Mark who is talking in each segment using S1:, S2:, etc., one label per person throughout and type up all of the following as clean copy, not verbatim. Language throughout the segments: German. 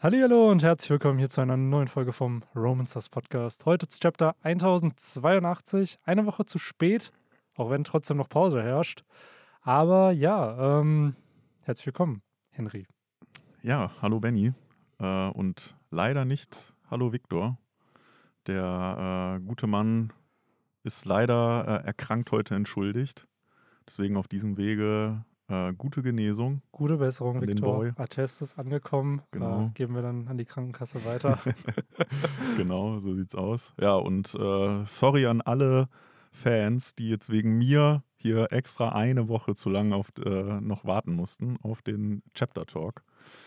S1: Hallihallo und herzlich willkommen hier zu einer neuen Folge vom Romancers Podcast. Heute zu Chapter 1082, eine Woche zu spät, auch wenn trotzdem noch Pause herrscht. Aber ja, herzlich willkommen, Henry.
S2: Ja, hallo Benny und leider nicht hallo Viktor. Der gute Mann ist leider erkrankt heute entschuldigt. Deswegen auf diesem Wege gute Genesung
S1: Gute Besserung,
S2: an den
S1: Viktor.
S2: Boy.
S1: Attest ist angekommen.
S2: Genau.
S1: Geben wir dann an die Krankenkasse weiter.
S2: Genau, so sieht's aus. Ja, und sorry an alle Fans, die jetzt wegen mir hier extra eine Woche zu lang noch warten mussten auf den Chapter Talk.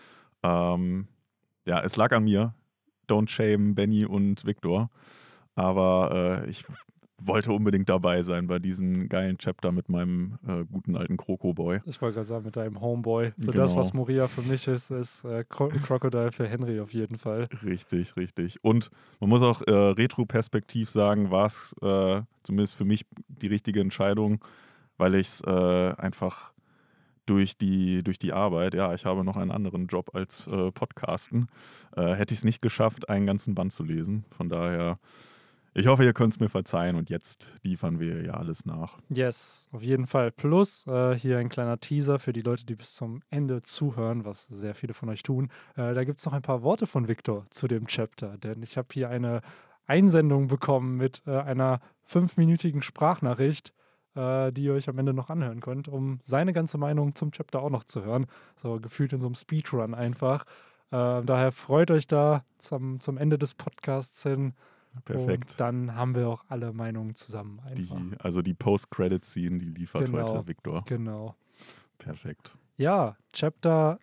S2: Ja, es lag an mir. Don't shame Benny und Viktor. Aber ich wollte unbedingt dabei sein bei diesem geilen Chapter mit meinem guten alten Kroko-Boy.
S1: Ich wollte gerade sagen, mit deinem Homeboy. So
S2: Genau.
S1: das, was Moria für mich ist Crocodile für Henry auf jeden Fall.
S2: Richtig, richtig. Und man muss auch retroperspektiv sagen, war es zumindest für mich die richtige Entscheidung, weil ich es einfach durch die Arbeit, ja, ich habe noch einen anderen Job als Podcasten, hätte ich es nicht geschafft, einen ganzen Band zu lesen. Von daher, ich hoffe, ihr könnt es mir verzeihen und jetzt liefern wir ja alles nach.
S1: Yes, auf jeden Fall. Plus hier ein kleiner Teaser für die Leute, die bis zum Ende zuhören, was sehr viele von euch tun. Da gibt es noch ein paar Worte von Viktor zu dem Chapter, denn ich habe hier eine Einsendung bekommen mit einer 5-minütigen Sprachnachricht, die ihr euch am Ende noch anhören könnt, um seine ganze Meinung zum Chapter auch noch zu hören. So gefühlt in so einem Speedrun einfach. Daher freut euch da zum Ende des Podcasts hin.
S2: Perfekt.
S1: Und dann haben wir auch alle Meinungen zusammen einfach.
S2: Die Post-Credit-Scene, die liefert heute Viktor.
S1: Genau.
S2: Perfekt.
S1: Ja, Chapter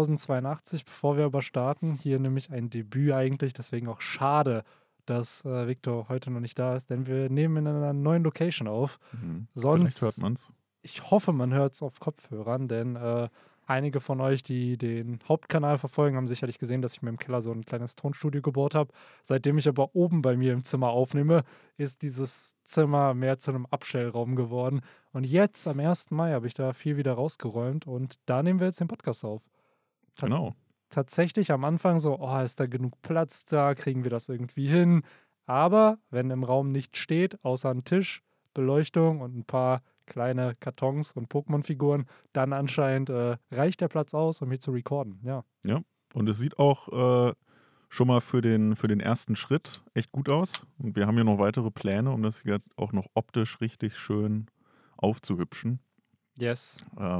S1: 1082, bevor wir aber starten, hier nämlich ein Debüt eigentlich, deswegen auch schade, dass Viktor heute noch nicht da ist, denn wir nehmen in einer neuen Location auf.
S2: Vielleicht hört man es.
S1: Ich hoffe, man hört es auf Kopfhörern, denn einige von euch, die den Hauptkanal verfolgen, haben sicherlich gesehen, dass ich mir im Keller so ein kleines Tonstudio gebaut habe. Seitdem ich aber oben bei mir im Zimmer aufnehme, ist dieses Zimmer mehr zu einem Abstellraum geworden. Und jetzt, am 1. Mai, habe ich da viel wieder rausgeräumt und da nehmen wir jetzt den Podcast auf.
S2: Genau.
S1: Tatsächlich am Anfang so, oh, ist da genug Platz da, kriegen wir das irgendwie hin. Aber wenn im Raum nichts steht, außer ein Tisch, Beleuchtung und ein paar kleine Kartons und Pokémon-Figuren, dann anscheinend reicht der Platz aus, um hier zu recorden. Ja.
S2: Ja, und es sieht auch schon mal für den ersten Schritt echt gut aus. Und wir haben hier noch weitere Pläne, um das jetzt auch noch optisch richtig schön aufzuhübschen.
S1: Yes.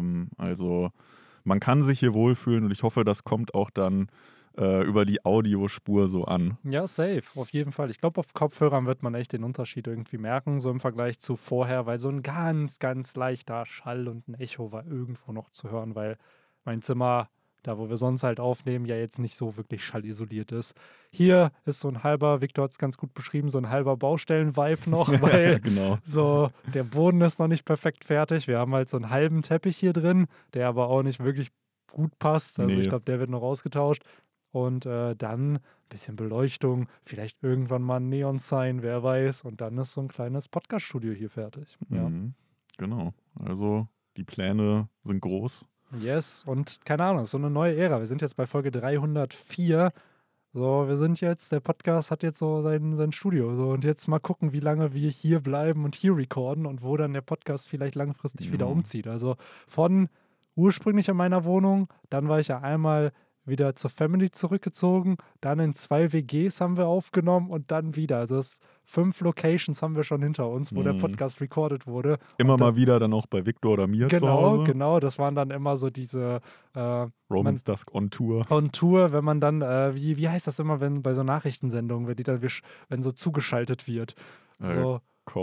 S2: Also man kann sich hier wohlfühlen und ich hoffe, das kommt auch dann über die Audiospur so an.
S1: Ja, safe, auf jeden Fall. Ich glaube, auf Kopfhörern wird man echt den Unterschied irgendwie merken, so im Vergleich zu vorher, weil so ein ganz, ganz leichter Schall und ein Echo war irgendwo noch zu hören, weil mein Zimmer, da wo wir sonst halt aufnehmen, ja jetzt nicht so wirklich schallisoliert ist. Hier ist so ein halber, Viktor hat es ganz gut beschrieben, so ein halber Baustellen-Vibe noch, weil
S2: Genau.
S1: so der Boden ist noch nicht perfekt fertig. Wir haben halt so einen halben Teppich hier drin, der aber auch nicht wirklich gut passt. Also ich glaube, der wird noch ausgetauscht. Und dann ein bisschen Beleuchtung, vielleicht irgendwann mal ein Neon-Sign, wer weiß. Und dann ist so ein kleines Podcast-Studio hier fertig. Ja.
S2: Genau. Also die Pläne sind groß.
S1: Yes, und keine Ahnung, so eine neue Ära. Wir sind jetzt bei Folge 304. So, wir sind jetzt, der Podcast hat jetzt so sein Studio. So, und jetzt mal gucken, wie lange wir hier bleiben und hier recorden und wo dann der Podcast vielleicht langfristig wieder umzieht. Also von ursprünglich in meiner Wohnung, dann war ich ja einmal wieder zur Family zurückgezogen, dann in 2 WGs haben wir aufgenommen und dann wieder. Also 5 Locations haben wir schon hinter uns, wo der Podcast recorded wurde.
S2: Immer mal wieder dann auch bei Viktor oder mir zu Hause.
S1: Genau. Das waren dann immer so diese
S2: Romance Dusk on Tour.
S1: On Tour, wenn man dann, wie heißt das immer, wenn bei so Nachrichtensendungen, wenn so zugeschaltet wird. So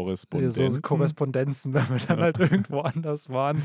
S1: Korrespondenzen, wenn wir dann halt irgendwo anders waren.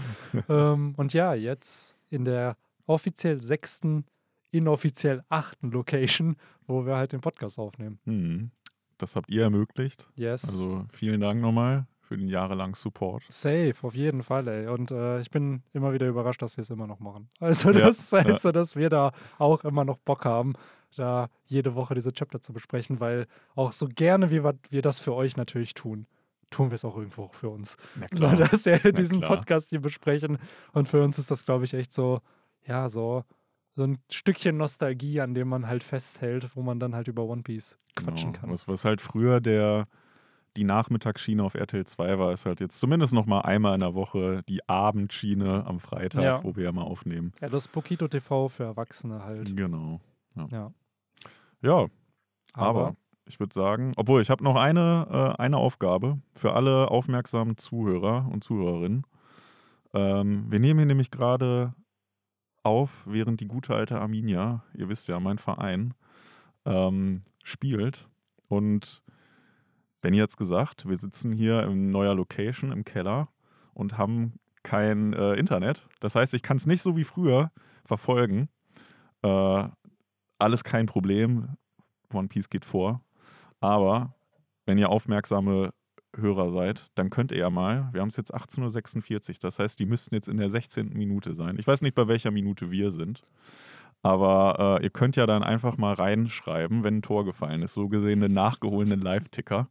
S1: Und ja, jetzt in der offiziell 6., inoffiziell 8. Location, wo wir halt den Podcast aufnehmen.
S2: Das habt ihr ermöglicht.
S1: Yes.
S2: Also vielen Dank nochmal für den jahrelangen Support.
S1: Safe, auf jeden Fall, ey. Und ich bin immer wieder überrascht, dass wir es immer noch machen. Also, dass wir da auch immer noch Bock haben, da jede Woche diese Chapter zu besprechen, weil auch so gerne, wie wir das für euch natürlich tun wir es auch irgendwo auch für uns. So, dass wir diesen Podcast hier besprechen. Und für uns ist das, glaube ich, echt so, ja, so so ein Stückchen Nostalgie, an dem man halt festhält, wo man dann halt über One Piece quatschen kann.
S2: Was halt früher die Nachmittagsschiene auf RTL 2 war, ist halt jetzt zumindest noch mal einmal in der Woche die Abendschiene am Freitag, wo wir ja mal aufnehmen.
S1: Ja, das Pokito TV für Erwachsene halt.
S2: Genau.
S1: Ja.
S2: Aber ich würde sagen, obwohl ich habe noch eine Aufgabe für alle aufmerksamen Zuhörer und Zuhörerinnen. Wir nehmen hier nämlich gerade auf, während die gute alte Arminia, ihr wisst ja, mein Verein, spielt. Und Benny hat es gesagt, wir sitzen hier in neuer Location im Keller und haben kein Internet. Das heißt, ich kann es nicht so wie früher verfolgen. Alles kein Problem. One Piece geht vor. Aber wenn ihr aufmerksame Hörer seid, dann könnt ihr ja mal, wir haben es jetzt 18:46 Uhr, das heißt, die müssten jetzt in der 16. Minute sein. Ich weiß nicht, bei welcher Minute wir sind. Aber ihr könnt ja dann einfach mal reinschreiben, wenn ein Tor gefallen ist. So gesehen einen nachgeholenen Live-Ticker.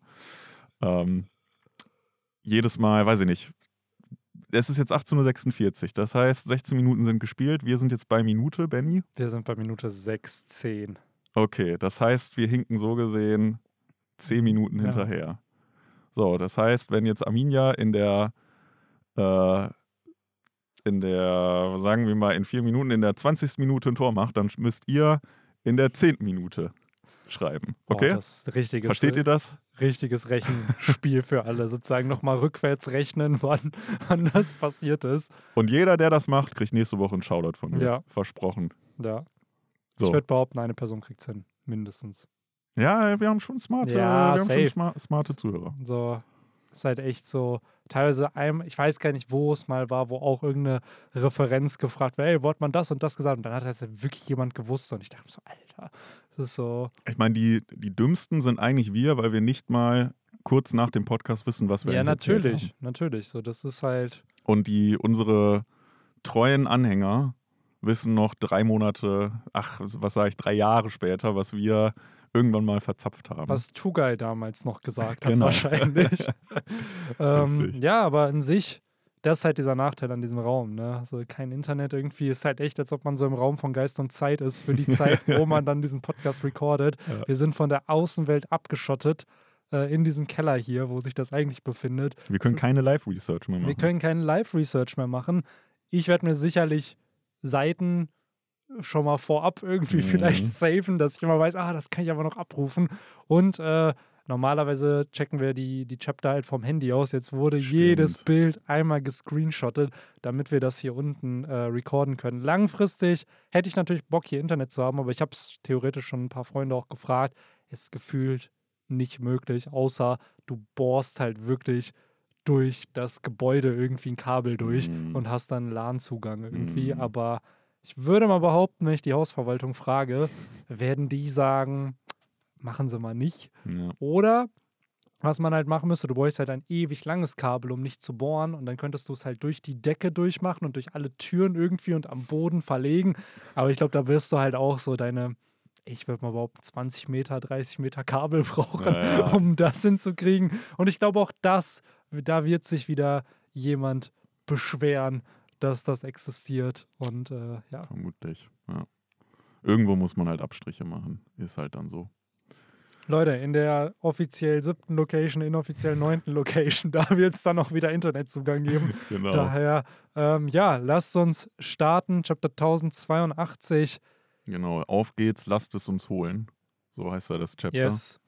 S2: Jedes Mal, weiß ich nicht. Es ist jetzt 18:46 Uhr. Das heißt, 16 Minuten sind gespielt. Wir sind jetzt bei Minute, Benny.
S1: Wir sind bei Minute 6:10.
S2: Okay, das heißt, wir hinken so gesehen 10 Minuten hinterher. So, das heißt, wenn jetzt Arminia in der, sagen wir mal, in 4 Minuten, in der 20. Minute ein Tor macht, dann müsst ihr in der 10. Minute schreiben. Okay?
S1: Das richtiges,
S2: versteht ihr das?
S1: Richtiges Rechenspiel für alle. Sozusagen nochmal rückwärts rechnen, wann das passiert ist.
S2: Und jeder, der das macht, kriegt nächste Woche einen Shoutout von mir.
S1: Ja.
S2: Versprochen.
S1: Ja.
S2: So.
S1: Ich würde behaupten, eine Person kriegt es hin. Mindestens.
S2: Ja, wir haben schon smarte Zuhörer.
S1: So, ist halt echt so, teilweise ich weiß gar nicht, wo es mal war, wo auch irgendeine Referenz gefragt wird, hey, wo hat man das und das gesagt? Und dann hat das ja wirklich jemand gewusst und ich dachte so, Alter, das ist so.
S2: Ich meine, die dümmsten sind eigentlich wir, weil wir nicht mal kurz nach dem Podcast wissen, was wir
S1: Ja,
S2: erzählt haben.
S1: natürlich. So, das ist halt.
S2: Und unsere treuen Anhänger wissen noch 3 Monate, 3 Jahre später, was wir irgendwann mal verzapft haben.
S1: Was Tugai damals noch gesagt hat, wahrscheinlich. Ja, aber an sich, das ist halt dieser Nachteil an diesem Raum. Ne? Also kein Internet irgendwie, ist halt echt, als ob man so im Raum von Geist und Zeit ist für die Zeit, wo man dann diesen Podcast recordet. Ja. Wir sind von der Außenwelt abgeschottet in diesem Keller hier, wo sich das eigentlich befindet.
S2: Wir können keine Live-Research mehr machen.
S1: Wir können keine Live-Research mehr machen. Ich werde mir sicherlich Seiten schon mal vorab irgendwie vielleicht safen, dass ich immer weiß, das kann ich aber noch abrufen. Und normalerweise checken wir die Chapter halt vom Handy aus. Jetzt wurde jedes Bild einmal gescreenshottet, damit wir das hier unten recorden können. Langfristig hätte ich natürlich Bock, hier Internet zu haben, aber ich habe es theoretisch schon ein paar Freunde auch gefragt. Ist gefühlt nicht möglich, außer du bohrst halt wirklich durch das Gebäude irgendwie ein Kabel durch und hast dann LAN-Zugang irgendwie. Aber ich würde mal behaupten, wenn ich die Hausverwaltung frage, werden die sagen, machen sie mal nicht.
S2: Ja.
S1: Oder was man halt machen müsste, du bräuchst halt ein ewig langes Kabel, um nicht zu bohren und dann könntest du es halt durch die Decke durchmachen und durch alle Türen irgendwie und am Boden verlegen. Aber ich glaube, da wirst du halt auch so ich würde mal behaupten, 20 Meter, 30 Meter Kabel brauchen, um das hinzukriegen. Und ich glaube auch da wird sich wieder jemand beschweren, dass das existiert. Und
S2: Vermutlich, ja. Irgendwo muss man halt Abstriche machen. Ist halt dann so.
S1: Leute, in der offiziell 7. Location, inoffiziell 9. Location, da wird es dann auch wieder Internetzugang geben.
S2: Genau.
S1: Daher, lasst uns starten. Chapter 1082.
S2: Genau, auf geht's, lasst es uns holen. So heißt ja das Chapter.
S1: Yes.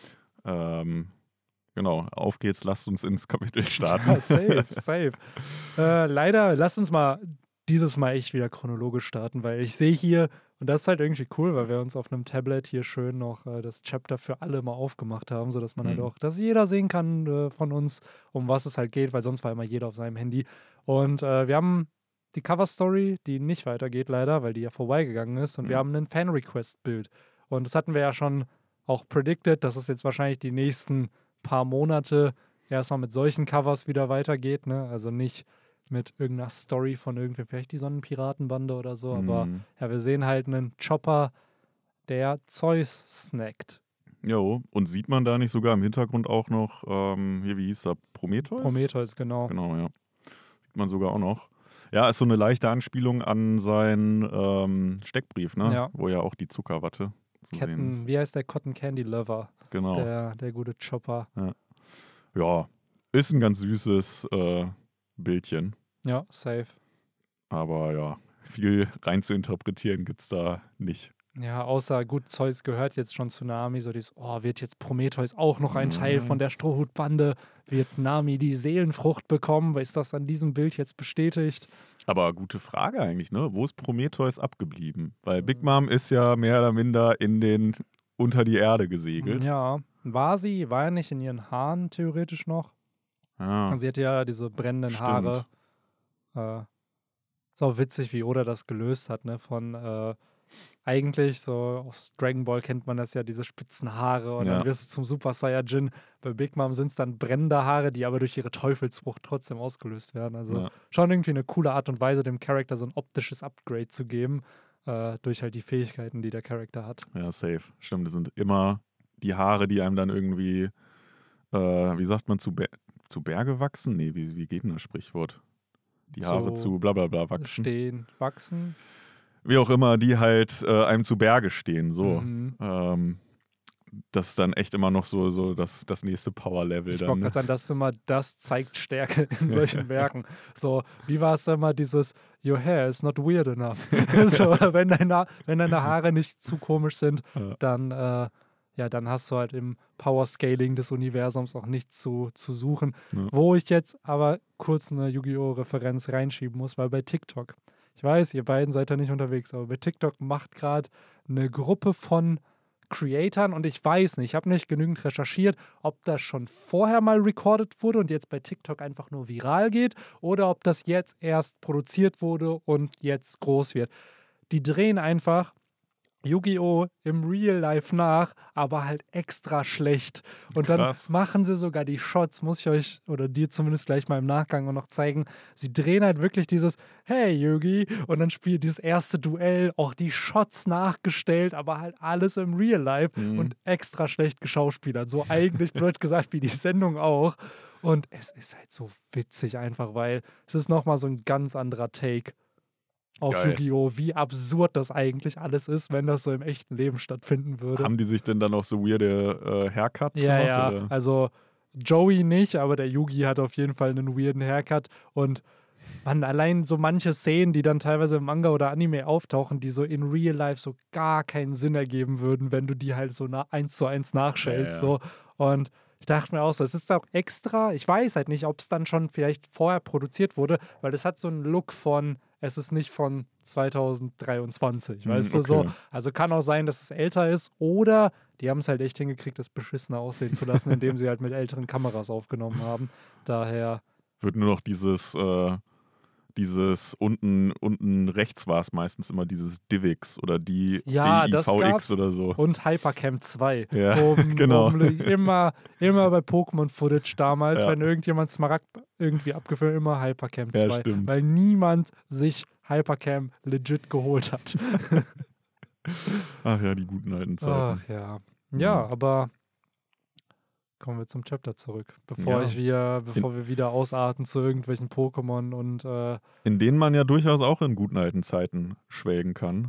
S2: Genau, auf geht's, lasst uns ins Kapitel starten.
S1: Ja, safe. Leider, lasst uns mal dieses Mal echt wieder chronologisch starten, weil ich sehe hier, und das ist halt irgendwie cool, weil wir uns auf einem Tablet hier schön noch das Chapter für alle mal aufgemacht haben, sodass man halt auch, dass jeder sehen kann von uns, um was es halt geht, weil sonst war immer jeder auf seinem Handy. Und wir haben die Cover-Story, die nicht weitergeht leider, weil die ja vorbeigegangen ist. Und wir haben ein Fan-Request-Bild. Und das hatten wir ja schon auch predicted, dass es jetzt wahrscheinlich die nächsten paar Monate erstmal mit solchen Covers wieder weitergeht. Ne? Also nicht mit irgendeiner Story von irgendwer, vielleicht die Sonnenpiratenbande oder so. Aber ja, wir sehen halt einen Chopper, der Zeus snackt.
S2: Jo, und sieht man da nicht sogar im Hintergrund auch noch, wie hieß er, Prometheus?
S1: Prometheus, genau.
S2: Genau, ja. Sieht man sogar auch noch. Ja, ist so eine leichte Anspielung an seinen Steckbrief, ne?
S1: Ja.
S2: Wo ja auch die Zuckerwatte zu sehen ist.
S1: Wie heißt der Cotton Candy Lover?
S2: Genau.
S1: Der gute Chopper.
S2: Ja, ist ein ganz süßes Bildchen.
S1: Ja, safe.
S2: Aber ja, viel rein zu interpretieren gibt es da nicht.
S1: Ja, außer gut, Zeus gehört jetzt schon zu Nami, so dieses, wird jetzt Prometheus auch noch ein Teil von der Strohhutbande? Wird Nami die Seelenfrucht bekommen? Ist das an diesem Bild jetzt bestätigt?
S2: Aber gute Frage eigentlich, ne? Wo ist Prometheus abgeblieben? Weil Big Mom ist ja mehr oder minder unter die Erde gesegelt.
S1: Ja, war er nicht in ihren Haaren theoretisch noch?
S2: Ja,
S1: Sie hatte ja diese brennenden Haare. Ist auch witzig, wie Oda das gelöst hat, ne? Eigentlich, so aus Dragon Ball kennt man das ja, diese spitzen Haare und
S2: Ja.
S1: dann wirst du zum Super Saiyajin. Bei Big Mom sind es dann brennende Haare, die aber durch ihre Teufelsfrucht trotzdem ausgelöst werden. Also
S2: Ja.
S1: schon irgendwie eine coole Art und Weise, dem Charakter so ein optisches Upgrade zu geben, durch halt die Fähigkeiten, die der Charakter hat.
S2: Ja, safe. Stimmt, das sind immer die Haare, die einem dann irgendwie, wie sagt man, zu Berge wachsen? Nee, wie geht denn das Sprichwort? Die Haare zu blablabla wachsen.
S1: Wachsen.
S2: Wie auch immer, die halt einem zu Berge stehen, so.
S1: Mhm.
S2: Das ist dann echt immer noch so das nächste Power-Level.
S1: Ich wollte gerade sagen, das zeigt Stärke in solchen Werken. So, wie war es immer dieses Your hair is not weird enough. So, wenn deine Haare nicht zu komisch sind, dann hast du halt im Power-Scaling des Universums auch nichts zu suchen.
S2: Ja.
S1: Wo ich jetzt aber kurz eine Yu-Gi-Oh! Referenz reinschieben muss, weil bei TikTok, ich weiß, ihr beiden seid da nicht unterwegs, aber bei TikTok macht gerade eine Gruppe von Creatoren und ich weiß nicht, ich habe nicht genügend recherchiert, ob das schon vorher mal recorded wurde und jetzt bei TikTok einfach nur viral geht oder ob das jetzt erst produziert wurde und jetzt groß wird. Die drehen einfach Yu-Gi-Oh! Im Real Life nach, aber halt extra schlecht. Und
S2: Krass.
S1: dann machen sie sogar die Shots, muss ich euch oder dir zumindest gleich mal im Nachgang noch zeigen. Sie drehen halt wirklich dieses Hey Yugi und dann spielt dieses erste Duell, auch die Shots nachgestellt, aber halt alles im Real Life und extra schlecht geschauspielert. So eigentlich blöd gesagt wie die Sendung auch. Und es ist halt so witzig einfach, weil es ist nochmal so ein ganz anderer Take auf
S2: Geil.
S1: Yu-Gi-Oh!, wie absurd das eigentlich alles ist, wenn das so im echten Leben stattfinden würde.
S2: Haben die sich denn dann auch so weirde Haircuts gemacht?
S1: Ja,
S2: oder?
S1: also Joey nicht, aber der Yugi hat auf jeden Fall einen weirden Haircut und man, allein so manche Szenen, die dann teilweise im Manga oder Anime auftauchen, die so in Real Life so gar keinen Sinn ergeben würden, wenn du die halt so 1:1 nachstellst.
S2: Ja.
S1: So. Und ich dachte mir auch so, es ist auch extra, ich weiß halt nicht, ob es dann schon vielleicht vorher produziert wurde, weil das hat so einen Look von, es ist nicht von 2023, weißt du, so.
S2: Okay.
S1: Also kann auch sein, dass es älter ist oder die haben es halt echt hingekriegt, das beschissener aussehen zu lassen, indem sie halt mit älteren Kameras aufgenommen haben. Daher
S2: Wird nur noch dieses unten rechts war es meistens immer dieses DivX oder die
S1: Ja, das
S2: DIVX
S1: gab's.
S2: oder so.
S1: Und Hypercamp 2.
S2: Ja, genau.
S1: Immer bei Pokémon-Footage damals,
S2: Ja.
S1: wenn irgendjemand Smaragd irgendwie abgefilmt, immer Hypercamp 2.
S2: Ja, stimmt.
S1: Weil niemand sich Hypercamp legit geholt hat.
S2: Ach ja, die guten alten Zeiten.
S1: Ach ja. Ja, aber kommen wir zum Chapter zurück, bevor wir wieder ausarten zu irgendwelchen Pokémon und
S2: In denen man ja durchaus auch in guten alten Zeiten schwelgen kann.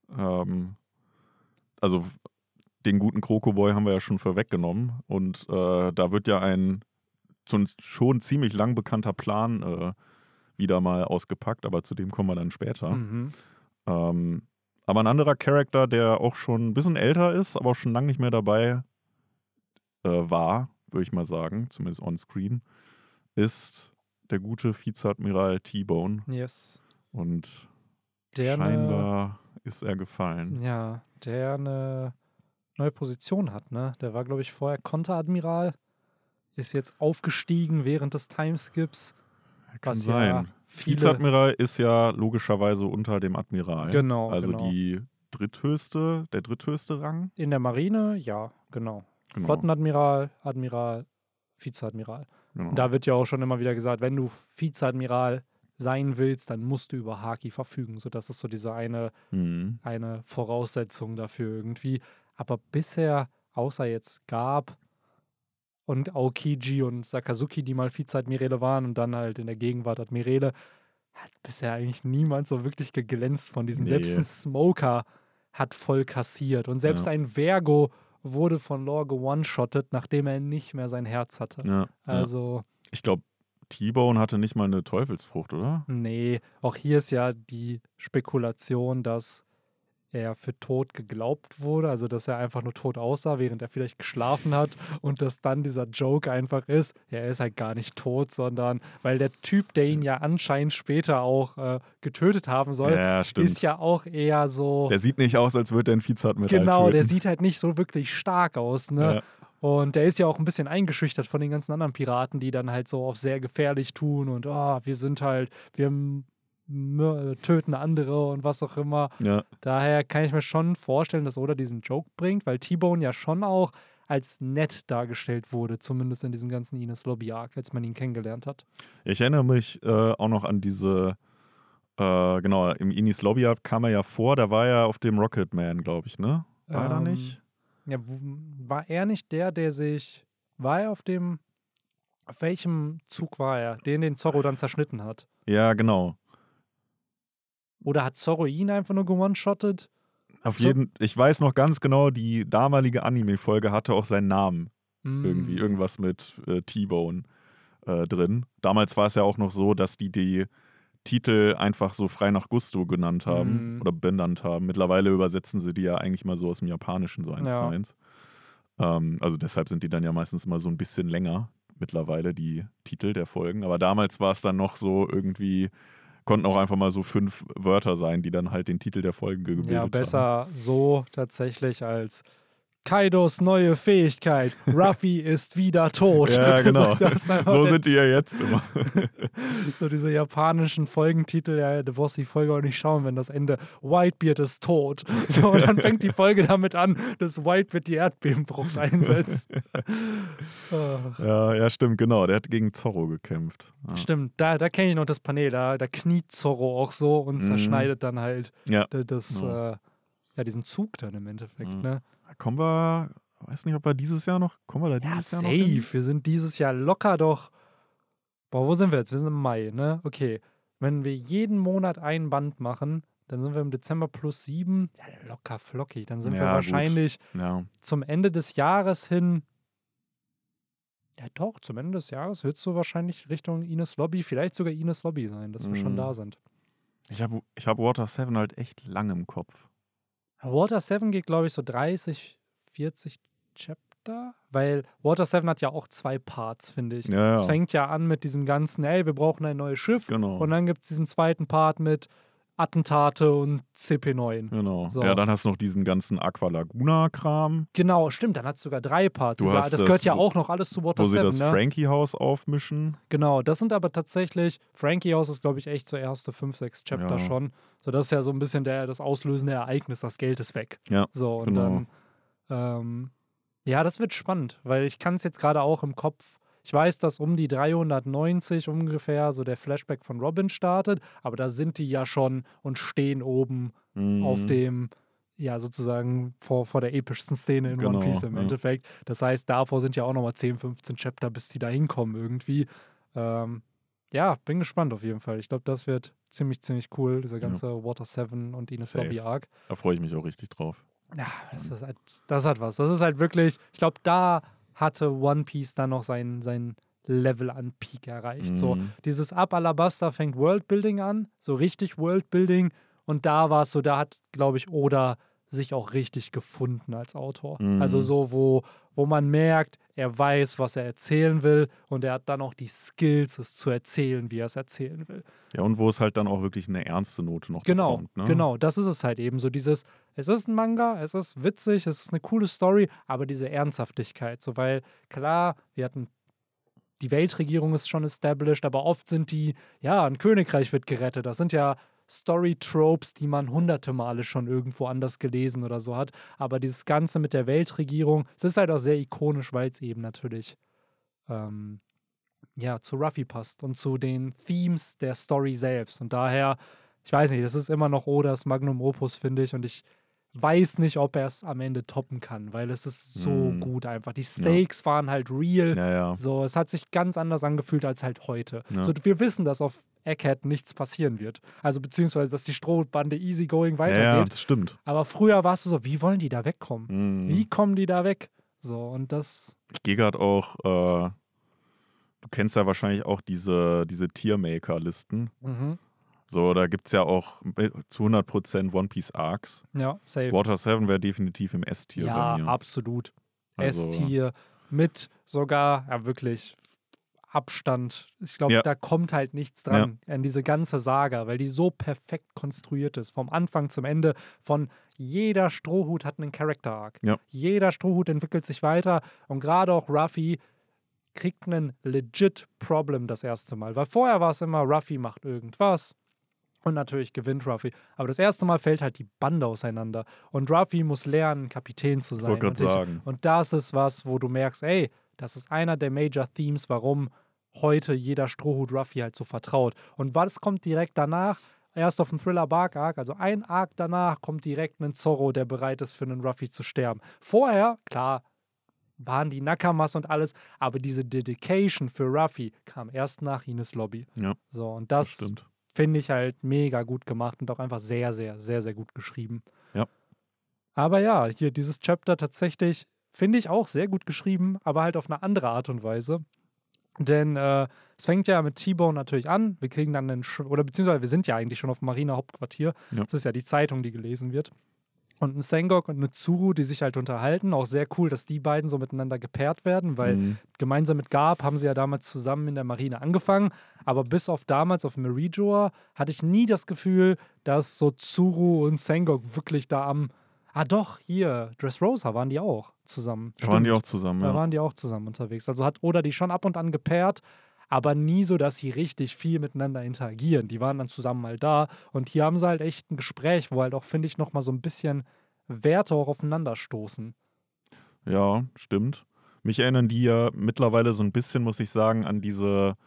S2: Also den guten Krokoboy haben wir ja schon vorweggenommen und da wird ja ein schon ziemlich lang bekannter Plan wieder mal ausgepackt, aber zu dem kommen wir dann später. Aber ein anderer Charakter, der auch schon ein bisschen älter ist, aber auch schon lange nicht mehr dabei war, würde ich mal sagen, zumindest on-screen, ist der gute Vizeadmiral T-Bone.
S1: yes.
S2: Und
S1: Der
S2: scheinbar ist er gefallen.
S1: Ja, der eine neue Position hat, ne? Der war, glaube ich, vorher Konteradmiral, ist jetzt aufgestiegen während des Timeskips.
S2: Kann
S1: was
S2: sein.
S1: ja viele-
S2: Vizeadmiral ist ja logischerweise unter dem Admiral.
S1: Genau,
S2: Also
S1: genau.
S2: der dritthöchste Rang.
S1: In der Marine, ja, genau.
S2: Genau.
S1: Flottenadmiral, Admiral, Vizeadmiral.
S2: Genau.
S1: Da wird ja auch schon immer wieder gesagt, wenn du Vizeadmiral sein willst, dann musst du über Haki verfügen. So, das ist so diese eine Voraussetzung dafür irgendwie. Aber bisher, außer jetzt Gab und Aokiji und Sakazuki, die mal Vizeadmirale waren und dann halt in der Gegenwart Admirale, hat bisher eigentlich niemand so wirklich geglänzt von diesen.
S2: Nee.
S1: Selbst ein Smoker hat voll kassiert. Und selbst
S2: Ja.
S1: ein Vergo wurde von Lore one-shottet, nachdem er nicht mehr sein Herz hatte.
S2: Ja.
S1: Also,
S2: Ich glaube, T-Bone hatte nicht mal eine Teufelsfrucht, oder?
S1: nee. Auch hier ist ja die Spekulation, dass er für tot geglaubt wurde, also dass er einfach nur tot aussah, während er vielleicht geschlafen hat und dass dann dieser Joke einfach ist, ja, er ist halt gar nicht tot, sondern weil der Typ, der ihn ja anscheinend später auch getötet haben soll,
S2: Ja, stimmt.
S1: ist ja auch eher so,
S2: Der sieht nicht aus, als würde er ein Viehzahn-Admiral
S1: genau,
S2: töten.
S1: der sieht halt nicht so wirklich stark aus, ne?
S2: Ja.
S1: Und der ist ja auch ein bisschen eingeschüchtert von den ganzen anderen Piraten, die dann halt so auf sehr gefährlich tun und wir töten andere und was auch immer.
S2: Ja.
S1: Daher kann ich mir schon vorstellen, dass Oda diesen Joke bringt, weil T-Bone ja schon auch als nett dargestellt wurde, zumindest in diesem ganzen Ines Lobby-Arc, als man ihn kennengelernt hat.
S2: Ich erinnere mich auch noch an diese, genau, im Inis Lobby kam er ja vor, da war er auf dem Rocketman, glaube ich, ne? War er da nicht?
S1: Ja, war er nicht war er auf welchem Zug war er, den Zorro dann zerschnitten hat?
S2: Ja, genau.
S1: Oder hat Zorro ihn einfach nur gewone-shottet?
S2: Ich weiß noch ganz genau, die damalige Anime-Folge hatte auch seinen Namen. Irgendwie, irgendwas mit T-Bone drin. Damals war es ja auch noch so, dass die Titel einfach so frei nach Gusto genannt haben oder benannt haben. Mittlerweile übersetzen sie die ja eigentlich mal so aus dem Japanischen so 1:1. Also deshalb sind die dann ja meistens mal so ein bisschen länger mittlerweile, die Titel der Folgen. Aber damals war es dann noch so irgendwie, konnten auch einfach mal so 5 Wörter sein, die dann halt den Titel der Folgen gebildet haben.
S1: Ja, besser so tatsächlich als Kaidos neue Fähigkeit. Ruffy ist wieder tot.
S2: Ja, genau. So sind die ja jetzt immer.
S1: So diese japanischen Folgentitel, ja, du brauchst die Folge auch nicht schauen, wenn das Ende Whitebeard ist tot. So, und dann fängt die Folge damit an, dass Whitebeard die Erdbebenfrucht einsetzt.
S2: Ja, stimmt, genau. Der hat gegen Zorro gekämpft. Ja.
S1: Stimmt, da kenne ich noch das Panel, da kniet Zorro auch so und zerschneidet dann halt diesen Zug dann im Endeffekt, ne?
S2: Kommen wir, weiß nicht, ob wir dieses Jahr noch, kommen wir da dieses Jahr noch hin?
S1: Safe, wir sind dieses Jahr locker doch, wo sind wir jetzt? Wir sind im Mai, ne? Okay, wenn wir jeden Monat ein Band machen, dann sind wir im Dezember +7, ja, locker flockig, dann sind wir wahrscheinlich zum Ende des Jahres hin, ja doch, zum Ende des Jahres wird es so wahrscheinlich Richtung Ines Lobby, vielleicht sogar Ines Lobby sein, dass wir schon da sind.
S2: Ich hab Water 7 halt echt lang im Kopf.
S1: Water 7 geht, glaube ich, so 30, 40 Chapter, weil Water 7 hat ja auch 2 Parts, finde ich.
S2: Ja.
S1: Es fängt ja an mit diesem ganzen, wir brauchen ein neues Schiff.
S2: Genau.
S1: Und dann gibt es diesen zweiten Part mit Attentate und CP9.
S2: Genau.
S1: So.
S2: Ja, dann hast du noch diesen ganzen Aqualaguna-Kram.
S1: Genau, stimmt, dann hat es sogar 3 Parts.
S2: Das
S1: gehört ja auch noch alles zu Water 7.
S2: Wo sie das Frankie-Haus aufmischen.
S1: Genau, das sind aber tatsächlich, Frankie House ist, glaube ich, echt so erste 5, 6 Chapter schon. So, das ist ja so ein bisschen das auslösende Ereignis, das Geld ist weg.
S2: Ja,
S1: so, und dann, das wird spannend, weil ich kann es jetzt gerade auch im Kopf, ich weiß, dass um die 390 ungefähr so der Flashback von Robin startet, aber da sind die ja schon und stehen oben auf dem, ja, sozusagen vor der epischsten Szene in One Piece im Endeffekt. Das heißt, davor sind ja auch nochmal 10, 15 Chapter, bis die da hinkommen irgendwie. Bin gespannt auf jeden Fall. Ich glaube, das wird ziemlich, ziemlich cool, dieser ganze Water 7 und Ines Lobby Arc.
S2: Da freue ich mich auch richtig drauf.
S1: Ja, das hat was. Das ist halt wirklich, ich glaube, da hatte One Piece dann noch sein Level an Peak erreicht. So, dieses ab Alabasta fängt Worldbuilding an, so richtig Worldbuilding. Und da war es so, da hat, glaube ich, Oda sich auch richtig gefunden als Autor. Also so, wo man merkt, er weiß, was er erzählen will und er hat dann auch die Skills, es zu erzählen, wie er es erzählen will.
S2: Ja, und wo es halt dann auch wirklich eine ernste Note noch bekommt. Ne?
S1: Genau, das ist es halt eben so dieses, es ist ein Manga, es ist witzig, es ist eine coole Story, aber diese Ernsthaftigkeit, so, weil klar, die Weltregierung ist schon established, aber oft sind ein Königreich wird gerettet, das sind ja Story-Tropes, die man hunderte Male schon irgendwo anders gelesen oder so hat. Aber dieses Ganze mit der Weltregierung, es ist halt auch sehr ikonisch, weil es eben natürlich zu Ruffy passt und zu den Themes der Story selbst. Und daher, ich weiß nicht, das ist immer noch Odas Magnum Opus, finde ich. Und ich weiß nicht, ob er es am Ende toppen kann, weil es ist so gut einfach. Die Stakes waren halt real.
S2: Ja.
S1: So, es hat sich ganz anders angefühlt als halt heute.
S2: Ja.
S1: So, wir wissen, dass auf Egghead nichts passieren wird. Also beziehungsweise, dass die Strohhutbande easygoing weitergeht.
S2: Ja, das stimmt.
S1: Aber früher warst du so, wie wollen die da wegkommen?
S2: Mhm.
S1: Wie kommen die da weg? So, und das...
S2: Ich gehe gerade auch, du kennst ja wahrscheinlich auch diese Tiermaker-Listen.
S1: Mhm.
S2: So, da gibt es ja auch zu 100% One Piece Arcs.
S1: Ja, safe.
S2: Water 7 wäre definitiv im S-Tier bei mir.
S1: Ja, absolut.
S2: Also-
S1: S-Tier mit sogar, ja wirklich, Abstand. Ich glaube,
S2: Ja.
S1: da kommt halt nichts dran an diese ganze Saga, weil die so perfekt konstruiert ist. Vom Anfang zum Ende, von jeder Strohhut hat einen Character-Arc.
S2: Ja.
S1: Jeder Strohhut entwickelt sich weiter und gerade auch Ruffy kriegt einen legit Problem das erste Mal. Weil vorher war es immer, Ruffy macht irgendwas. Und natürlich gewinnt Ruffy. Aber das erste Mal fällt halt die Bande auseinander. Und Ruffy muss lernen, Kapitän zu
S2: Ich
S1: sein.
S2: wollte gerade sagen.
S1: Und das ist was, wo du merkst, ey, das ist einer der Major Themes, warum heute jeder Strohhut Ruffy halt so vertraut. Und was kommt direkt danach? Erst auf dem Thriller Bark Arc, also ein Arc danach, kommt direkt ein Zorro, der bereit ist, für einen Ruffy zu sterben. Vorher, klar, waren die Nakamas und alles, aber diese Dedication für Ruffy kam erst nach Ines Lobby.
S2: Ja,
S1: So, und
S2: das
S1: das
S2: stimmt.
S1: finde ich halt mega gut gemacht und auch einfach sehr, sehr, sehr, sehr gut geschrieben.
S2: Ja.
S1: Aber ja, hier dieses Chapter tatsächlich finde ich auch sehr gut geschrieben, aber halt auf eine andere Art und Weise. Denn es fängt ja mit T-Bone natürlich an. Wir kriegen dann oder beziehungsweise wir sind ja eigentlich schon auf dem Marine-Hauptquartier.
S2: Ja.
S1: Das ist ja die Zeitung, die gelesen wird. Und ein Sengok und eine Tsuru, die sich halt unterhalten. Auch sehr cool, dass die beiden so miteinander gepaart werden, weil
S2: Mhm.
S1: gemeinsam mit Garp haben sie ja damals zusammen in der Marine angefangen. Aber bis auf damals auf Merijoa hatte ich nie das Gefühl, dass so Tsuru und Sengok wirklich da am. Ah, doch, hier, Dressrosa waren die auch zusammen.
S2: Da waren die
S1: Stimmt.
S2: auch zusammen,
S1: Da
S2: ja.
S1: waren die auch zusammen unterwegs. Also hat Oda die schon ab und an gepaart, aber nie so, dass sie richtig viel miteinander interagieren. Die waren dann zusammen mal da und hier haben sie halt echt ein Gespräch, wo halt auch, finde ich, nochmal so ein bisschen Werte auch aufeinanderstoßen.
S2: Ja, stimmt. Mich erinnern die ja mittlerweile so ein bisschen, muss ich sagen, an diese,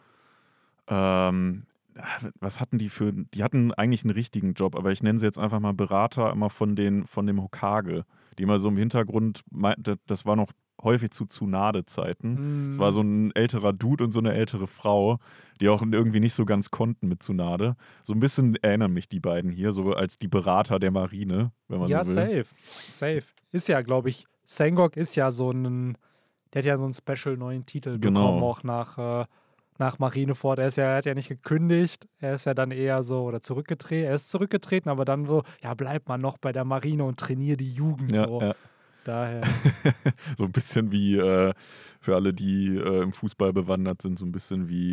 S2: was hatten die für, die hatten eigentlich einen richtigen Job, aber ich nenne sie jetzt einfach mal Berater immer von dem Hokage, die immer so im Hintergrund, das war noch häufig zu Tsunade-Zeiten. Es war so ein älterer Dude und so eine ältere Frau, die auch irgendwie nicht so ganz konnten mit Tsunade. So ein bisschen erinnern mich die beiden hier, so als die Berater der Marine, wenn man
S1: Ja,
S2: so will.
S1: safe. Ist ja, glaube ich, Sengok ist ja so ein, der hat ja so einen Special neuen Titel
S2: Genau.
S1: bekommen, auch nach Marineford. Er hat ja nicht gekündigt, er ist ja dann eher so, oder zurückgetreten, er ist zurückgetreten, aber dann so, ja, bleib mal noch bei der Marine und trainier die Jugend
S2: Ja,
S1: so.
S2: ja.
S1: Daher.
S2: So ein bisschen wie, für alle, die im Fußball bewandert sind, so ein bisschen wie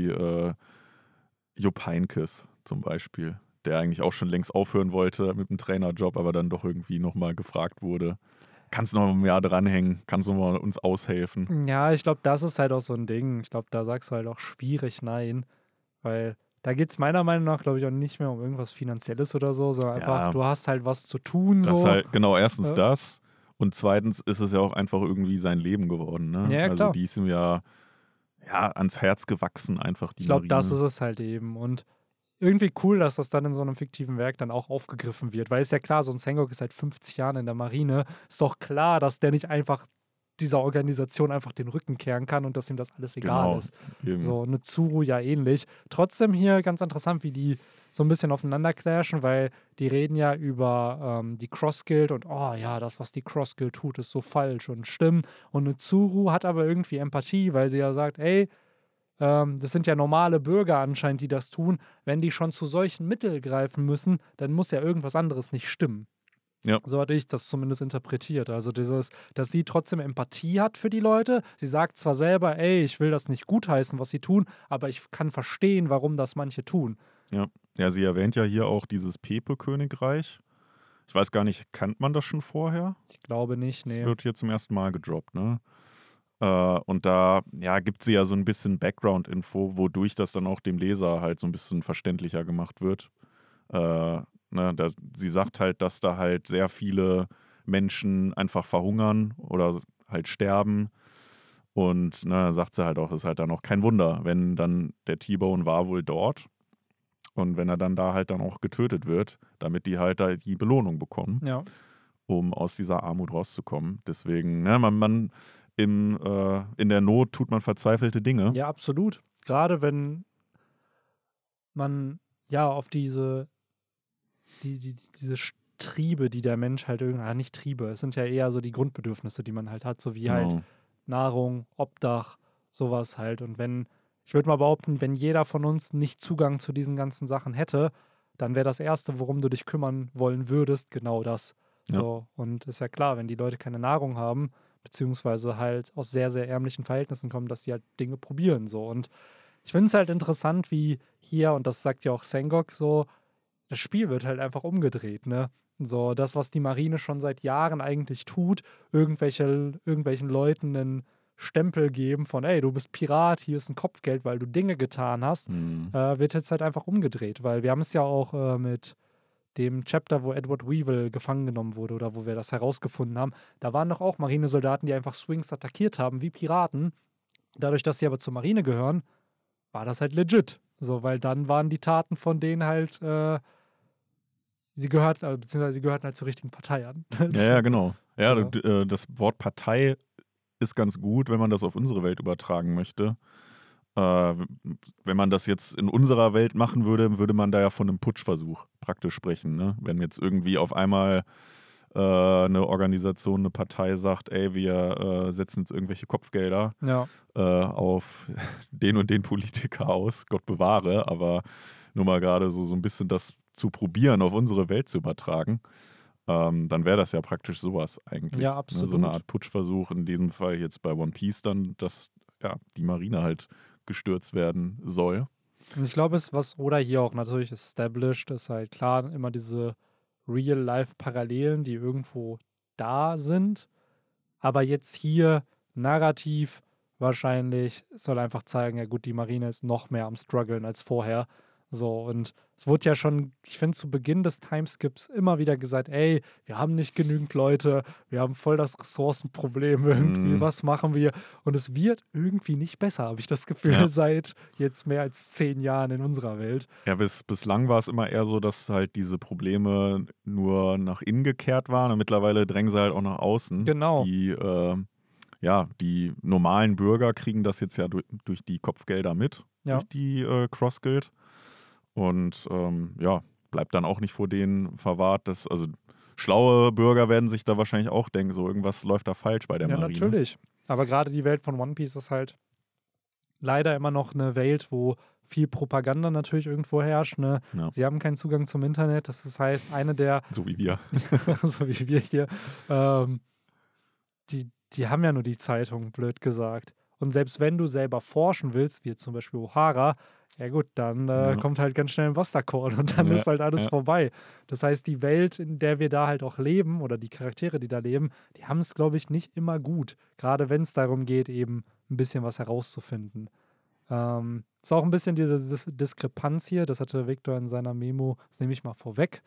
S2: Jupp Heynckes zum Beispiel, der eigentlich auch schon längst aufhören wollte mit dem Trainerjob, aber dann doch irgendwie nochmal gefragt wurde, kannst du noch ein Jahr dranhängen, kannst du mal uns aushelfen?
S1: Ja, ich glaube, das ist halt auch so ein Ding. Ich glaube, da sagst du halt auch schwierig nein, weil da geht es meiner Meinung nach, glaube ich, auch nicht mehr um irgendwas Finanzielles oder so, sondern einfach,
S2: Ja.
S1: du hast halt was zu tun.
S2: Das
S1: So.
S2: halt, genau, erstens
S1: Ja.
S2: das und zweitens ist es ja auch einfach irgendwie sein Leben geworden. Ne?
S1: Ja,
S2: also
S1: klar.
S2: die ist ihm ja ans Herz gewachsen, einfach die
S1: Ich glaube,
S2: Marine.
S1: das ist es halt eben. Und irgendwie cool, dass das dann in so einem fiktiven Werk dann auch aufgegriffen wird. Weil ist ja klar, so ein Sengok ist seit 50 Jahren in der Marine. Ist doch klar, dass der nicht einfach dieser Organisation einfach den Rücken kehren kann und dass ihm das alles egal
S2: Genau.
S1: ist.
S2: Eben.
S1: So, eine Tsuru ja ähnlich. Trotzdem hier ganz interessant, wie die so ein bisschen aufeinander clashen, weil die reden ja über die Cross Guild und oh ja, das, was die Cross Guild tut, ist so falsch und stimmt. Und eine Tsuru hat aber irgendwie Empathie, weil sie ja sagt, ey, das sind ja normale Bürger anscheinend, die das tun. Wenn die schon zu solchen Mitteln greifen müssen, dann muss ja irgendwas anderes nicht stimmen.
S2: Ja.
S1: So hatte ich das zumindest interpretiert. Also dieses, dass sie trotzdem Empathie hat für die Leute. Sie sagt zwar selber, ey, ich will das nicht gutheißen, was sie tun, aber ich kann verstehen, warum das manche tun.
S2: Ja, sie erwähnt ja hier auch dieses Pepe-Königreich. Ich weiß gar nicht, kennt man das schon vorher?
S1: Ich glaube nicht,
S2: Das
S1: nee.
S2: wird hier zum ersten Mal gedroppt, ne? Und da gibt sie ja so ein bisschen Background-Info, wodurch das dann auch dem Leser halt so ein bisschen verständlicher gemacht wird. Sie sagt halt, dass da halt sehr viele Menschen einfach verhungern oder halt sterben. Und sagt sie halt auch, ist halt dann auch kein Wunder, wenn dann der T-Bone war wohl dort. Und wenn er dann da halt dann auch getötet wird, damit die halt da die Belohnung bekommen,
S1: Ja.
S2: um aus dieser Armut rauszukommen. Deswegen, man in der Not tut man verzweifelte Dinge.
S1: Ja, absolut. Gerade wenn man ja auf diese Triebe, die der Mensch halt irgendwie, nicht Triebe, es sind ja eher so die Grundbedürfnisse, die man halt hat, so wie halt Nahrung, Obdach, sowas halt. Und ich würde mal behaupten, wenn jeder von uns nicht Zugang zu diesen ganzen Sachen hätte, dann wäre das Erste, worum du dich kümmern wollen würdest, genau das.
S2: Ja.
S1: So, und ist ja klar, wenn die Leute keine Nahrung haben, beziehungsweise halt aus sehr, sehr ärmlichen Verhältnissen kommen, dass sie halt Dinge probieren. So. Und ich finde es halt interessant, wie hier, und das sagt ja auch Sengok, so, das Spiel wird halt einfach umgedreht, ne? So, das, was die Marine schon seit Jahren eigentlich tut, irgendwelchen Leuten einen Stempel geben von, ey, du bist Pirat, hier ist ein Kopfgeld, weil du Dinge getan hast, wird jetzt halt einfach umgedreht, weil wir haben es ja auch mit dem Chapter, wo Edward Weevil gefangen genommen wurde oder wo wir das herausgefunden haben, da waren doch auch Marinesoldaten, die einfach Swings attackiert haben, wie Piraten. Dadurch, dass sie aber zur Marine gehören, war das halt legit. So, weil dann waren die Taten von denen halt beziehungsweise sie gehörten halt zur richtigen Partei an.
S2: Ja, genau. Ja,
S1: So.
S2: das Wort Partei ist ganz gut, wenn man das auf unsere Welt übertragen möchte. Wenn man das jetzt in unserer Welt machen würde, würde man da ja von einem Putschversuch praktisch sprechen. Ne? Wenn jetzt irgendwie auf einmal eine Organisation, eine Partei sagt, ey, wir setzen jetzt irgendwelche Kopfgelder auf den und den Politiker aus, Gott bewahre, aber nur mal gerade so ein bisschen das zu probieren, auf unsere Welt zu übertragen, dann wäre das ja praktisch sowas eigentlich.
S1: Ja, absolut.
S2: Ne? So eine Art Putschversuch, in diesem Fall jetzt bei One Piece dann, dass die Marine halt gestürzt werden soll.
S1: Und ich glaube, was Oda hier auch natürlich established, ist halt klar immer diese Real-Life-Parallelen, die irgendwo da sind. Aber jetzt hier narrativ wahrscheinlich soll einfach zeigen, ja gut, die Marine ist noch mehr am struggeln als vorher. So, und es wurde ja schon, ich finde, zu Beginn des Timeskips immer wieder gesagt, ey, wir haben nicht genügend Leute, wir haben voll das Ressourcenproblem irgendwie, was machen wir? Und es wird irgendwie nicht besser, habe ich das Gefühl, seit jetzt mehr als 10 Jahren in unserer Welt.
S2: Ja, bislang war es immer eher so, dass halt diese Probleme nur nach innen gekehrt waren und mittlerweile drängen sie halt auch nach außen.
S1: Genau.
S2: Die normalen Bürger kriegen das jetzt ja durch die Kopfgelder mit, durch die Cross-Guild. Und bleibt dann auch nicht vor denen verwahrt. Also schlaue Bürger werden sich da wahrscheinlich auch denken, so irgendwas läuft da falsch bei der Marine.
S1: Ja, natürlich. Aber gerade die Welt von One Piece ist halt leider immer noch eine Welt, wo viel Propaganda natürlich irgendwo herrscht. Ne?
S2: Ja.
S1: Sie haben keinen Zugang zum Internet. Das heißt, eine der...
S2: So wie wir.
S1: so wie wir hier. Die haben ja nur die Zeitung, blöd gesagt. Und selbst wenn du selber forschen willst, wie zum Beispiel O'Hara, ja gut, dann kommt halt ganz schnell ein Wasserkorn und dann ist halt alles vorbei. Das heißt, die Welt, in der wir da halt auch leben oder die Charaktere, die da leben, die haben es, glaube ich, nicht immer gut. Gerade wenn es darum geht, eben ein bisschen was herauszufinden. Ist auch ein bisschen diese Diskrepanz hier, das hatte Victor in seiner Memo, das nehme ich mal vorweg,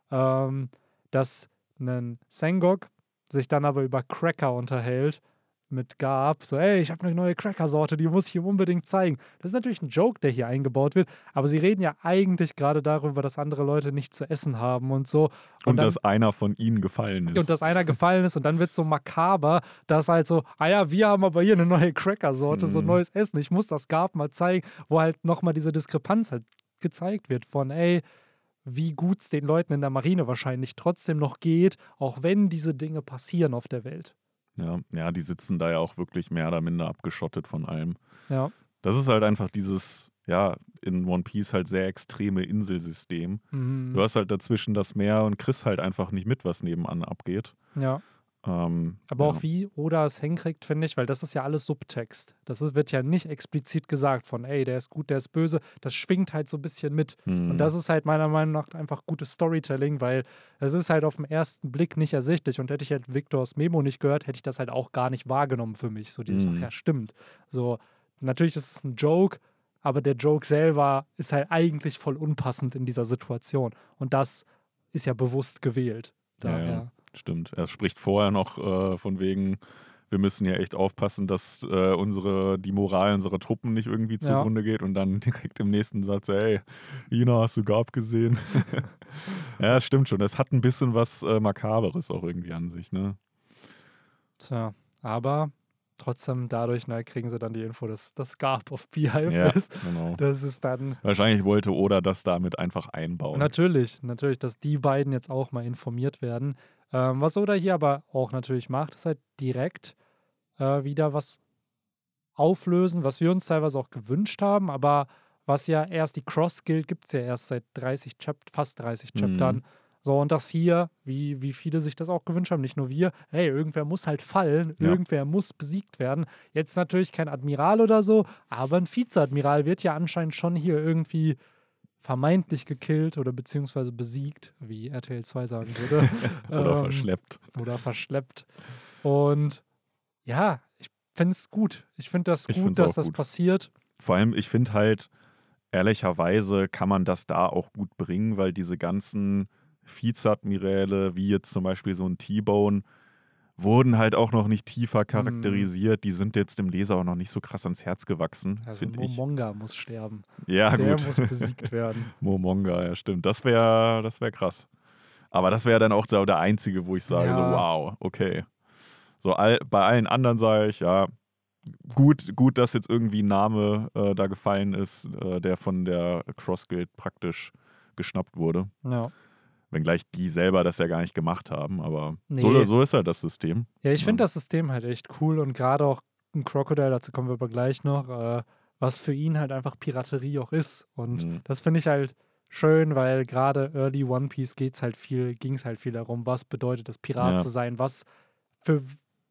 S1: dass ein Sengok sich dann aber über Cracker unterhält mit Garp, so, ey, ich habe eine neue Cracker-Sorte, die muss ich ihm unbedingt zeigen. Das ist natürlich ein Joke, der hier eingebaut wird, aber sie reden ja eigentlich gerade darüber, dass andere Leute nicht zu essen haben und so.
S2: Und dann, dass einer von ihnen gefallen ist.
S1: Und dass einer gefallen ist und dann wird so makaber, dass halt so, wir haben aber hier eine neue Cracker-Sorte, so ein neues Essen, ich muss das Garp mal zeigen, wo halt nochmal diese Diskrepanz halt gezeigt wird von, ey, wie gut es den Leuten in der Marine wahrscheinlich trotzdem noch geht, auch wenn diese Dinge passieren auf der Welt.
S2: Ja, die sitzen da ja auch wirklich mehr oder minder abgeschottet von allem.
S1: Ja.
S2: Das ist halt einfach dieses, in One Piece halt sehr extreme Inselsystem. Du hast halt dazwischen das Meer und kriegst halt einfach nicht mit, was nebenan abgeht.
S1: Ja. Aber auch wie Oda es hinkriegt, finde ich, weil das ist ja alles Subtext. Wird ja nicht explizit gesagt von, ey, der ist gut, der ist böse. Das schwingt halt so ein bisschen mit. Und das ist halt meiner Meinung nach einfach gutes Storytelling, weil es ist halt auf den ersten Blick nicht ersichtlich. Und hätte ich halt Victors Memo nicht gehört, hätte ich das halt auch gar nicht wahrgenommen für mich. So dieses, ach ja, stimmt. So, natürlich ist es ein Joke, aber der Joke selber ist halt eigentlich voll unpassend in dieser Situation. Und das ist ja bewusst gewählt. Daher.
S2: Ja. Stimmt. Er spricht vorher noch von wegen, wir müssen ja echt aufpassen, dass die Moral unserer Truppen nicht irgendwie zugrunde geht und dann direkt im nächsten Satz, hey, Ina, hast du Garp gesehen? Ja, stimmt schon. Das hat ein bisschen was Makaberes auch irgendwie an sich, ne?
S1: Tja, aber trotzdem dadurch, kriegen sie dann die Info, dass das Garp auf Beehive
S2: Ja,
S1: ist.
S2: genau.
S1: Das ist dann
S2: Wahrscheinlich wollte Oda das damit einfach einbauen.
S1: natürlich, dass die beiden jetzt auch mal informiert werden. Was Oda hier aber auch natürlich macht, ist halt direkt wieder was auflösen, was wir uns teilweise auch gewünscht haben, aber was ja erst die Cross-Guild gibt es ja erst seit fast 30 Chaptern. So, und das hier, wie viele sich das auch gewünscht haben, nicht nur wir, hey, irgendwer muss halt fallen,
S2: Ja.
S1: irgendwer muss besiegt werden. Jetzt natürlich kein Admiral oder so, aber ein Vizeadmiral wird ja anscheinend schon hier irgendwie vermeintlich gekillt oder beziehungsweise besiegt, wie RTL 2 sagen würde.
S2: Oder verschleppt.
S1: Oder verschleppt. Und ja, ich finde es gut. Ich finde das
S2: Ich
S1: gut,
S2: find's
S1: dass
S2: auch
S1: das
S2: gut.
S1: passiert.
S2: Vor allem, ich finde halt, ehrlicherweise kann man das da auch gut bringen, weil diese ganzen Vizeadmiräle, wie jetzt zum Beispiel so ein T-Bone, wurden halt auch noch nicht tiefer charakterisiert. Die sind jetzt dem Leser auch noch nicht so krass ans Herz gewachsen,
S1: Also
S2: finde ich.
S1: Momonga muss sterben.
S2: Ja,
S1: Der
S2: gut.
S1: muss besiegt werden.
S2: Momonga, ja, stimmt. Das wär krass. Aber das wäre dann auch so der einzige, wo ich sage,
S1: Ja.
S2: so wow, okay. So bei allen anderen sage ich, ja, gut, dass jetzt irgendwie ein Name da gefallen ist, der von der Cross-Guild praktisch geschnappt wurde.
S1: Ja.
S2: Wenngleich die selber das ja gar nicht gemacht haben, aber
S1: Nee.
S2: so ist halt das System.
S1: Ja, ich finde
S2: Ja.
S1: das System halt echt cool und gerade auch ein Crocodile, dazu kommen wir aber gleich noch, was für ihn halt einfach Piraterie auch ist. Und das finde ich halt schön, weil gerade Early One Piece ging es halt viel darum, was bedeutet es, Pirat zu sein, was für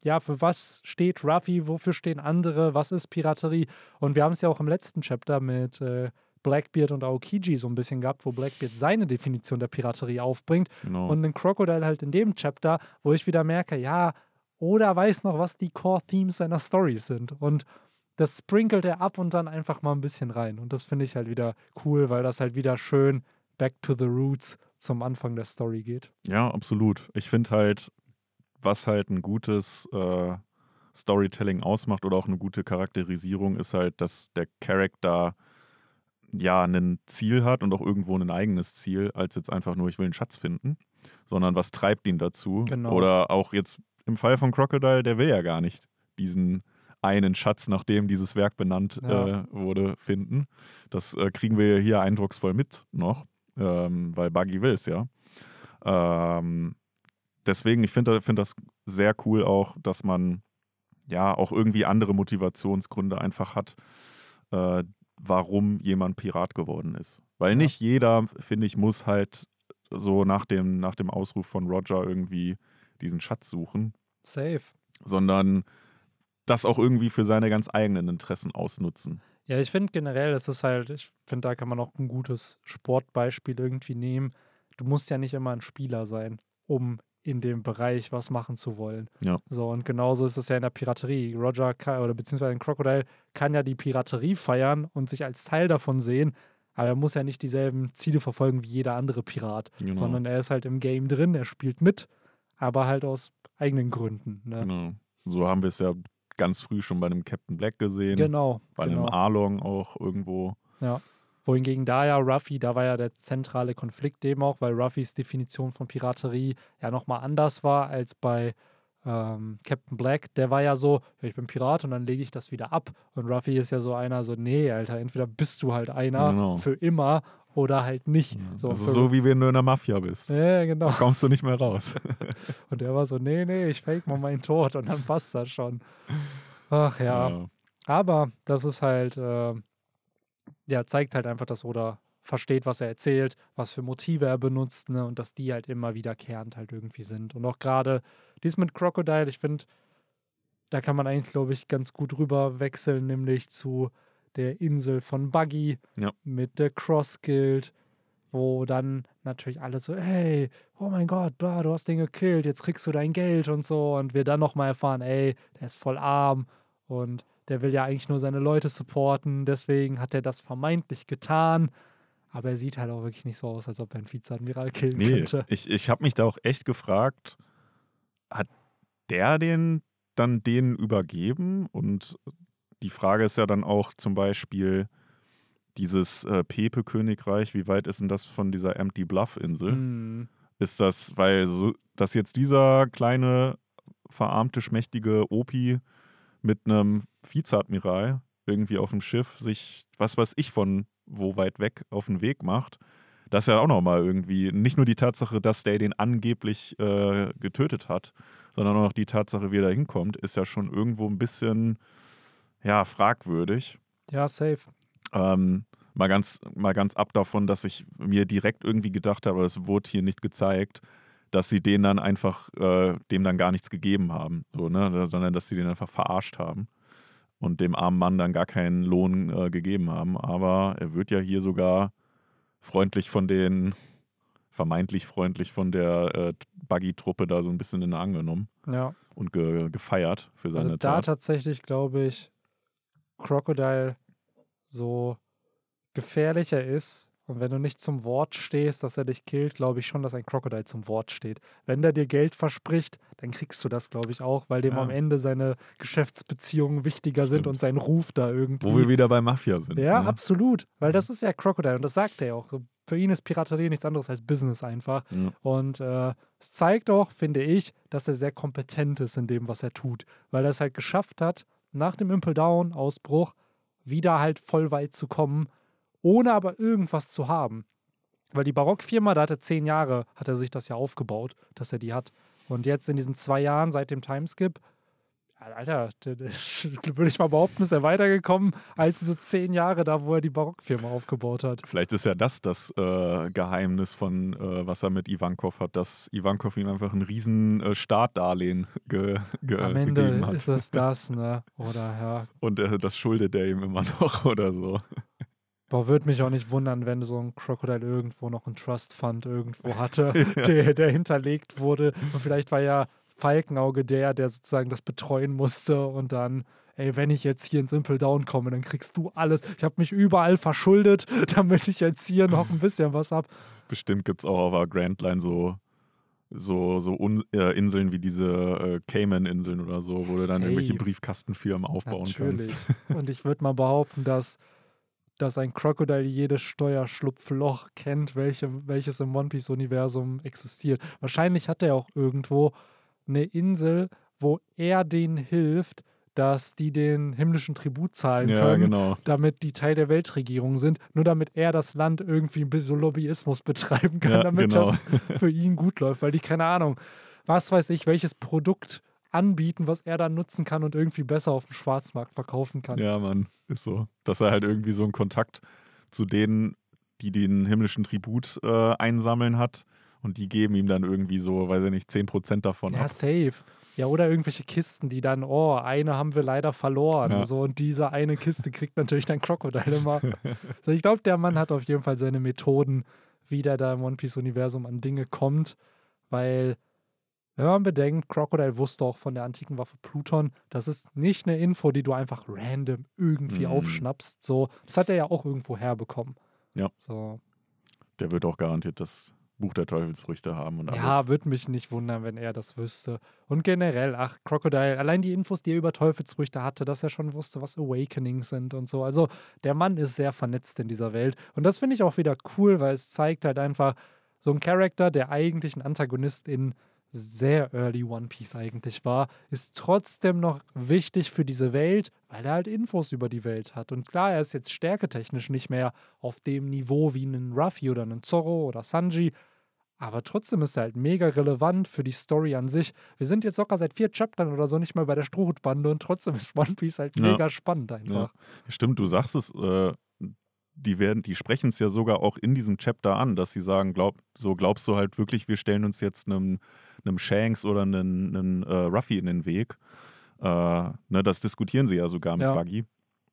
S1: was steht Ruffy, wofür stehen andere, was ist Piraterie? Und wir haben es ja auch im letzten Chapter mit Blackbeard und Aokiji so ein bisschen gehabt, wo Blackbeard seine Definition der Piraterie aufbringt.
S2: Genau.
S1: Und ein Crocodile halt in dem Chapter, wo ich wieder merke, ja, Oda weiß noch, was die Core-Themes seiner Storys sind. Und das sprinkelt er ab und dann einfach mal ein bisschen rein. Und das finde ich halt wieder cool, weil das halt wieder schön back to the roots zum Anfang der Story geht.
S2: Ja, absolut. Ich finde halt, was halt ein gutes Storytelling ausmacht oder auch eine gute Charakterisierung, ist halt, dass der Charakter ja ein Ziel hat und auch irgendwo ein eigenes Ziel, als jetzt einfach nur, ich will einen Schatz finden, sondern was treibt ihn dazu?
S1: Genau.
S2: Oder auch jetzt im Fall von Crocodile, der will ja gar nicht diesen einen Schatz, nachdem dieses Werk benannt wurde, finden. Das kriegen wir hier eindrucksvoll mit noch, weil Buggy will es ja. Deswegen, ich finde das sehr cool auch, dass man ja auch irgendwie andere Motivationsgründe einfach hat, warum jemand Pirat geworden ist. Weil nicht jeder, finde ich, muss halt so nach dem Ausruf von Roger irgendwie diesen Schatz suchen.
S1: Safe.
S2: Sondern das auch irgendwie für seine ganz eigenen Interessen ausnutzen.
S1: Ja, ich finde generell, ich finde, da kann man auch ein gutes Sportbeispiel irgendwie nehmen. Du musst ja nicht immer ein Spieler sein, um in dem Bereich was machen zu wollen.
S2: Ja.
S1: So, und genauso ist es ja in der Piraterie. Roger oder beziehungsweise ein Crocodile kann ja die Piraterie feiern und sich als Teil davon sehen, aber er muss ja nicht dieselben Ziele verfolgen wie jeder andere Pirat, sondern er ist halt im Game drin, er spielt mit, aber halt aus eigenen Gründen. Ne?
S2: Genau. So haben wir es ja ganz früh schon bei einem Captain Black gesehen.
S1: Genau.
S2: Bei einem Arlong auch irgendwo.
S1: Ja. Wohingegen da war ja der zentrale Konflikt eben auch, weil Ruffys Definition von Piraterie ja nochmal anders war als bei Captain Black. Der war ja so, ja, ich bin Pirat und dann lege ich das wieder ab. Und Ruffy ist ja so einer, so, nee, Alter, entweder bist du halt einer für immer oder halt nicht.
S2: Ja.
S1: So,
S2: also so wie wenn du in der Mafia bist.
S1: Ja, genau.
S2: Da kommst du nicht mehr raus.
S1: Und der war so, nee, ich fake mal meinen Tod und dann passt das schon. Ach ja. Aber das ist halt zeigt halt einfach, dass Oda versteht, was er erzählt, was für Motive er benutzt, ne, und dass die halt immer wiederkehrend halt irgendwie sind. Und auch gerade dies mit Crocodile, ich finde, da kann man eigentlich, glaube ich, ganz gut rüber wechseln, nämlich zu der Insel von Buggy mit der Cross-Guild, wo dann natürlich alle so, hey, oh mein Gott, du hast den gekillt, jetzt kriegst du dein Geld und so. Und wir dann nochmal erfahren, ey, der ist voll arm und der will ja eigentlich nur seine Leute supporten, deswegen hat er das vermeintlich getan. Aber er sieht halt auch wirklich nicht so aus, als ob er einen Vizeadmiral killen könnte.
S2: Ich habe mich da auch echt gefragt, hat der den übergeben? Und die Frage ist ja dann auch zum Beispiel dieses Pepe-Königreich, wie weit ist denn das von dieser Empty Bluff-Insel? Ist das, weil dass jetzt dieser kleine, verarmte, schmächtige Opi mit einem Vizeadmiral irgendwie auf dem Schiff sich, was weiß ich, von wo weit weg auf den Weg macht. Das ist ja auch nochmal irgendwie, nicht nur die Tatsache, dass der den angeblich getötet hat, sondern auch die Tatsache, wie er da hinkommt, ist ja schon irgendwo ein bisschen, ja, fragwürdig.
S1: Ja, safe.
S2: Mal ganz ab davon, dass ich mir direkt irgendwie gedacht habe, es wurde hier nicht gezeigt, dass sie den dann einfach, dem dann gar nichts gegeben haben, so, ne? Sondern dass sie den einfach verarscht haben und dem armen Mann dann gar keinen Lohn gegeben haben. Aber er wird ja hier sogar vermeintlich freundlich von der Buggy-Truppe da so ein bisschen in den Arm genommen und gefeiert für seine
S1: Also da
S2: Tat.
S1: tatsächlich glaube ich, Crocodile so gefährlicher ist und wenn du nicht zum Wort stehst, dass er dich killt, glaube ich schon, dass ein Crocodile zum Wort steht. Wenn der dir Geld verspricht, dann kriegst du das, glaube ich, auch, weil dem am Ende seine Geschäftsbeziehungen wichtiger sind und sein Ruf da irgendwie.
S2: Wo wir wieder bei Mafia sind.
S1: Ja,
S2: ne?
S1: absolut, weil das ist ja Crocodile und das sagt er ja auch. Für ihn ist Piraterie nichts anderes als Business einfach.
S2: Ja.
S1: Und es zeigt auch, finde ich, dass er sehr kompetent ist in dem, was er tut, weil er es halt geschafft hat, nach dem Impel Down-Ausbruch wieder halt voll weit zu kommen, ohne aber irgendwas zu haben. Weil die Barockfirma, da hat er 10 Jahre, hat er sich das ja aufgebaut, dass er die hat. Und jetzt in diesen 2 Jahren seit dem Timeskip, Alter, würde ich mal behaupten, ist er weitergekommen als diese 10 Jahre da, wo er die Barockfirma aufgebaut hat.
S2: Vielleicht ist ja das Geheimnis von, was er mit Ivankov hat, dass Ivankov ihm einfach ein riesen Startdarlehen
S1: Am Ende
S2: gegeben hat.
S1: ist es das, ne? Oder ja.
S2: Und das schuldet er ihm immer noch oder so.
S1: Boah, würde mich auch nicht wundern, wenn so ein Crocodile irgendwo noch einen Trust Fund irgendwo hatte, der hinterlegt wurde. Und vielleicht war ja Falkenauge der sozusagen das betreuen musste und dann, ey, wenn ich jetzt hier ins Impel Down komme, dann kriegst du alles. Ich habe mich überall verschuldet, damit ich jetzt hier noch ein bisschen was hab.
S2: Bestimmt gibt es auch auf der Grand Line so Inseln wie diese Cayman-Inseln oder so, wo du dann irgendwelche
S1: Safe.
S2: Briefkastenfirmen aufbauen
S1: Natürlich.
S2: kannst.
S1: Und ich würde mal behaupten, dass ein Crocodile jedes Steuerschlupfloch kennt, welches im One Piece-Universum existiert. Wahrscheinlich hat er auch irgendwo eine Insel, wo er denen hilft, dass die den himmlischen Tribut zahlen
S2: Ja,
S1: können,
S2: genau.
S1: damit die Teil der Weltregierung sind, nur damit er das Land irgendwie ein bisschen Lobbyismus betreiben kann, damit
S2: genau.
S1: das für ihn gut läuft, weil die, keine Ahnung, was weiß ich, welches Produkt anbieten, was er dann nutzen kann und irgendwie besser auf dem Schwarzmarkt verkaufen kann.
S2: Ja, Mann, ist so. Dass er halt irgendwie so einen Kontakt zu denen, die den himmlischen Tribut einsammeln hat und die geben ihm dann irgendwie so, weiß ich nicht, 10% davon
S1: Ja,
S2: ab.
S1: safe. Ja, oder irgendwelche Kisten, die dann, oh, eine haben wir leider verloren.
S2: Ja.
S1: So, und diese eine Kiste kriegt natürlich dann Crocodile immer. Also ich glaube, der Mann hat auf jeden Fall seine Methoden, wie der da im One Piece-Universum an Dinge kommt, weil wenn man bedenkt, Crocodile wusste auch von der antiken Waffe Pluton, das ist nicht eine Info, die du einfach random irgendwie aufschnappst. So, das hat er ja auch irgendwo herbekommen.
S2: Ja.
S1: So.
S2: Der wird auch garantiert das Buch der Teufelsfrüchte haben und alles.
S1: Ja, würde mich nicht wundern, wenn er das wüsste. Und generell, Crocodile, allein die Infos, die er über Teufelsfrüchte hatte, dass er schon wusste, was Awakenings sind und so. Also der Mann ist sehr vernetzt in dieser Welt. Und das finde ich auch wieder cool, weil es zeigt halt einfach so ein Charakter, der eigentlich ein Antagonist in sehr early One Piece eigentlich war, ist trotzdem noch wichtig für diese Welt, weil er halt Infos über die Welt hat. Und klar, er ist jetzt stärketechnisch nicht mehr auf dem Niveau wie ein Ruffy oder ein Zorro oder Sanji, aber trotzdem ist er halt mega relevant für die Story an sich. Wir sind jetzt locker seit 4 Chaptern oder so nicht mehr bei der Strohhutbande und trotzdem ist One Piece halt mega spannend einfach.
S2: Ja. Stimmt, du sagst es, die sprechen es ja sogar auch in diesem Chapter an, dass sie sagen, glaubst du halt wirklich, wir stellen uns jetzt einem Shanks oder einem Ruffy in den Weg. Das diskutieren sie ja sogar mit Buggy.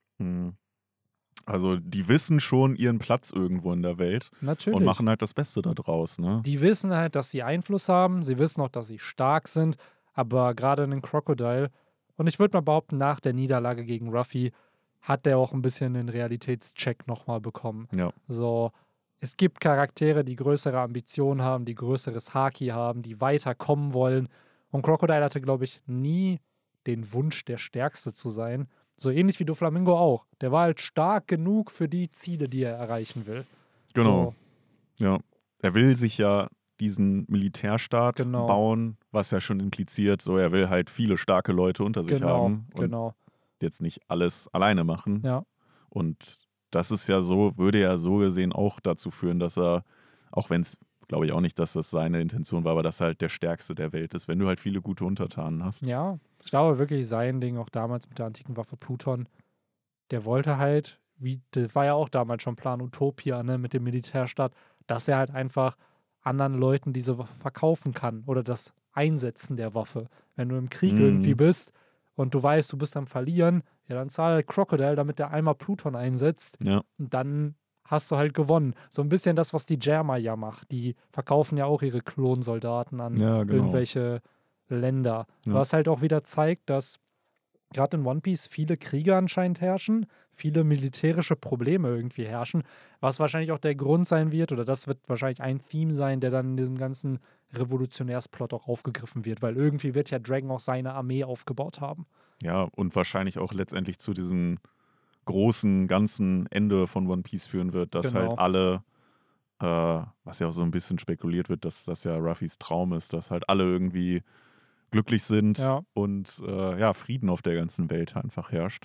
S2: Also die wissen schon ihren Platz irgendwo in der Welt.
S1: Natürlich.
S2: Und machen halt das Beste da draus. Ne?
S1: Die wissen halt, dass sie Einfluss haben, sie wissen auch, dass sie stark sind, aber gerade ein Crocodile, und ich würde mal behaupten, nach der Niederlage gegen Ruffy hat der auch ein bisschen den Realitätscheck nochmal bekommen.
S2: Ja.
S1: So, es gibt Charaktere, die größere Ambitionen haben, die größeres Haki haben, die weiterkommen wollen. Und Crocodile hatte, glaube ich, nie den Wunsch, der Stärkste zu sein. So ähnlich wie Doflamingo auch. Der war halt stark genug für die Ziele, die er erreichen will.
S2: Genau. So. Ja. Er will sich ja diesen Militärstaat bauen, was ja schon impliziert, so er will halt viele starke Leute unter sich haben und
S1: Genau.
S2: jetzt nicht alles alleine machen.
S1: Ja.
S2: Und das ist ja so, würde ja so gesehen auch dazu führen, dass er, auch wenn es, glaube ich auch nicht, dass das seine Intention war, aber dass er halt der Stärkste der Welt ist, wenn du halt viele gute Untertanen hast.
S1: Ja, ich glaube wirklich sein Ding, auch damals mit der antiken Waffe Pluton, der wollte halt, das war ja auch damals schon Plan Utopia, ne, mit dem Militärstaat, dass er halt einfach anderen Leuten diese Waffe verkaufen kann oder das Einsetzen der Waffe. Wenn du im Krieg irgendwie bist und du weißt, du bist am Verlieren, ja, dann zahl halt Crocodile, damit der einmal Pluton einsetzt
S2: Ja,
S1: und dann hast du halt gewonnen. So ein bisschen das, was die Germa ja macht. Die verkaufen ja auch ihre Klonsoldaten an
S2: ja, genau.
S1: irgendwelche Länder.
S2: Ja.
S1: Was halt auch wieder zeigt, dass gerade in One Piece viele Kriege anscheinend herrschen, viele militärische Probleme irgendwie herrschen, was wahrscheinlich auch der Grund sein wird, oder das wird wahrscheinlich ein Theme sein, der dann in diesem ganzen Revolutionärsplot auch aufgegriffen wird, weil irgendwie wird ja Dragon auch seine Armee aufgebaut haben.
S2: Ja, und wahrscheinlich auch letztendlich zu diesem großen, ganzen Ende von One Piece führen wird, dass
S1: Genau.
S2: halt alle, was ja auch so ein bisschen spekuliert wird, dass das ja Ruffys Traum ist, dass halt alle irgendwie glücklich sind
S1: Ja.
S2: und ja, Frieden auf der ganzen Welt einfach herrscht.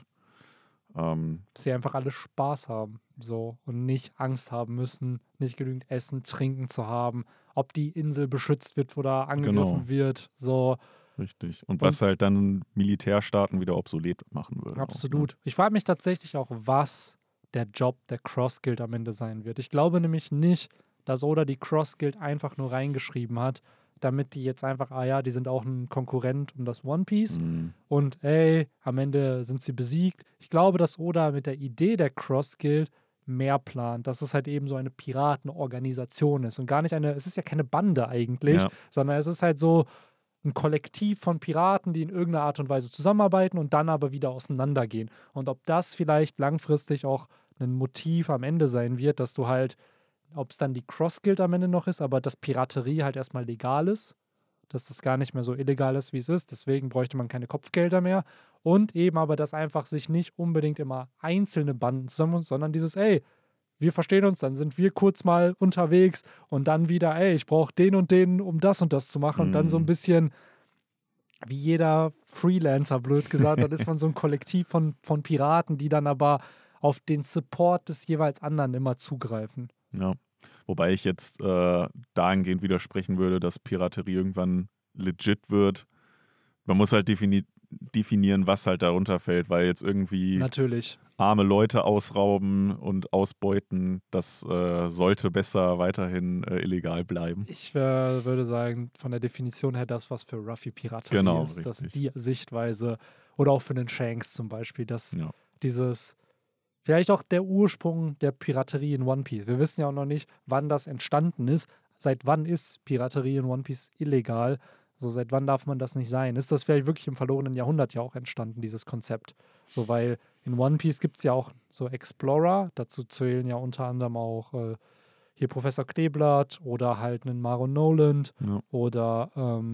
S1: Dass sie einfach alle Spaß haben, so, und nicht Angst haben müssen, nicht genügend Essen, Trinken zu haben, ob die Insel beschützt wird oder angegriffen wird, so.
S2: Richtig. Und was halt dann Militärstaaten wieder obsolet machen würde.
S1: Absolut.
S2: Auch, ne?
S1: Ich frage mich tatsächlich auch, was der Job der Cross Guild am Ende sein wird. Ich glaube nämlich nicht, dass Oda die Cross Guild einfach nur reingeschrieben hat, damit die jetzt einfach, ja, die sind auch ein Konkurrent um das One Piece und ey, am Ende sind sie besiegt. Ich glaube, dass Oda mit der Idee der Cross Guild mehr plant, dass es halt eben so eine Piratenorganisation ist und gar nicht es ist ja keine Bande eigentlich,
S2: Ja.
S1: sondern es ist halt so ein Kollektiv von Piraten, die in irgendeiner Art und Weise zusammenarbeiten und dann aber wieder auseinandergehen. Und ob das vielleicht langfristig auch ein Motiv am Ende sein wird, dass du halt, ob es dann die Cross Guild am Ende noch ist, aber dass Piraterie halt erstmal legal ist, dass das gar nicht mehr so illegal ist, wie es ist. Deswegen bräuchte man keine Kopfgelder mehr. Und eben aber, dass einfach sich nicht unbedingt immer einzelne Banden zusammen, sondern dieses, ey, wir verstehen uns, dann sind wir kurz mal unterwegs und dann wieder, ey, ich brauche den und den, um das und das zu machen. Und dann so ein bisschen wie jeder Freelancer, blöd gesagt, dann ist man so ein Kollektiv von Piraten, die dann aber auf den Support des jeweils anderen immer zugreifen.
S2: Ja. Wobei ich jetzt dahingehend widersprechen würde, dass Piraterie irgendwann legit wird. Man muss halt definieren, was halt darunter fällt, weil jetzt irgendwie
S1: Natürlich.
S2: arme Leute ausrauben und ausbeuten, das sollte besser weiterhin illegal bleiben.
S1: Ich würde sagen, von der Definition her das, was für Ruffy Piraterie
S2: Genau,
S1: ist, dass
S2: richtig.
S1: die Sichtweise oder auch für den Shanks zum Beispiel, dass
S2: Ja.
S1: dieses, vielleicht auch der Ursprung der Piraterie in One Piece. Wir wissen ja auch noch nicht, wann das entstanden ist. Seit wann ist Piraterie in One Piece illegal? So, seit wann darf man das nicht sein? Ist das vielleicht wirklich im verlorenen Jahrhundert ja auch entstanden, dieses Konzept? So, weil in One Piece gibt es ja auch so Explorer, dazu zählen ja unter anderem auch hier Professor Kleeblatt oder halt einen Maro Noland
S2: Ja.
S1: oder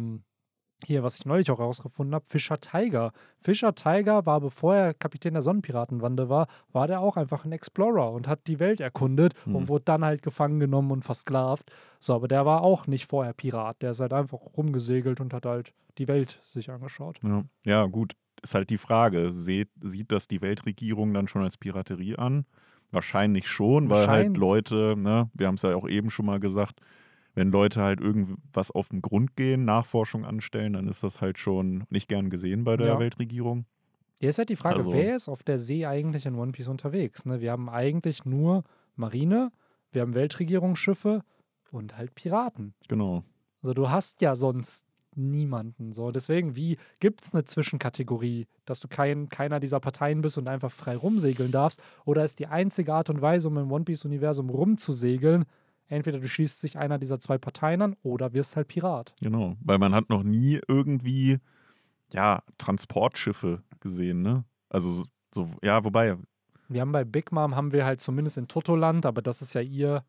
S1: hier, was ich neulich auch herausgefunden habe, Fischer Tiger. Fischer Tiger war, bevor er Kapitän der Sonnenpiratenbande war der auch einfach ein Explorer und hat die Welt erkundet und wurde dann halt gefangen genommen und versklavt. So, aber der war auch nicht vorher Pirat. Der ist halt einfach rumgesegelt und hat halt die Welt sich angeschaut.
S2: Ja, gut, ist halt die Frage, sieht das die Weltregierung dann schon als Piraterie an? Wahrscheinlich schon, weil halt Leute, ne, wir haben es ja auch eben schon mal gesagt, wenn Leute halt irgendwas auf den Grund gehen, Nachforschung anstellen, dann ist das halt schon nicht gern gesehen bei der Weltregierung.
S1: Hier ist halt die Frage,
S2: Also,
S1: wer ist auf der See eigentlich in One Piece unterwegs? Ne? Wir haben eigentlich nur Marine, wir haben Weltregierungsschiffe und halt Piraten.
S2: Genau.
S1: Also du hast ja sonst niemanden. So. Deswegen, wie gibt es eine Zwischenkategorie, dass du keiner dieser Parteien bist und einfach frei rumsegeln darfst? Oder ist die einzige Art und Weise, um im One Piece-Universum rumzusegeln, entweder du schließt sich einer dieser zwei Parteien an oder wirst halt Pirat.
S2: Genau, weil man hat noch nie irgendwie, ja, Transportschiffe gesehen, ne? Also so, ja, wobei.
S1: Wir haben bei Big Mom, haben wir halt zumindest in Totoland, aber das ist ja ihr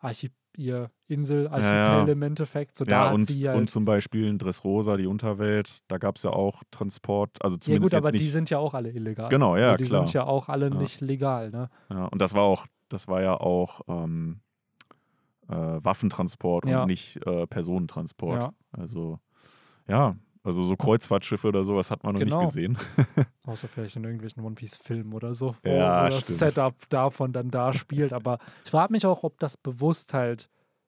S1: Insel-Archipel im Endeffekt. So, da hat sie halt
S2: und zum Beispiel in Dressrosa, die Unterwelt, da gab es ja auch Transport, also zumindest
S1: ja gut, aber
S2: jetzt nicht,
S1: die sind ja auch alle illegal.
S2: Genau, ja,
S1: also die
S2: klar.
S1: sind ja auch alle nicht legal, ne?
S2: Ja, und das war ja auch Waffentransport und nicht Personentransport.
S1: Ja.
S2: Also Ja, also so Kreuzfahrtschiffe oder sowas hat man noch nicht
S1: Genau.
S2: gesehen.
S1: Außer vielleicht in irgendwelchen One-Piece-Filmen oder so,
S2: Ja,
S1: wo das
S2: stimmt.
S1: Setup davon dann da spielt. Aber ich frage mich auch, ob das bewusst halt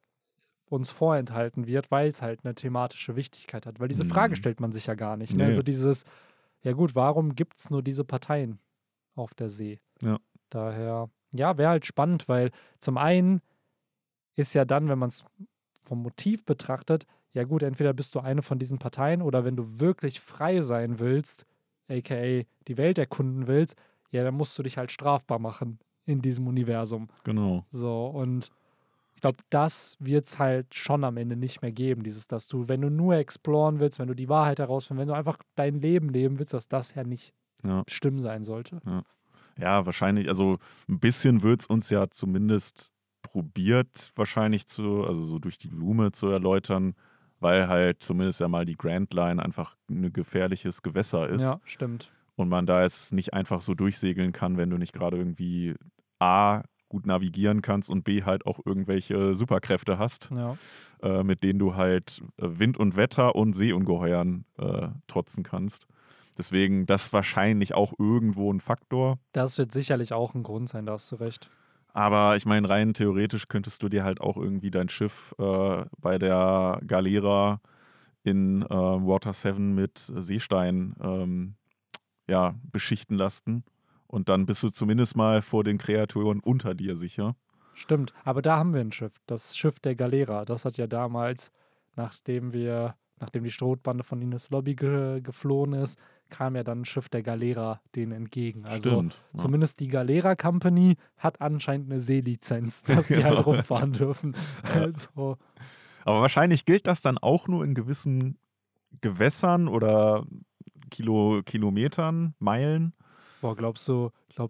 S1: uns vorenthalten wird, weil es halt eine thematische Wichtigkeit hat. Weil diese Frage stellt man sich ja gar nicht. Ne?
S2: Nee.
S1: So dieses, ja gut, warum gibt es nur diese Parteien auf der See?
S2: Ja.
S1: Daher, ja, wäre halt spannend, weil zum einen ist ja dann, wenn man es vom Motiv betrachtet, ja gut, entweder bist du eine von diesen Parteien oder wenn du wirklich frei sein willst, aka die Welt erkunden willst, ja, dann musst du dich halt strafbar machen in diesem Universum.
S2: Genau.
S1: So, und ich glaube, das wird es halt schon am Ende nicht mehr geben, dass du, wenn du nur exploren willst, wenn du die Wahrheit herausfindest, wenn du einfach dein Leben leben willst, dass das ja nicht schlimm sein sollte.
S2: Ja, wahrscheinlich, also ein bisschen wird es uns ja zumindest probiert, wahrscheinlich also so durch die Blume zu erläutern, weil halt zumindest ja mal die Grand Line einfach ein gefährliches Gewässer ist.
S1: Ja, stimmt.
S2: Und man da jetzt nicht einfach so durchsegeln kann, wenn du nicht gerade irgendwie A, gut navigieren kannst und B, halt auch irgendwelche Superkräfte hast, mit denen du halt Wind und Wetter und Seeungeheuern trotzen kannst. Deswegen, das ist wahrscheinlich auch irgendwo ein Faktor.
S1: Das wird sicherlich auch ein Grund sein, da hast du recht.
S2: Aber ich meine, rein theoretisch könntest du dir halt auch irgendwie dein Schiff bei der Galera in Water 7 mit Seestein beschichten lassen. Und dann bist du zumindest mal vor den Kreaturen unter dir sicher.
S1: Stimmt, aber da haben wir ein Schiff, das Schiff der Galera. Das hat ja damals, nachdem die Strohbande von Ines Lobby geflohen ist, kam ja dann ein Schiff der Galera denen entgegen. Also
S2: Stimmt, ja.
S1: zumindest die Galera Company hat anscheinend eine Seelizenz, dass sie halt rumfahren dürfen. Also,
S2: aber wahrscheinlich gilt das dann auch nur in gewissen Gewässern oder Kilometern, Meilen.
S1: boah, glaubst du,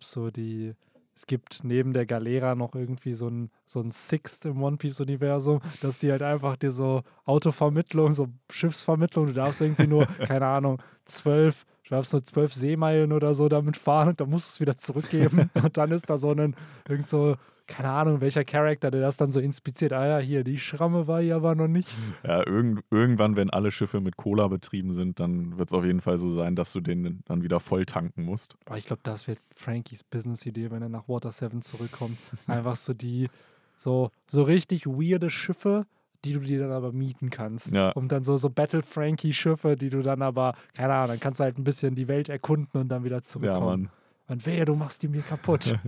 S1: es gibt neben der Galera noch irgendwie so ein Sixt im One-Piece-Universum, dass die halt einfach dir so Autovermittlung, so Schiffsvermittlung, du darfst irgendwie nur, keine Ahnung, 12 Seemeilen oder so damit fahren und dann musst du es wieder zurückgeben und dann ist da irgend so, keine Ahnung, welcher Charakter, der das dann so inspiziert. Ah ja, hier, die Schramme war hier aber noch nicht.
S2: Ja, irgendwann, wenn alle Schiffe mit Cola betrieben sind, dann wird es auf jeden Fall so sein, dass du den dann wieder voll tanken musst.
S1: Aber ich glaube, das wird Frankies Business-Idee, wenn er nach Water 7 zurückkommt. Einfach so richtig weirde Schiffe, die du dir dann aber mieten kannst.
S2: Ja.
S1: Und dann so Battle-Frankie-Schiffe, die du dann aber, keine Ahnung, dann kannst du halt ein bisschen die Welt erkunden und dann wieder zurückkommen.
S2: Ja, Mann.
S1: Und wehe, du machst die mir kaputt.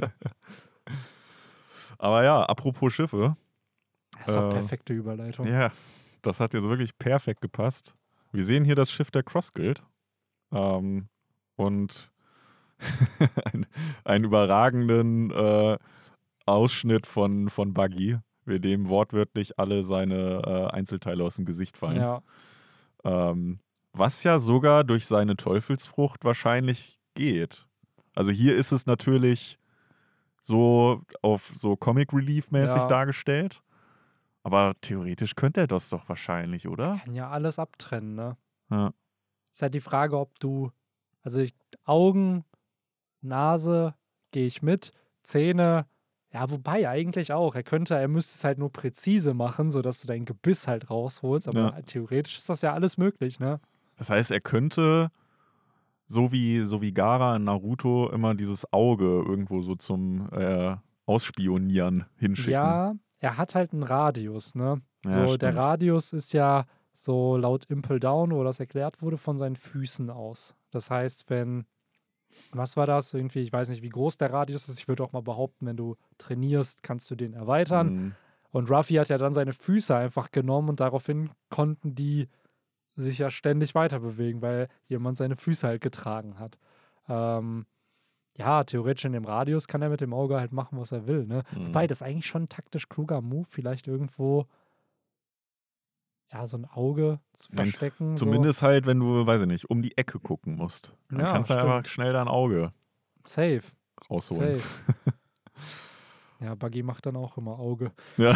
S2: Aber ja, apropos Schiffe.
S1: Das ist auch perfekte Überleitung.
S2: Ja, das hat jetzt wirklich perfekt gepasst. Wir sehen hier das Schiff der Cross Guild. Und einen überragenden Ausschnitt von Buggy, mit dem wortwörtlich alle seine Einzelteile aus dem Gesicht fallen.
S1: Ja.
S2: Was ja sogar durch seine Teufelsfrucht wahrscheinlich geht. Also hier ist es natürlich so auf so Comic-Relief-mäßig dargestellt. Aber theoretisch könnte er das doch wahrscheinlich, oder?
S1: Kann ja alles abtrennen, ne?
S2: Ja.
S1: Ist halt die Frage, ob du, Augen, Nase, gehe ich mit, Zähne, ja, wobei eigentlich auch. Er müsste es halt nur präzise machen, sodass du dein Gebiss halt rausholst. Aber theoretisch ist das ja alles möglich, ne?
S2: Das heißt, er könnte, so wie Gaara in Naruto, immer dieses Auge irgendwo so zum Ausspionieren hinschicken.
S1: Ja, er hat halt einen Radius, ne?
S2: Ja,
S1: So,
S2: stimmt.
S1: der Radius ist ja so laut Impel Down, wo das erklärt wurde, von seinen Füßen aus. Das heißt, was war das? Irgendwie, ich weiß nicht, wie groß der Radius ist. Ich würde auch mal behaupten, wenn du trainierst, kannst du den erweitern.
S2: Mhm.
S1: Und Ruffy hat ja dann seine Füße einfach genommen und daraufhin konnten die sich ja ständig weiter bewegen, weil jemand seine Füße halt getragen hat. Ja, theoretisch in dem Radius kann er mit dem Auge halt machen, was er will, ne? Wobei, das ist eigentlich schon ein taktisch kluger Move, vielleicht irgendwo so ein Auge zu verstecken.
S2: Zumindest halt, wenn du, weiß ich nicht, um die Ecke gucken musst. Dann kannst du einfach schnell dein Auge
S1: Safe.
S2: rausholen.
S1: Safe. Ja, Buggy macht dann auch immer Auge.
S2: Ja.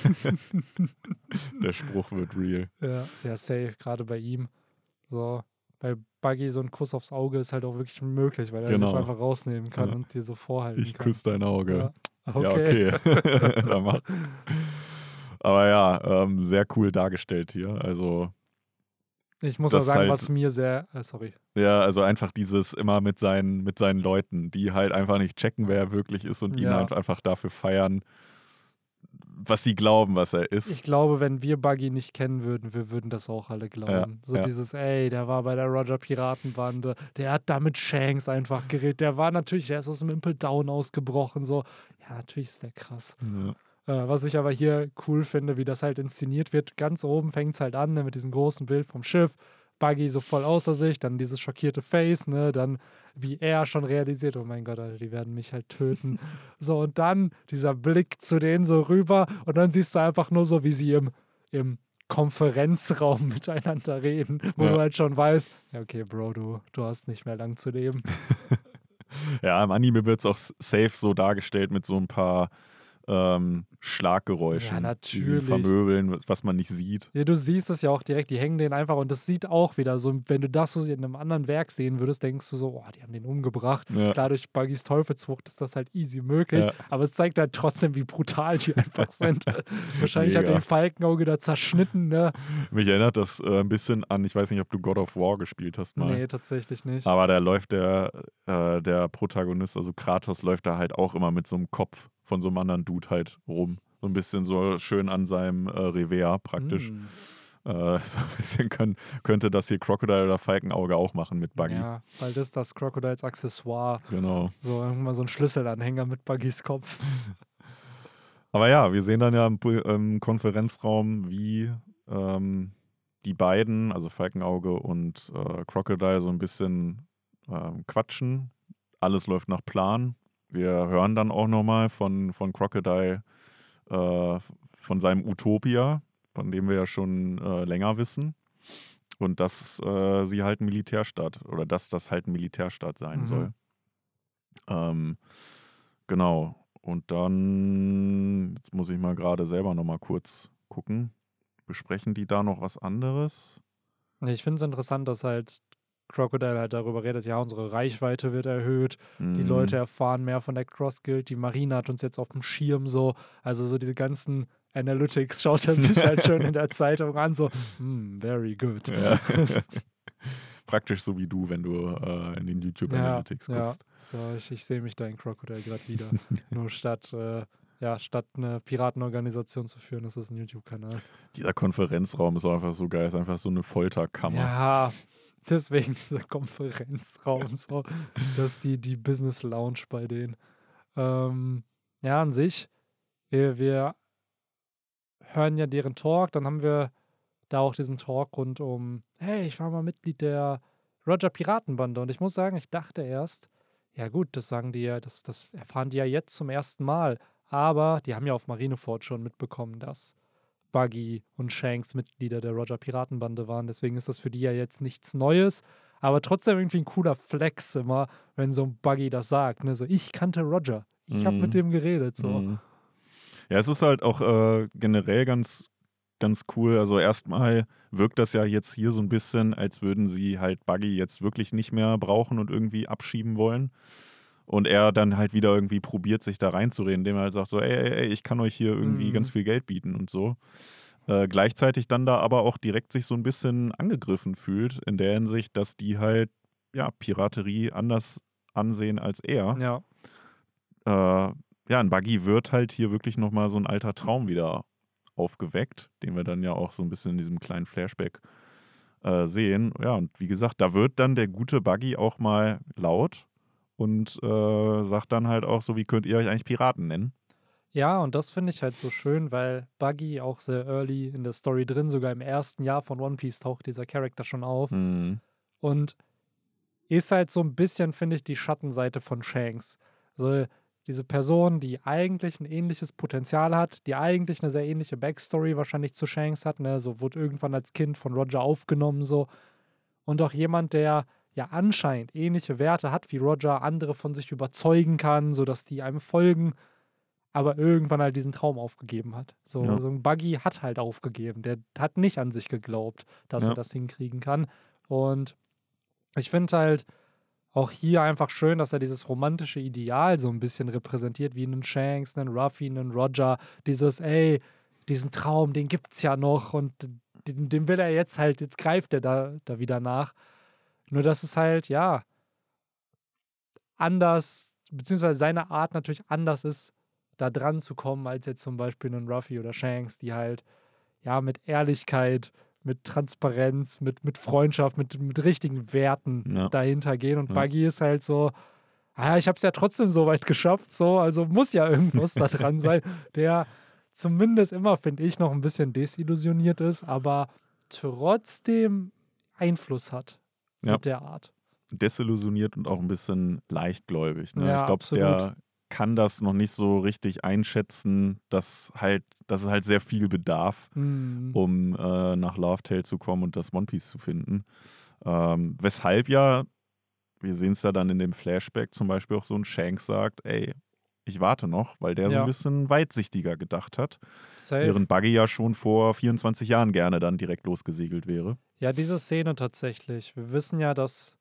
S2: Der Spruch wird real.
S1: Ja, sehr safe, gerade bei ihm. So, bei Buggy so ein Kuss aufs Auge ist halt auch wirklich möglich, weil er das einfach rausnehmen kann und dir so vorhalten
S2: Ich
S1: kann.
S2: küsse dein Auge.
S1: Ja,
S2: okay. Dann mach. Aber ja, sehr cool dargestellt hier. Also
S1: Ich muss auch
S2: das
S1: sagen,
S2: halt,
S1: was mir sehr, sorry.
S2: ja, also einfach dieses immer mit seinen Leuten, die halt einfach nicht checken, wer er wirklich ist und ihn
S1: Ja.
S2: halt einfach dafür feiern, was sie glauben, was er
S1: Ich
S2: ist.
S1: glaube, wenn wir Buggy nicht kennen würden, wir würden das auch alle glauben. So
S2: ja.
S1: dieses, ey, der war bei der Roger Piratenbande, der hat da mit Shanks einfach geredet, der ist aus dem Impel Down ausgebrochen, so. Ja, natürlich ist der krass. Was ich aber hier cool finde, wie das halt inszeniert wird, ganz oben fängt es halt an, ne, mit diesem großen Bild vom Schiff, Buggy so voll außer sich, dann dieses schockierte Face, ne, dann wie er schon realisiert, oh mein Gott, Alter, die werden mich halt töten. So, und dann dieser Blick zu denen so rüber und dann siehst du einfach nur so, wie sie im Konferenzraum miteinander reden, wo
S2: Ja.
S1: du halt schon weißt, ja, okay, Bro, du hast nicht mehr lang zu leben.
S2: Ja, im Anime wird es auch safe so dargestellt mit so ein paar Schlaggeräuschen,
S1: Ja,
S2: die sie
S1: natürlich.
S2: vermöbeln, was man nicht sieht.
S1: Ja, du siehst es ja auch direkt, die hängen den einfach und das sieht auch wieder so, wenn du das so in einem anderen Werk sehen würdest, denkst du so, oh, die haben den umgebracht.
S2: Ja.
S1: Klar, durch Buggys Teufelsfrucht ist das halt easy möglich,
S2: Ja.
S1: aber es zeigt halt trotzdem, wie brutal die einfach sind. Wahrscheinlich hat er
S2: Mega.
S1: den Falkenauge da zerschnitten, ne?
S2: Mich erinnert das ein bisschen an, ich weiß nicht, ob du God of War gespielt hast mal.
S1: Nee, tatsächlich nicht.
S2: Aber da läuft der Protagonist, also Kratos, läuft da halt auch immer mit so einem Kopf von so einem anderen Dude halt rum. So ein bisschen so schön an seinem Revers praktisch.
S1: Mm.
S2: So ein bisschen könnte das hier Crocodile oder Falkenauge auch machen mit Buggy.
S1: Ja, bald ist das Crocodiles Accessoire.
S2: Genau.
S1: So irgendwann mal so ein Schlüsselanhänger mit Buggys Kopf.
S2: Aber ja, wir sehen dann ja im Konferenzraum, wie die beiden, also Falkenauge und Crocodile, so ein bisschen quatschen. Alles läuft nach Plan. Wir hören dann auch nochmal von Crocodile, von seinem Utopia, von dem wir ja schon länger wissen. Und dass sie halt ein Militärstaat oder dass das halt ein Militärstaat sein soll. Genau. Und dann, jetzt muss ich mal gerade selber nochmal kurz gucken. Besprechen die da noch was anderes?
S1: Ich finde es interessant, dass halt Crocodile halt darüber redet, ja, unsere Reichweite wird erhöht, die Leute erfahren mehr von der Cross Guild, die Marine hat uns jetzt auf dem Schirm so, also so diese ganzen Analytics schaut er sich halt schon in der Zeitung an, so, very good.
S2: Ja. Praktisch so wie du, wenn du in den YouTube Analytics guckst.
S1: So, ich sehe mich da in Crocodile gerade wieder. Nur statt eine Piratenorganisation zu führen, ist es ein YouTube-Kanal.
S2: Dieser Konferenzraum ist auch einfach so geil, ist einfach so eine Folterkammer.
S1: Ja, deswegen dieser Konferenzraum, so, das ist die Business Lounge bei denen. Ja, an sich, wir hören ja deren Talk, dann haben wir da auch diesen Talk rund um, hey, ich war mal Mitglied der Roger Piratenbande und ich muss sagen, ich dachte erst, ja gut, das sagen die ja, das erfahren die ja jetzt zum ersten Mal, aber die haben ja auf Marineford schon mitbekommen, dass Buggy und Shanks Mitglieder der Roger Piratenbande waren. Deswegen ist das für die ja jetzt nichts Neues. Aber trotzdem irgendwie ein cooler Flex immer, wenn so ein Buggy das sagt. Ne? So, ich kannte Roger. Ich habe mit dem geredet. So.
S2: Ja, es ist halt auch generell ganz, ganz cool. Also erstmal wirkt das ja jetzt hier so ein bisschen, als würden sie halt Buggy jetzt wirklich nicht mehr brauchen und irgendwie abschieben wollen. Und er dann halt wieder irgendwie probiert, sich da reinzureden, indem er halt sagt so, ey, ich kann euch hier irgendwie ganz viel Geld bieten und so. Gleichzeitig dann da aber auch direkt sich so ein bisschen angegriffen fühlt, in der Hinsicht, dass die halt, ja, Piraterie anders ansehen als er.
S1: Ja.
S2: Ja, ein Buggy wird halt hier wirklich nochmal so ein alter Traum wieder aufgeweckt, den wir dann ja auch so ein bisschen in diesem kleinen Flashback sehen. Ja, und wie gesagt, da wird dann der gute Buggy auch mal laut und sagt dann halt auch so, wie könnt ihr euch eigentlich Piraten nennen?
S1: Ja, und das finde ich halt so schön, weil Buggy auch sehr early in der Story drin, sogar im ersten Jahr von One Piece taucht dieser Charakter schon auf. Und ist halt so ein bisschen, finde ich, die Schattenseite von Shanks. Also diese Person, die eigentlich ein ähnliches Potenzial hat, die eigentlich eine sehr ähnliche Backstory wahrscheinlich zu Shanks hat, ne? So wurde irgendwann als Kind von Roger aufgenommen, so. Und auch jemand, der ja anscheinend ähnliche Werte hat wie Roger, andere von sich überzeugen kann, sodass die einem folgen, aber irgendwann halt diesen Traum aufgegeben hat. So ein Buggy hat halt aufgegeben. Der hat nicht an sich geglaubt, dass er das hinkriegen kann. Und ich finde halt auch hier einfach schön, dass er dieses romantische Ideal so ein bisschen repräsentiert, wie einen Shanks, einen Ruffy, einen Roger. Dieses, ey, diesen Traum, den gibt's ja noch und den will er jetzt halt, jetzt greift er da wieder nach. Nur, dass es halt, ja, anders, beziehungsweise seine Art natürlich anders ist, da dran zu kommen, als jetzt zum Beispiel ein Ruffy oder Shanks, die halt, ja, mit Ehrlichkeit, mit Transparenz, mit Freundschaft, mit richtigen Werten dahinter gehen. Und Buggy ist halt so, ich habe es ja trotzdem so weit geschafft, so, also muss ja irgendwas da dran sein, der zumindest immer, finde ich, noch ein bisschen desillusioniert ist, aber trotzdem Einfluss hat mit der Art.
S2: Desillusioniert und auch ein bisschen leichtgläubig. Ne?
S1: Ja,
S2: ich glaube,
S1: absolut.
S2: der kann das noch nicht so richtig einschätzen, dass es halt sehr viel bedarf, um nach Laugh Tale zu kommen und das One Piece zu finden. Weshalb ja, wir sehen es ja dann in dem Flashback zum Beispiel auch so ein Shanks sagt, ey, ich warte noch, weil der so ein bisschen weitsichtiger gedacht hat.
S1: Safe.
S2: Während Buggy ja schon vor 24 Jahren gerne dann direkt losgesegelt wäre.
S1: Ja, diese Szene tatsächlich. Wir wissen ja, dass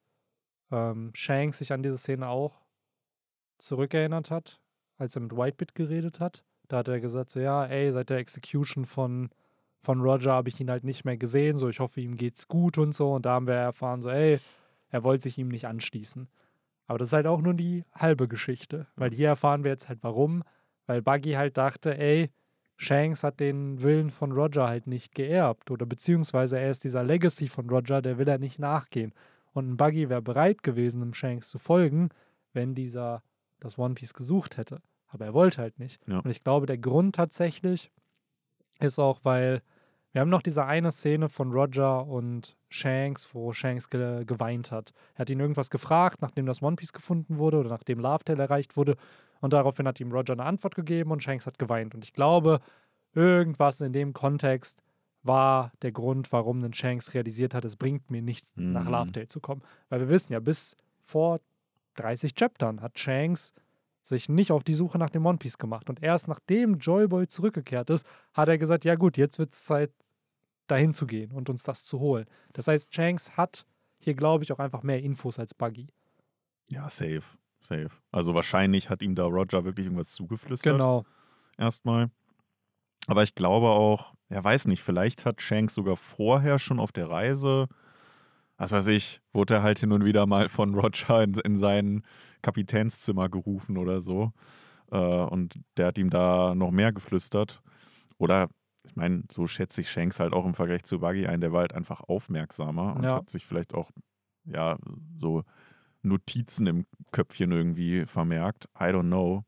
S1: Shanks sich an diese Szene auch zurückerinnert hat, als er mit Whitebit geredet hat. Da hat er gesagt, so ja, ey, seit der Execution von Roger habe ich ihn halt nicht mehr gesehen, so ich hoffe, ihm geht's gut und so. Und da haben wir erfahren, so ey, er wollte sich ihm nicht anschließen. Aber das ist halt auch nur die halbe Geschichte, weil hier erfahren wir jetzt halt warum, weil Buggy halt dachte, ey, Shanks hat den Willen von Roger halt nicht geerbt oder beziehungsweise er ist dieser Legacy von Roger, der will er nicht nachgehen. Und ein Buggy wäre bereit gewesen, dem Shanks zu folgen, wenn dieser das One Piece gesucht hätte. Aber er wollte halt nicht.
S2: Ja.
S1: Und ich glaube, der Grund tatsächlich ist auch, weil wir haben noch diese eine Szene von Roger und Shanks, wo Shanks geweint hat. Er hat ihn irgendwas gefragt, nachdem das One Piece gefunden wurde oder nachdem Laugh Tale erreicht wurde. Und daraufhin hat ihm Roger eine Antwort gegeben und Shanks hat geweint. Und ich glaube, irgendwas in dem Kontext war der Grund, warum ein Shanks realisiert hat, es bringt mir nichts, nach Laugh Tale zu kommen. Weil wir wissen ja, bis vor 30 Chaptern hat Shanks sich nicht auf die Suche nach dem One Piece gemacht. Und erst nachdem Joy Boy zurückgekehrt ist, hat er gesagt, ja gut, jetzt wird es Zeit, dahin zu gehen und uns das zu holen. Das heißt, Shanks hat hier, glaube ich, auch einfach mehr Infos als Buggy.
S2: Ja, safe. Also wahrscheinlich hat ihm da Roger wirklich irgendwas zugeflüstert.
S1: Genau.
S2: Erstmal. Aber ich glaube auch, ja, weiß nicht, vielleicht hat Shanks sogar vorher schon auf der Reise, was weiß ich, wurde er halt hin und wieder mal von Roger in sein Kapitänszimmer gerufen oder so. Und der hat ihm da noch mehr geflüstert. Oder, ich meine, so schätze ich Shanks halt auch im Vergleich zu Buggy ein, der war halt einfach aufmerksamer und hat sich vielleicht auch, ja, so Notizen im Köpfchen irgendwie vermerkt. I don't know.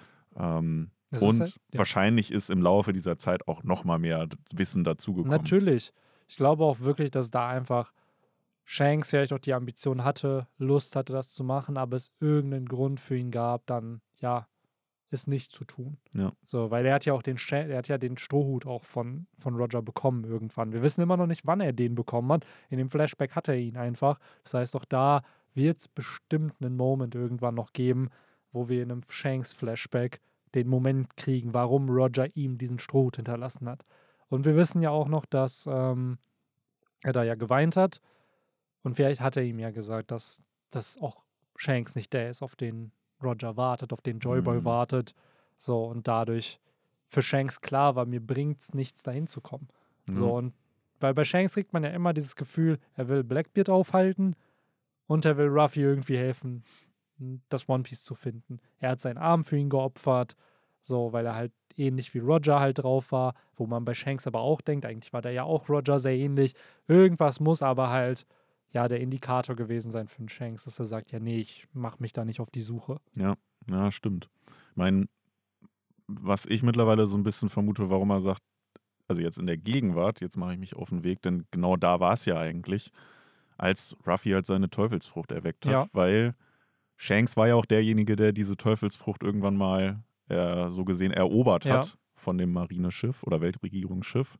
S2: Wahrscheinlich ist im Laufe dieser Zeit auch noch mal mehr Wissen dazugekommen.
S1: Natürlich. Ich glaube auch wirklich, dass da einfach Shanks vielleicht auch die Ambition hatte, Lust hatte, das zu machen, aber es irgendeinen Grund für ihn gab, dann, ja, es nicht zu tun.
S2: Ja.
S1: So, weil er hat ja auch den Strohhut auch von Roger bekommen irgendwann. Wir wissen immer noch nicht, wann er den bekommen hat. In dem Flashback hat er ihn einfach. Das heißt, auch da wird es bestimmt einen Moment irgendwann noch geben, wo wir in einem Shanks-Flashback den Moment kriegen, warum Roger ihm diesen Strohhut hinterlassen hat. Und wir wissen ja auch noch, dass er da ja geweint hat. Und vielleicht hat er ihm ja gesagt, dass auch Shanks nicht der ist, auf den Roger wartet, auf den Joy Boy wartet. So, und dadurch für Shanks klar war, mir bringt es nichts, dahin zu kommen. So, und weil bei Shanks kriegt man ja immer dieses Gefühl, er will Blackbeard aufhalten und er will Ruffy irgendwie helfen, das One Piece zu finden. Er hat seinen Arm für ihn geopfert, so, weil er halt ähnlich wie Roger halt drauf war, wo man bei Shanks aber auch denkt, eigentlich war der ja auch Roger sehr ähnlich. Irgendwas muss aber halt, ja, der Indikator gewesen sein für den Shanks, dass er sagt, ja, nee, ich mach mich da nicht auf die Suche.
S2: Ja, stimmt. Ich meine, was ich mittlerweile so ein bisschen vermute, warum er sagt, also jetzt in der Gegenwart, jetzt mache ich mich auf den Weg, denn genau da war es ja eigentlich, als Ruffy halt seine Teufelsfrucht erweckt hat, weil Shanks war ja auch derjenige, der diese Teufelsfrucht irgendwann mal so gesehen erobert hat von dem Marineschiff oder Weltregierungsschiff.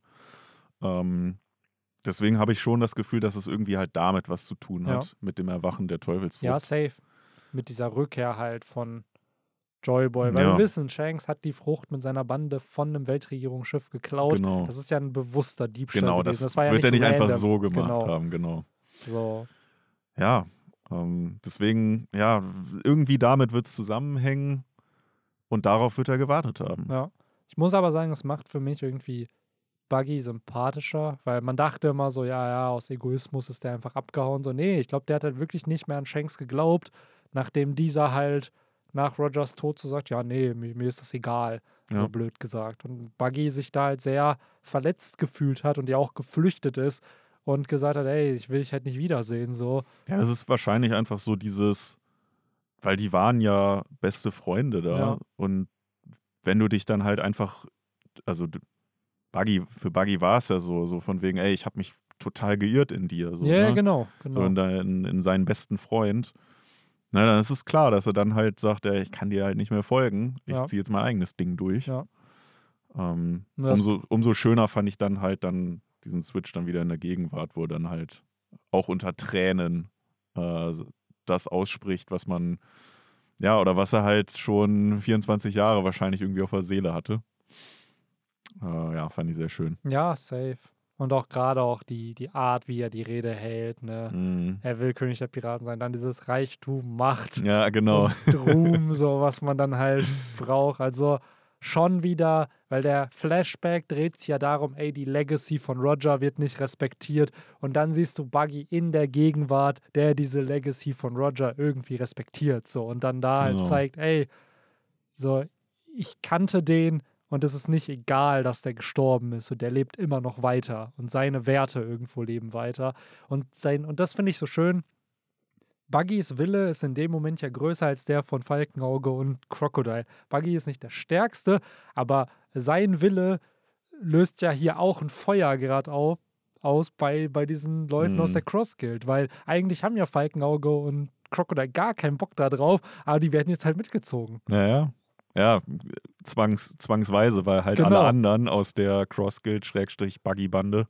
S2: Deswegen habe ich schon das Gefühl, dass es irgendwie halt damit was zu tun hat, mit dem Erwachen der Teufelsfrucht.
S1: Ja, safe. Mit dieser Rückkehr halt von Joy Boy. Weil wir wissen, Shanks hat die Frucht mit seiner Bande von einem Weltregierungsschiff geklaut.
S2: Genau.
S1: Das ist ja ein bewusster Diebstahl gewesen.
S2: Das
S1: war ja
S2: wird
S1: nicht
S2: er nicht
S1: random.
S2: einfach so gemacht haben, genau.
S1: So.
S2: Ja, deswegen, ja, irgendwie damit wird es zusammenhängen und darauf wird er gewartet haben.
S1: Ja. Ich muss aber sagen, es macht für mich irgendwie Buggy sympathischer, weil man dachte immer so, ja, aus Egoismus ist der einfach abgehauen. So, nee, ich glaube, der hat halt wirklich nicht mehr an Shanks geglaubt, nachdem dieser halt nach Rogers Tod so sagt, ja, nee, mir ist das egal, so
S2: Ja.
S1: blöd gesagt. Und Buggy sich da halt sehr verletzt gefühlt hat und ja auch geflüchtet ist und gesagt hat, ey, ich will dich halt nicht wiedersehen, so.
S2: Ja, das ist wahrscheinlich einfach so dieses, weil die waren ja beste Freunde da
S1: Ja.
S2: und wenn du dich dann halt einfach, also für Buggy war es ja so von wegen, ey, ich habe mich total geirrt in dir, so,
S1: Ja,
S2: ne?
S1: genau.
S2: So in seinen besten Freund. Na, dann ist es klar, dass er dann halt sagt, ey, ich kann dir halt nicht mehr folgen, ich
S1: Ja.
S2: ziehe jetzt mein eigenes Ding durch.
S1: Ja. Das-
S2: Umso schöner fand ich dann halt dann diesen Switch dann wieder in der Gegenwart, wo er dann halt auch unter Tränen das ausspricht, was man, ja, oder was er halt schon 24 Jahre wahrscheinlich irgendwie auf der Seele hatte. Ja, fand ich sehr schön.
S1: Ja, safe. Und auch gerade auch die Art, wie er die Rede hält, ne?
S2: Mhm.
S1: Er will König der Piraten sein, dann dieses Reichtum, Macht
S2: Ja, genau.
S1: und Ruhm, so was man dann halt braucht. Also schon wieder, weil der Flashback dreht sich ja darum, ey, die Legacy von Roger wird nicht respektiert. Und dann siehst du Buggy in der Gegenwart, der diese Legacy von Roger irgendwie respektiert. So. Und dann da halt
S2: Genau.
S1: zeigt, ey, so, ich kannte den und es ist nicht egal, dass der gestorben ist und der lebt immer noch weiter und seine Werte irgendwo leben weiter. Und das finde ich so schön. Buggys Wille ist in dem Moment ja größer als der von Falkenauge und Crocodile. Buggy ist nicht der Stärkste, aber sein Wille löst ja hier auch ein Feuer gerade aus bei diesen Leuten aus der Cross Guild, weil eigentlich haben ja Falkenauge und Crocodile gar keinen Bock da drauf, aber die werden jetzt halt mitgezogen.
S2: Ja, zwangsweise, weil halt
S1: Genau.
S2: alle anderen aus der Cross-Guild-Buggy-Bande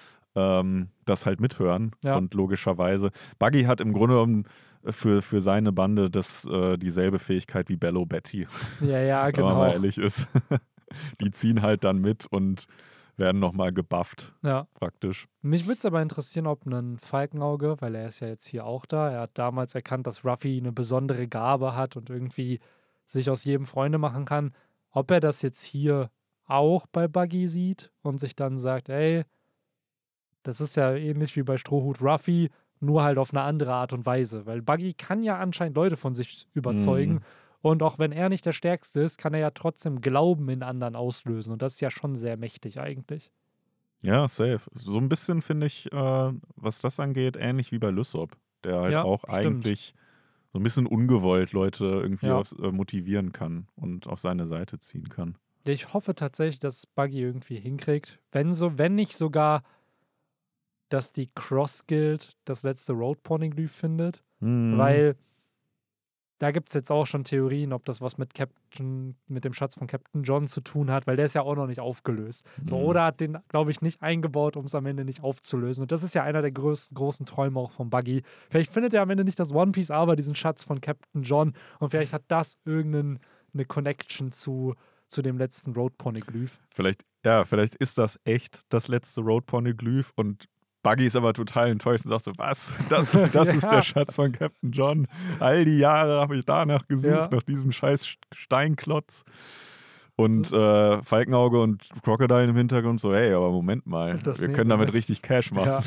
S2: das halt mithören.
S1: Ja.
S2: Und logischerweise, Buggy hat im Grunde genommen für seine Bande dieselbe Fähigkeit wie Bello Betty,
S1: Ja,
S2: wenn man mal
S1: genau.
S2: ehrlich ist. Die ziehen halt dann mit und werden nochmal gebufft,
S1: Ja.
S2: praktisch.
S1: Mich würde es aber interessieren, ob ein Falkenauge, weil er ist ja jetzt hier auch da, er hat damals erkannt, dass Ruffy eine besondere Gabe hat und irgendwie sich aus jedem Freunde machen kann, ob er das jetzt hier auch bei Buggy sieht und sich dann sagt, ey, das ist ja ähnlich wie bei Strohhut Ruffy, nur halt auf eine andere Art und Weise, weil Buggy kann ja anscheinend Leute von sich überzeugen und auch wenn er nicht der Stärkste ist, kann er ja trotzdem Glauben in anderen auslösen und das ist ja schon sehr mächtig eigentlich.
S2: Ja, safe. So ein bisschen finde ich, was das angeht, ähnlich wie bei Lysop, der halt
S1: Ja,
S2: auch
S1: stimmt.
S2: eigentlich so ein bisschen ungewollt Leute irgendwie
S1: Ja.
S2: motivieren kann und auf seine Seite ziehen kann.
S1: Ich hoffe tatsächlich, dass Buggy irgendwie hinkriegt, wenn nicht sogar, dass die Cross Guild das letzte Road Poneglyph findet, weil da gibt es jetzt auch schon Theorien, ob das was mit dem Schatz von Captain John zu tun hat, weil der ist ja auch noch nicht aufgelöst. So, Oda hat den, glaube ich, nicht eingebaut, um es am Ende nicht aufzulösen. Und das ist ja einer der großen Träume auch von Buggy. Vielleicht findet er am Ende nicht das One Piece, aber diesen Schatz von Captain John. Und vielleicht hat das irgendeine Connection zu dem letzten Road Poneglyph.
S2: Vielleicht ist das echt das letzte Road Poneglyph und Buggy ist aber total enttäuscht und sagt so, was? Das ist der Schatz von Captain John. All die Jahre habe ich danach gesucht, nach diesem scheiß Steinklotz. Und Falkenauge und Crocodile im Hintergrund so, hey, aber Moment mal, wir können damit richtig Cash machen.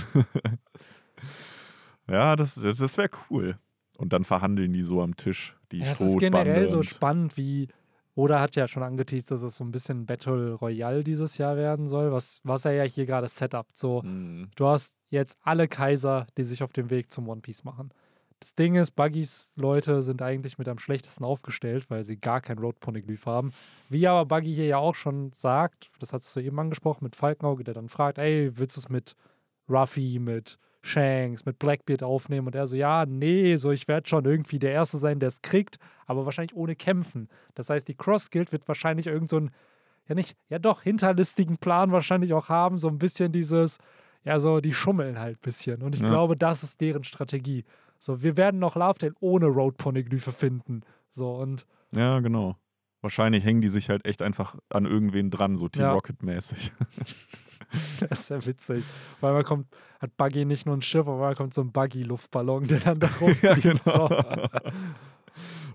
S2: Ja, das wäre cool. Und dann verhandeln die so am Tisch, die
S1: Das
S2: Strohbande.
S1: ist generell so spannend, wie Oda hat ja schon angeteased, dass es so ein bisschen Battle Royale dieses Jahr werden soll, was er ja hier gerade setupt. So, du hast jetzt alle Kaiser, die sich auf dem Weg zum One Piece machen. Das Ding ist, Buggys Leute sind eigentlich mit am schlechtesten aufgestellt, weil sie gar kein Road Poneglyph haben. Wie aber Buggy hier ja auch schon sagt, das hast du eben angesprochen, mit Falkenauge, der dann fragt, ey, willst du es mit Ruffy, mit Shanks, mit Blackbeard aufnehmen? Und er so, ja, nee, so ich werde schon irgendwie der Erste sein, der es kriegt, aber wahrscheinlich ohne Kämpfen. Das heißt, die Cross Guild wird wahrscheinlich irgend so einen, hinterlistigen Plan wahrscheinlich auch haben, so ein bisschen dieses, die schummeln halt ein bisschen. Und ich glaube, das ist deren Strategie. So, wir werden noch Laughtale ohne Road Poneglyphe finden. So, und
S2: ja, genau. Wahrscheinlich hängen die sich halt echt einfach an irgendwen dran, so Team Rocket-mäßig.
S1: Das ist ja witzig. Weil hat Buggy nicht nur ein Schiff, aber kommt so ein Buggy-Luftballon, der dann da rumfliegt.
S2: Ja, genau.
S1: So.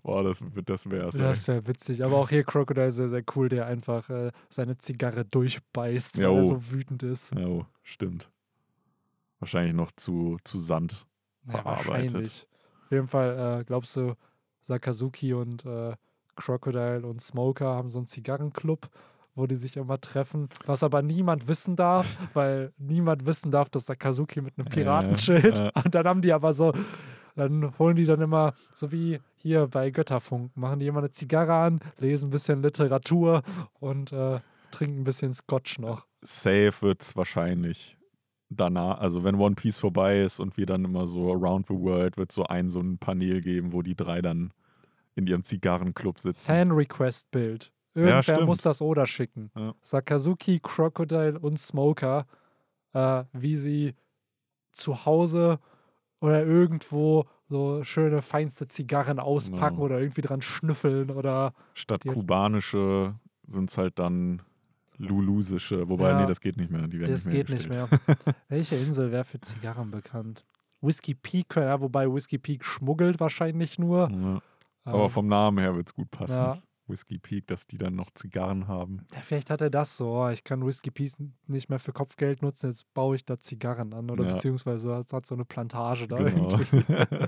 S2: Boah, das wär's.
S1: Das wäre witzig. Aber auch hier Crocodile sehr, sehr cool, der einfach seine Zigarre durchbeißt, weil
S2: Jo.
S1: er so wütend ist.
S2: Ja, stimmt. Wahrscheinlich noch zu Sand
S1: Ja,
S2: verarbeitet.
S1: wahrscheinlich. Auf jeden Fall, glaubst du, Sakazuki und Crocodile und Smoker haben so einen Zigarrenclub, wo die sich immer treffen, was aber niemand wissen darf, weil niemand wissen darf, dass Sakazuki mit einem Piraten chillt. Und dann haben die aber so, dann holen die dann immer, so wie hier bei Götterfunk, machen die immer eine Zigarre an, lesen ein bisschen Literatur und trinken ein bisschen Scotch noch.
S2: Safe wird's wahrscheinlich danach, also wenn One Piece vorbei ist und wir dann immer so around the world, wird so ein Panel geben, wo die drei dann in ihrem Zigarrenclub sitzen.
S1: Fan-Request-Bild. Irgendwer
S2: stimmt.
S1: muss das Oda schicken.
S2: Ja.
S1: Sakazuki, Crocodile und Smoker, wie sie zu Hause oder irgendwo so schöne feinste Zigarren auspacken
S2: Genau.
S1: oder irgendwie dran schnüffeln oder
S2: Statt
S1: Die-
S2: kubanische sind es halt dann lulusische. Wobei,
S1: Ja,
S2: nee, das geht nicht mehr. Die werden
S1: das
S2: nicht mehr
S1: geht nicht
S2: hergestellt.
S1: mehr. Welche Insel wäre für Zigarren bekannt? Whiskey Peak, ja, wobei Whiskey Peak schmuggelt wahrscheinlich nur.
S2: Ja. Aber vom Namen her wird es gut passen.
S1: ja.
S2: Whiskey Peak, dass die dann noch Zigarren haben.
S1: Ja, vielleicht hat er das so. Oh, ich kann Whiskey Peak nicht mehr für Kopfgeld nutzen, jetzt baue ich da Zigarren an. Oder
S2: Ja.
S1: beziehungsweise hat so eine Plantage da
S2: Genau.
S1: irgendwie.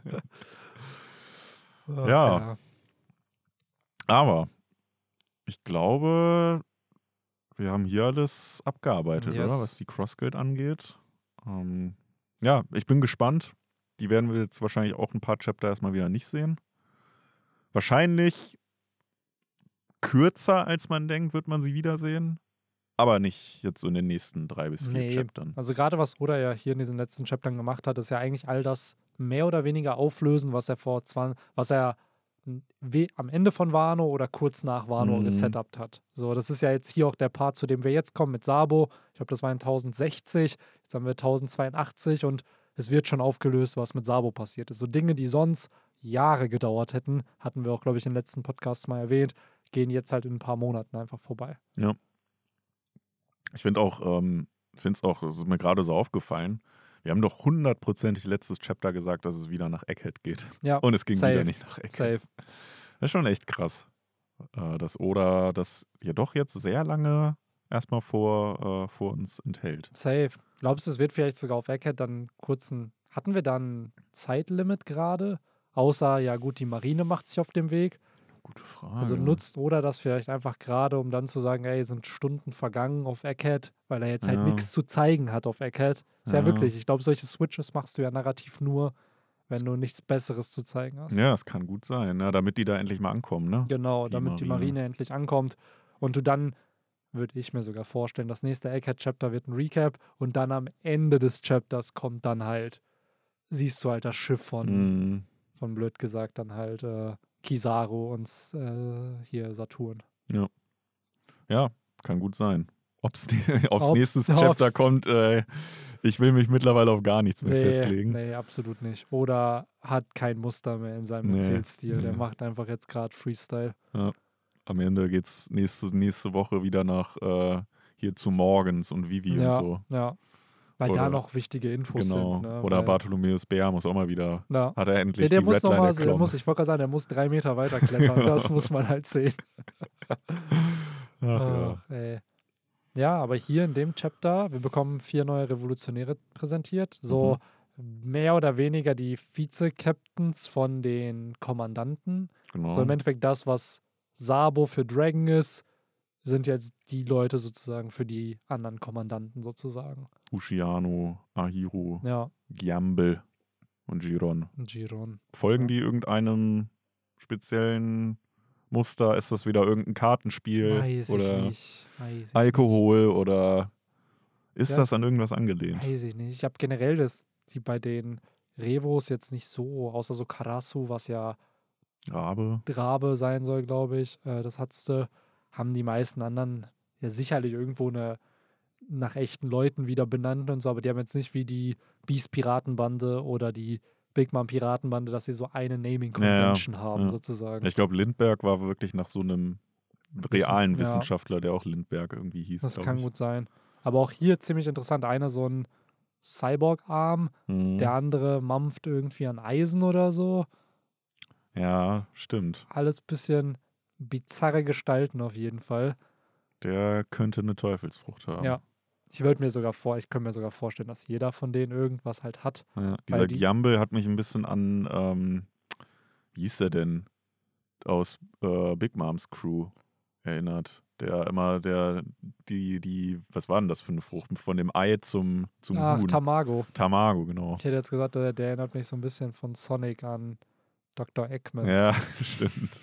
S1: Ach,
S2: Ja. Aber ich glaube, wir haben hier alles abgearbeitet,
S1: Yes.
S2: oder? Was die Cross-Guild angeht. Ja, ich bin gespannt. Die werden wir jetzt wahrscheinlich auch ein paar Chapter erstmal wieder nicht sehen. Wahrscheinlich kürzer, als man denkt, wird man sie wiedersehen. Aber nicht jetzt so in den nächsten 3 bis 4
S1: Nee.
S2: Chaptern.
S1: Also gerade was Oda ja hier in diesen letzten Chaptern gemacht hat, ist ja eigentlich all das mehr oder weniger auflösen, was er am Ende von Wano oder kurz nach Wano gesetupt hat. So, das ist ja jetzt hier auch der Part, zu dem wir jetzt kommen mit Sabo. Ich glaube, das war in 1060, jetzt haben wir 1082 und es wird schon aufgelöst, was mit Sabo passiert ist. So Dinge, die sonst Jahre gedauert hätten, hatten wir auch, glaube ich, in den letzten Podcasts mal erwähnt, gehen jetzt halt in ein paar Monaten einfach vorbei.
S2: Ich finde es ist mir gerade so aufgefallen, wir haben doch 100%ig letztes Chapter gesagt, dass es wieder nach Egghead geht.
S1: Ja,
S2: Und es ging
S1: safe,
S2: wieder nicht nach Egghead.
S1: safe.
S2: Das ist schon echt krass. Dass Oda das ja doch jetzt sehr lange erstmal vor uns enthält.
S1: Safe. Glaubst du, es wird vielleicht sogar auf Egghead dann hatten wir da ein Zeitlimit gerade? Außer, ja gut, die Marine macht sich auf dem Weg.
S2: Gute Frage.
S1: Also nutzt Oda das vielleicht einfach gerade, um dann zu sagen, ey, sind Stunden vergangen auf Egghead, weil er jetzt halt
S2: Ja.
S1: nichts zu zeigen hat auf Egghead. Ist ja
S2: Ja.
S1: wirklich, ich glaube, solche Switches machst du ja narrativ nur, wenn du nichts Besseres zu zeigen hast.
S2: Ja, es kann gut sein, ja, damit die da endlich mal ankommen, ne?
S1: Genau,
S2: Die
S1: damit die
S2: Marine.
S1: Marine endlich ankommt und du dann, würde ich mir sogar vorstellen, das nächste Egghead-Chapter wird ein Recap und dann am Ende des Chapters kommt dann halt, siehst du halt das Schiff von blöd gesagt, dann halt Kizaru und hier Saturn.
S2: Ja, kann gut sein. Ob's
S1: Ob's-
S2: nächstes
S1: ob's-
S2: Chapter kommt, ich will mich mittlerweile auf gar nichts mehr festlegen.
S1: Nee, absolut nicht. Oder hat kein Muster mehr in seinem
S2: Nee,
S1: Erzählstil. Der
S2: nee.
S1: macht einfach jetzt gerade Freestyle.
S2: Am Ende geht's nächste Woche wieder nach hier zu Morgens und Vivi und so.
S1: Ja. Weil da
S2: Oder-
S1: noch wichtige Infos
S2: Genau.
S1: sind. Ne?
S2: Oder
S1: Weil-
S2: Bartholomäus Bär muss auch mal wieder.
S1: Ja.
S2: Hat er endlich
S1: Der
S2: die
S1: muss noch
S2: Redline
S1: mal,
S2: erklommen.
S1: ich wollte gerade sagen, der muss 3 Meter weiter klettern. Das muss man halt sehen.
S2: Ach ja.
S1: Ach, ey. Ja, aber hier in dem Chapter, wir bekommen 4 neue Revolutionäre präsentiert. So mehr oder weniger die Vize-Captains von den Kommandanten.
S2: Genau.
S1: So im Endeffekt das, was Sabo für Dragon ist, sind jetzt die Leute sozusagen für die anderen Kommandanten sozusagen.
S2: Ushiano, Ahiro,
S1: Ja,
S2: Giamble und Giron.
S1: Giron.
S2: Folgen
S1: Ja.
S2: die irgendeinem speziellen Muster? Ist das wieder irgendein Kartenspiel
S1: Weiß
S2: oder
S1: ich nicht. Weiß ich
S2: Alkohol oder ist
S1: Ja.
S2: das an irgendwas angelehnt?
S1: Weiß ich nicht. Ich habe generell die bei den Revos jetzt nicht so, außer so Karasu, was ja
S2: Rabe?
S1: Rabe sein soll, glaube ich. Das hattest haben die meisten anderen ja sicherlich irgendwo nach echten Leuten wieder benannt und so, aber die haben jetzt nicht wie die Beast-Piratenbande oder die Big Mom Piratenbande, dass sie so eine Naming-Convention haben,
S2: ja.
S1: sozusagen.
S2: Ich glaube, Lindbergh war wirklich nach so einem realen
S1: Ja.
S2: Wissenschaftler, der auch Lindbergh irgendwie hieß.
S1: Das
S2: glaub
S1: kann
S2: ich.
S1: gut sein. Aber auch hier ziemlich interessant. Einer so ein Cyborg-Arm,
S2: Mhm.
S1: der andere mampft irgendwie an Eisen oder so.
S2: Ja, stimmt.
S1: Alles bisschen bizarre Gestalten auf jeden Fall.
S2: Der könnte eine Teufelsfrucht haben.
S1: Ja. Ich könnte mir sogar vorstellen, dass jeder von denen irgendwas halt hat.
S2: Ja, dieser Giamble hat mich ein bisschen an, wie hieß der denn, aus Big Moms Crew erinnert. Der immer, was war denn das für eine Frucht? Von dem Ei zum Huhn.
S1: Tamago.
S2: Tamago, genau.
S1: Ich hätte jetzt gesagt, der erinnert mich so ein bisschen von Sonic an Dr. Eggman.
S2: Ja, stimmt.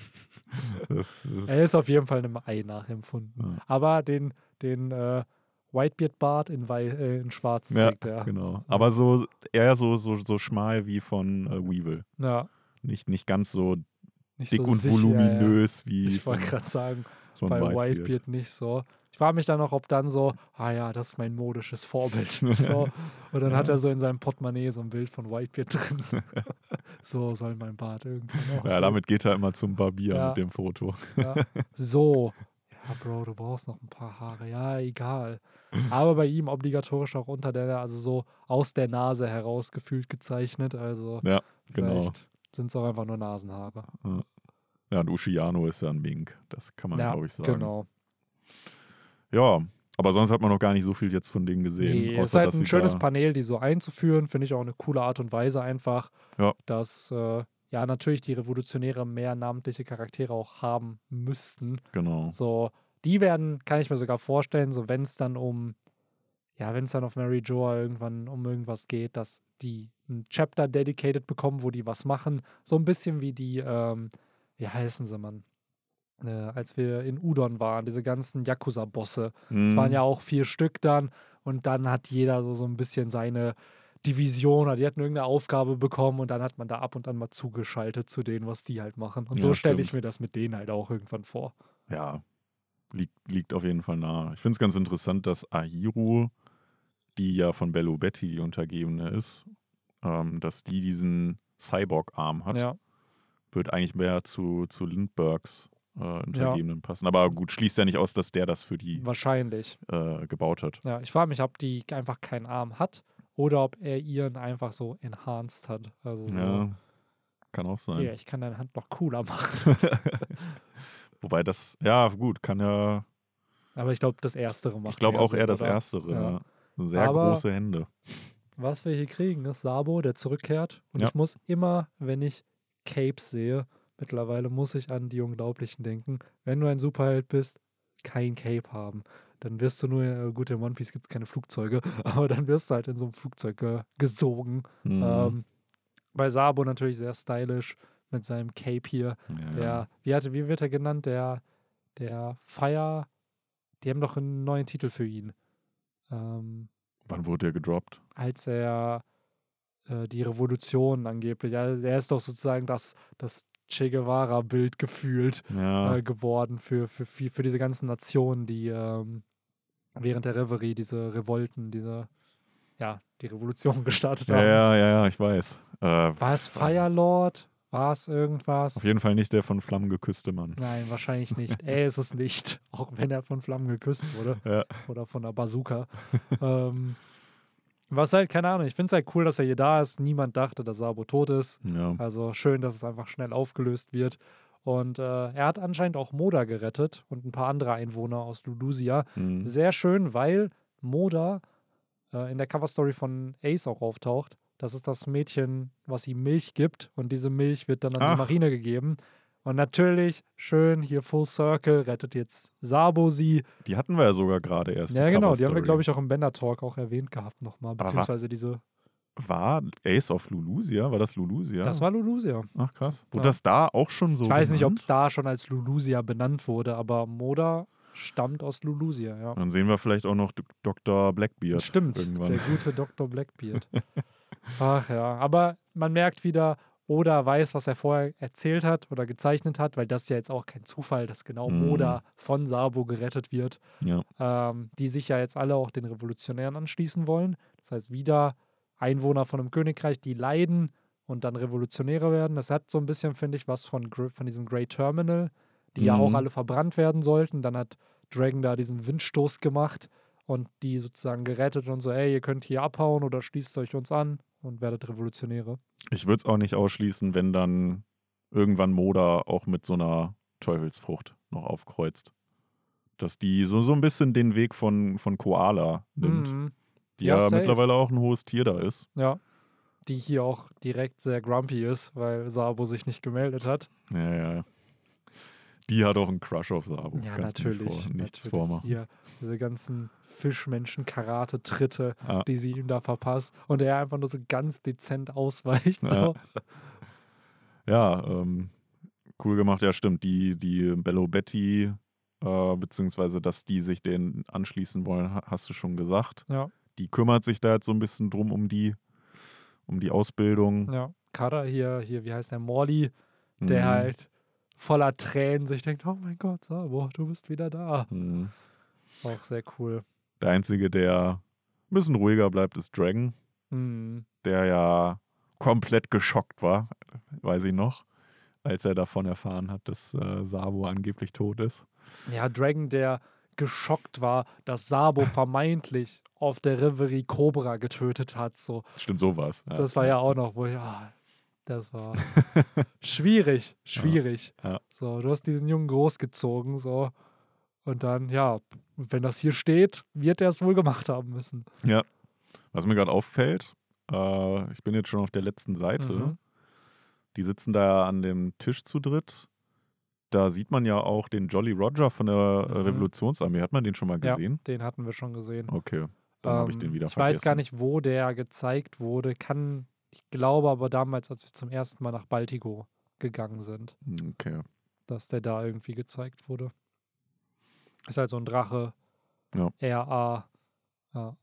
S1: Er ist auf jeden Fall einem Ei nachempfunden.
S2: Ja.
S1: Aber den Whitebeard-Bart in Schwarz trägt er.
S2: Genau. Aber so eher so schmal wie von Weevil.
S1: Ja.
S2: Nicht ganz so
S1: Nicht
S2: dick
S1: so
S2: und
S1: sicher,
S2: voluminös wie
S1: Ich wollte gerade sagen,
S2: von
S1: bei
S2: Whitebeard.
S1: Whitebeard nicht so. Ich frage mich dann noch, ob dann so, das ist mein modisches Vorbild. So. Und dann hat er so in seinem Portemonnaie so ein Bild von Whitebeard drin. So soll mein Bart irgendwann auch
S2: Ja,
S1: sein.
S2: damit geht er immer zum Barbier
S1: Ja.
S2: mit dem Foto.
S1: Ja. So. Ja, Bro, du brauchst noch ein paar Haare. Ja, egal. Aber bei ihm obligatorisch auch unter also so aus der Nase heraus gefühlt gezeichnet. Also
S2: Ja, genau.
S1: vielleicht sind es auch einfach nur Nasenhaare.
S2: Ja, und Ushiano ist ja ein Mink. Das kann man, glaube ich, sagen.
S1: Genau.
S2: Ja, aber sonst hat man noch gar nicht so viel jetzt von denen gesehen.
S1: Nee, es ist
S2: außer,
S1: halt
S2: dass
S1: ein
S2: sie
S1: schönes
S2: da-
S1: Panel, die so einzuführen. Finde ich auch eine coole Art und Weise einfach,
S2: Ja.
S1: dass natürlich die Revolutionäre mehr namentliche Charaktere auch haben müssten.
S2: Genau.
S1: So, die werden, kann ich mir sogar vorstellen, so wenn es dann wenn es dann auf Mary Joa irgendwann um irgendwas geht, dass die ein Chapter dedicated bekommen, wo die was machen. So ein bisschen wie die, wie heißen sie, Mann? Als wir in Udon waren, diese ganzen Yakuza-Bosse. Es waren ja auch 4 Stück dann und dann hat jeder so ein bisschen seine Division oder die hatten irgendeine Aufgabe bekommen und dann hat man da ab und an mal zugeschaltet zu denen, was die halt machen. Und
S2: Ja,
S1: so stelle ich
S2: stimmt.
S1: mir das mit denen halt auch irgendwann vor.
S2: Ja, liegt auf jeden Fall nahe. Ich finde es ganz interessant, dass Ahiru, die ja von Bello Betty die Untergebene ist, dass die diesen Cyborg-Arm hat.
S1: Ja.
S2: Wird eigentlich mehr zu Lindberghs Untergebenen passen. Aber gut, schließt ja nicht aus, dass der das für die
S1: Wahrscheinlich.
S2: gebaut hat.
S1: Ja, ich frage mich, ob die einfach keinen Arm hat oder ob er ihren einfach so enhanced hat. Also so,
S2: Ja, kann auch sein.
S1: ich kann deine Hand noch cooler machen.
S2: Wobei das, ja gut, kann ja,
S1: Aber ich glaube, das Erstere macht
S2: ich glaube
S1: mehr
S2: auch eher
S1: Sinn,
S2: das
S1: oder?
S2: Erstere.
S1: Ja.
S2: Ja. Sehr
S1: Aber-
S2: große Hände.
S1: Was wir hier kriegen, ist Sabo, der zurückkehrt. Und
S2: Ja.
S1: ich muss immer, wenn ich Capes sehe, mittlerweile muss ich an die Unglaublichen denken. Wenn du ein Superheld bist, kein Cape haben. Dann wirst du nur, gut, in One Piece gibt es keine Flugzeuge, aber dann wirst du halt in so einem Flugzeug gesogen.
S2: Mhm.
S1: Bei Sabo natürlich sehr stylisch mit seinem Cape hier.
S2: Ja.
S1: Wie wird er genannt? Der Fire. Die haben doch einen neuen Titel für ihn.
S2: Wann wurde der gedroppt?
S1: Als er die Revolution angeblich, er ist doch sozusagen das Che Guevara-Bild gefühlt
S2: Ja.
S1: geworden für diese ganzen Nationen, die während der Reverie diese Revolten, die Revolution gestartet haben.
S2: Ja, ich weiß.
S1: War es Firelord? War es irgendwas?
S2: Auf jeden Fall nicht der von Flammen geküsste Mann.
S1: Nein, wahrscheinlich nicht. Er ist es nicht, auch wenn er von Flammen geküsst wurde.
S2: Ja.
S1: Oder von der Bazooka. Was halt, keine Ahnung, ich finde es halt cool, dass er hier da ist. Niemand dachte, dass Sabo tot ist.
S2: Ja.
S1: Also schön, dass es einfach schnell aufgelöst wird. Und er hat anscheinend auch Moda gerettet und ein paar andere Einwohner aus Lulusia.
S2: Mhm.
S1: Sehr schön, weil Moda in der Coverstory von Ace auch auftaucht. Das ist das Mädchen, was ihm Milch gibt. Und diese Milch wird dann an
S2: Ach.
S1: die Marine gegeben. Und natürlich, schön, hier Full Circle, rettet jetzt Sabo sie.
S2: Die hatten wir ja sogar gerade erst.
S1: Ja, genau, die haben wir,
S2: Coverstory.
S1: glaube ich, auch im Bender Talk auch erwähnt gehabt nochmal.
S2: Aber
S1: Beziehungsweise diese.
S2: War Ace of Lulusia? War das Lulusia?
S1: Das war Lulusia.
S2: Ach krass. Wurde
S1: Ja.
S2: das da auch schon so
S1: Ich weiß nicht, ob
S2: genannt?
S1: es da schon als Lulusia benannt wurde, aber Moda stammt aus Lulusia, ja.
S2: Dann sehen wir vielleicht auch noch Dr. Blackbeard.
S1: Stimmt,
S2: irgendwann.
S1: der gute Dr. Blackbeard. Ach ja, aber man merkt wieder, Oda weiß, was er vorher erzählt hat oder gezeichnet hat, weil das ist ja jetzt auch kein Zufall, dass genau Moda von Sabo gerettet wird,
S2: Ja.
S1: die sich ja jetzt alle auch den Revolutionären anschließen wollen. Das heißt, wieder Einwohner von einem Königreich, die leiden und dann Revolutionäre werden. Das hat so ein bisschen, finde ich, was von diesem Great Terminal, die ja auch alle verbrannt werden sollten. Dann hat Dragon da diesen Windstoß gemacht und die sozusagen gerettet und so, ey, ihr könnt hier abhauen oder schließt euch uns an und werdet Revolutionäre.
S2: Ich würde es auch nicht ausschließen, wenn dann irgendwann Moda auch mit so einer Teufelsfrucht noch aufkreuzt. Dass die so ein bisschen den Weg von Koala nimmt.
S1: Mhm.
S2: Die
S1: Ja,
S2: ja
S1: safe.
S2: mittlerweile auch ein hohes Tier da ist.
S1: Ja. Die hier auch direkt sehr grumpy ist, weil Sabo sich nicht gemeldet hat.
S2: Ja. Die hat auch einen Crush auf Sabo.
S1: Ja,
S2: Kannst du mir
S1: natürlich.
S2: nichts
S1: natürlich.
S2: vormachen.
S1: Hier, diese ganzen Fischmenschen-Karate-Tritte,
S2: Ja.
S1: die sie ihm da verpasst. Und er einfach nur so ganz dezent ausweicht.
S2: Ja.
S1: So.
S2: Ja, cool gemacht. Ja, stimmt. Die Bello Betty, beziehungsweise, dass die sich denen anschließen wollen, hast du schon gesagt.
S1: Ja.
S2: Die kümmert sich da jetzt so ein bisschen drum um die Ausbildung.
S1: Ja. Kara hier, wie heißt der? Morley, der
S2: Mhm.
S1: halt voller Tränen sich denkt, oh mein Gott, Sabo, du bist wieder da.
S2: Mhm.
S1: Auch sehr cool.
S2: Der Einzige, der ein bisschen ruhiger bleibt, ist Dragon,
S1: Mhm.
S2: der ja komplett geschockt war, weiß ich noch, als er davon erfahren hat, dass Sabo angeblich tot ist.
S1: Ja, Dragon, der geschockt war, dass Sabo vermeintlich auf der Reverie Cobra getötet hat. So.
S2: Stimmt, sowas.
S1: Das war ja auch noch, wo das war schwierig.
S2: Ja.
S1: So, du hast diesen Jungen großgezogen, so. Und dann, ja, wenn das hier steht, wird er es wohl gemacht haben müssen.
S2: Ja. Was mir gerade auffällt, ich bin jetzt schon auf der letzten Seite.
S1: Mhm.
S2: Die sitzen da an dem Tisch zu dritt. Da sieht man ja auch den Jolly Roger von der Revolutionsarmee. Hat man den schon mal gesehen?
S1: Ja, den hatten wir schon gesehen.
S2: Okay, dann habe ich den wieder
S1: Ich
S2: vergessen.
S1: weiß gar nicht, wo der gezeigt wurde. Ich glaube aber damals, als wir zum ersten Mal nach Baltigo gegangen sind,
S2: Okay.
S1: dass der da irgendwie gezeigt wurde. Ist halt so ein Drache.
S2: Ja.
S1: RA. Ja,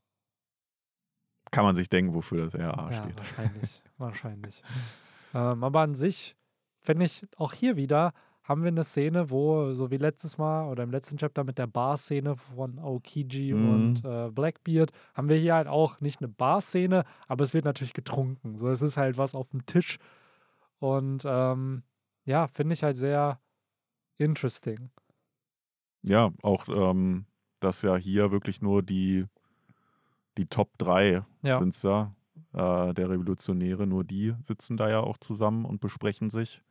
S2: Kann man sich denken, wofür das RA
S1: ja
S2: steht.
S1: wahrscheinlich. Aber an sich finde ich auch hier wieder haben wir eine Szene, wo, so wie letztes Mal oder im letzten Chapter mit der Bar-Szene von Aokiji und Blackbeard, haben wir hier halt auch nicht eine Bar-Szene, aber es wird natürlich getrunken. So, es ist halt was auf dem Tisch. Und ja, finde ich halt sehr interesting.
S2: Ja, auch, dass ja hier wirklich nur die Top 3
S1: Ja.
S2: sind es ja, der Revolutionäre, nur die sitzen da ja auch zusammen und besprechen sich.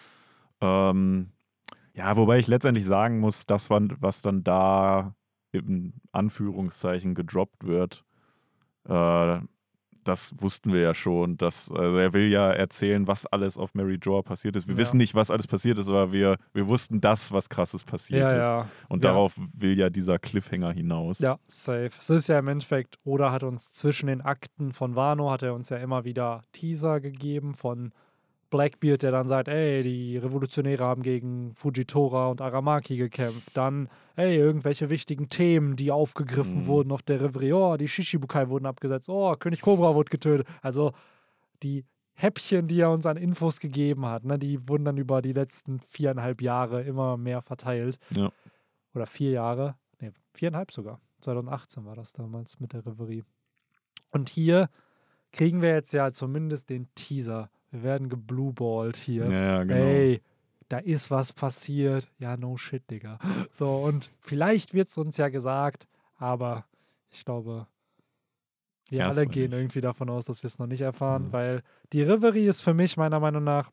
S2: Ja, wobei ich letztendlich sagen muss, das, was dann da in Anführungszeichen gedroppt wird, das wussten wir ja schon. Also er will ja erzählen, was alles auf Mary Joa passiert ist. Wir
S1: Ja.
S2: wissen nicht, was alles passiert ist, aber wir wussten das, was Krasses passiert ist.
S1: Ja.
S2: Und
S1: Ja.
S2: darauf will ja dieser Cliffhanger hinaus.
S1: Ja, safe. Es ist ja im Endeffekt, Oda hat uns zwischen den Akten von Wano, hat er uns ja immer wieder Teaser gegeben von Blackbeard, der dann sagt, ey, die Revolutionäre haben gegen Fujitora und Aramaki gekämpft. Dann, ey, irgendwelche wichtigen Themen, die aufgegriffen wurden auf der Reverie. Oh, die Shishibukai wurden abgesetzt. Oh, König Cobra wurde getötet. Also die Häppchen, die er uns an Infos gegeben hat, ne, die wurden dann über die letzten 4,5 Jahre immer mehr verteilt.
S2: Ja.
S1: Oder 4 Jahre. Ne, 4,5 sogar. 2018 war das damals mit der Reverie. Und hier kriegen wir jetzt ja zumindest den Teaser. Wir werden geblueballt hier.
S2: Ja, genau.
S1: Ey, da ist was passiert. Ja, no shit, Digga. So, und vielleicht wird es uns ja gesagt, aber ich glaube, wir
S2: Erstmal
S1: alle gehen
S2: nicht.
S1: irgendwie davon aus, dass wir es noch nicht erfahren, weil die Reverie ist für mich meiner Meinung nach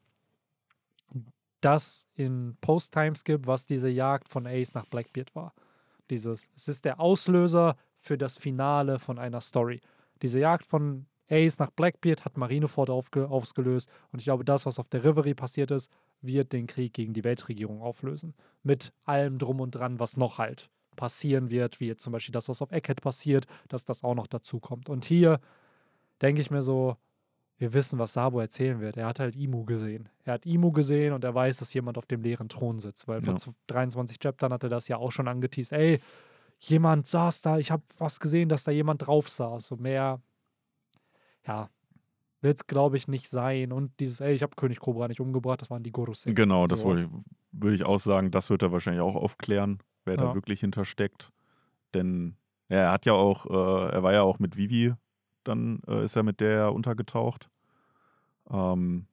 S1: das in Post-Timeskip, was diese Jagd von Ace nach Blackbeard war. Es ist der Auslöser für das Finale von einer Story. Diese Jagd von Ace nach Blackbeard hat Marineford ausgelöst und ich glaube, das, was auf der Reverie passiert ist, wird den Krieg gegen die Weltregierung auflösen. Mit allem drum und dran, was noch halt passieren wird, wie jetzt zum Beispiel das, was auf Egghead passiert, dass das auch noch dazu kommt. Und hier denke ich mir so, wir wissen, was Sabo erzählen wird. Er hat halt Imu gesehen. Er hat Imu gesehen und er weiß, dass jemand auf dem leeren Thron sitzt, weil vor 23 Chaptern hat er das ja auch schon angeteased. Ey, jemand saß da, ich habe was gesehen, dass da jemand drauf saß. So mehr, ja, wird es, glaube ich, nicht sein. Und dieses, ey, ich habe König Cobra nicht umgebracht, das waren die Gorosei.
S2: Genau, das
S1: So.
S2: würde ich auch sagen, das wird er wahrscheinlich auch aufklären, wer da wirklich hintersteckt. Denn ja, er war ja auch mit Vivi, dann ist er mit der untergetaucht. Von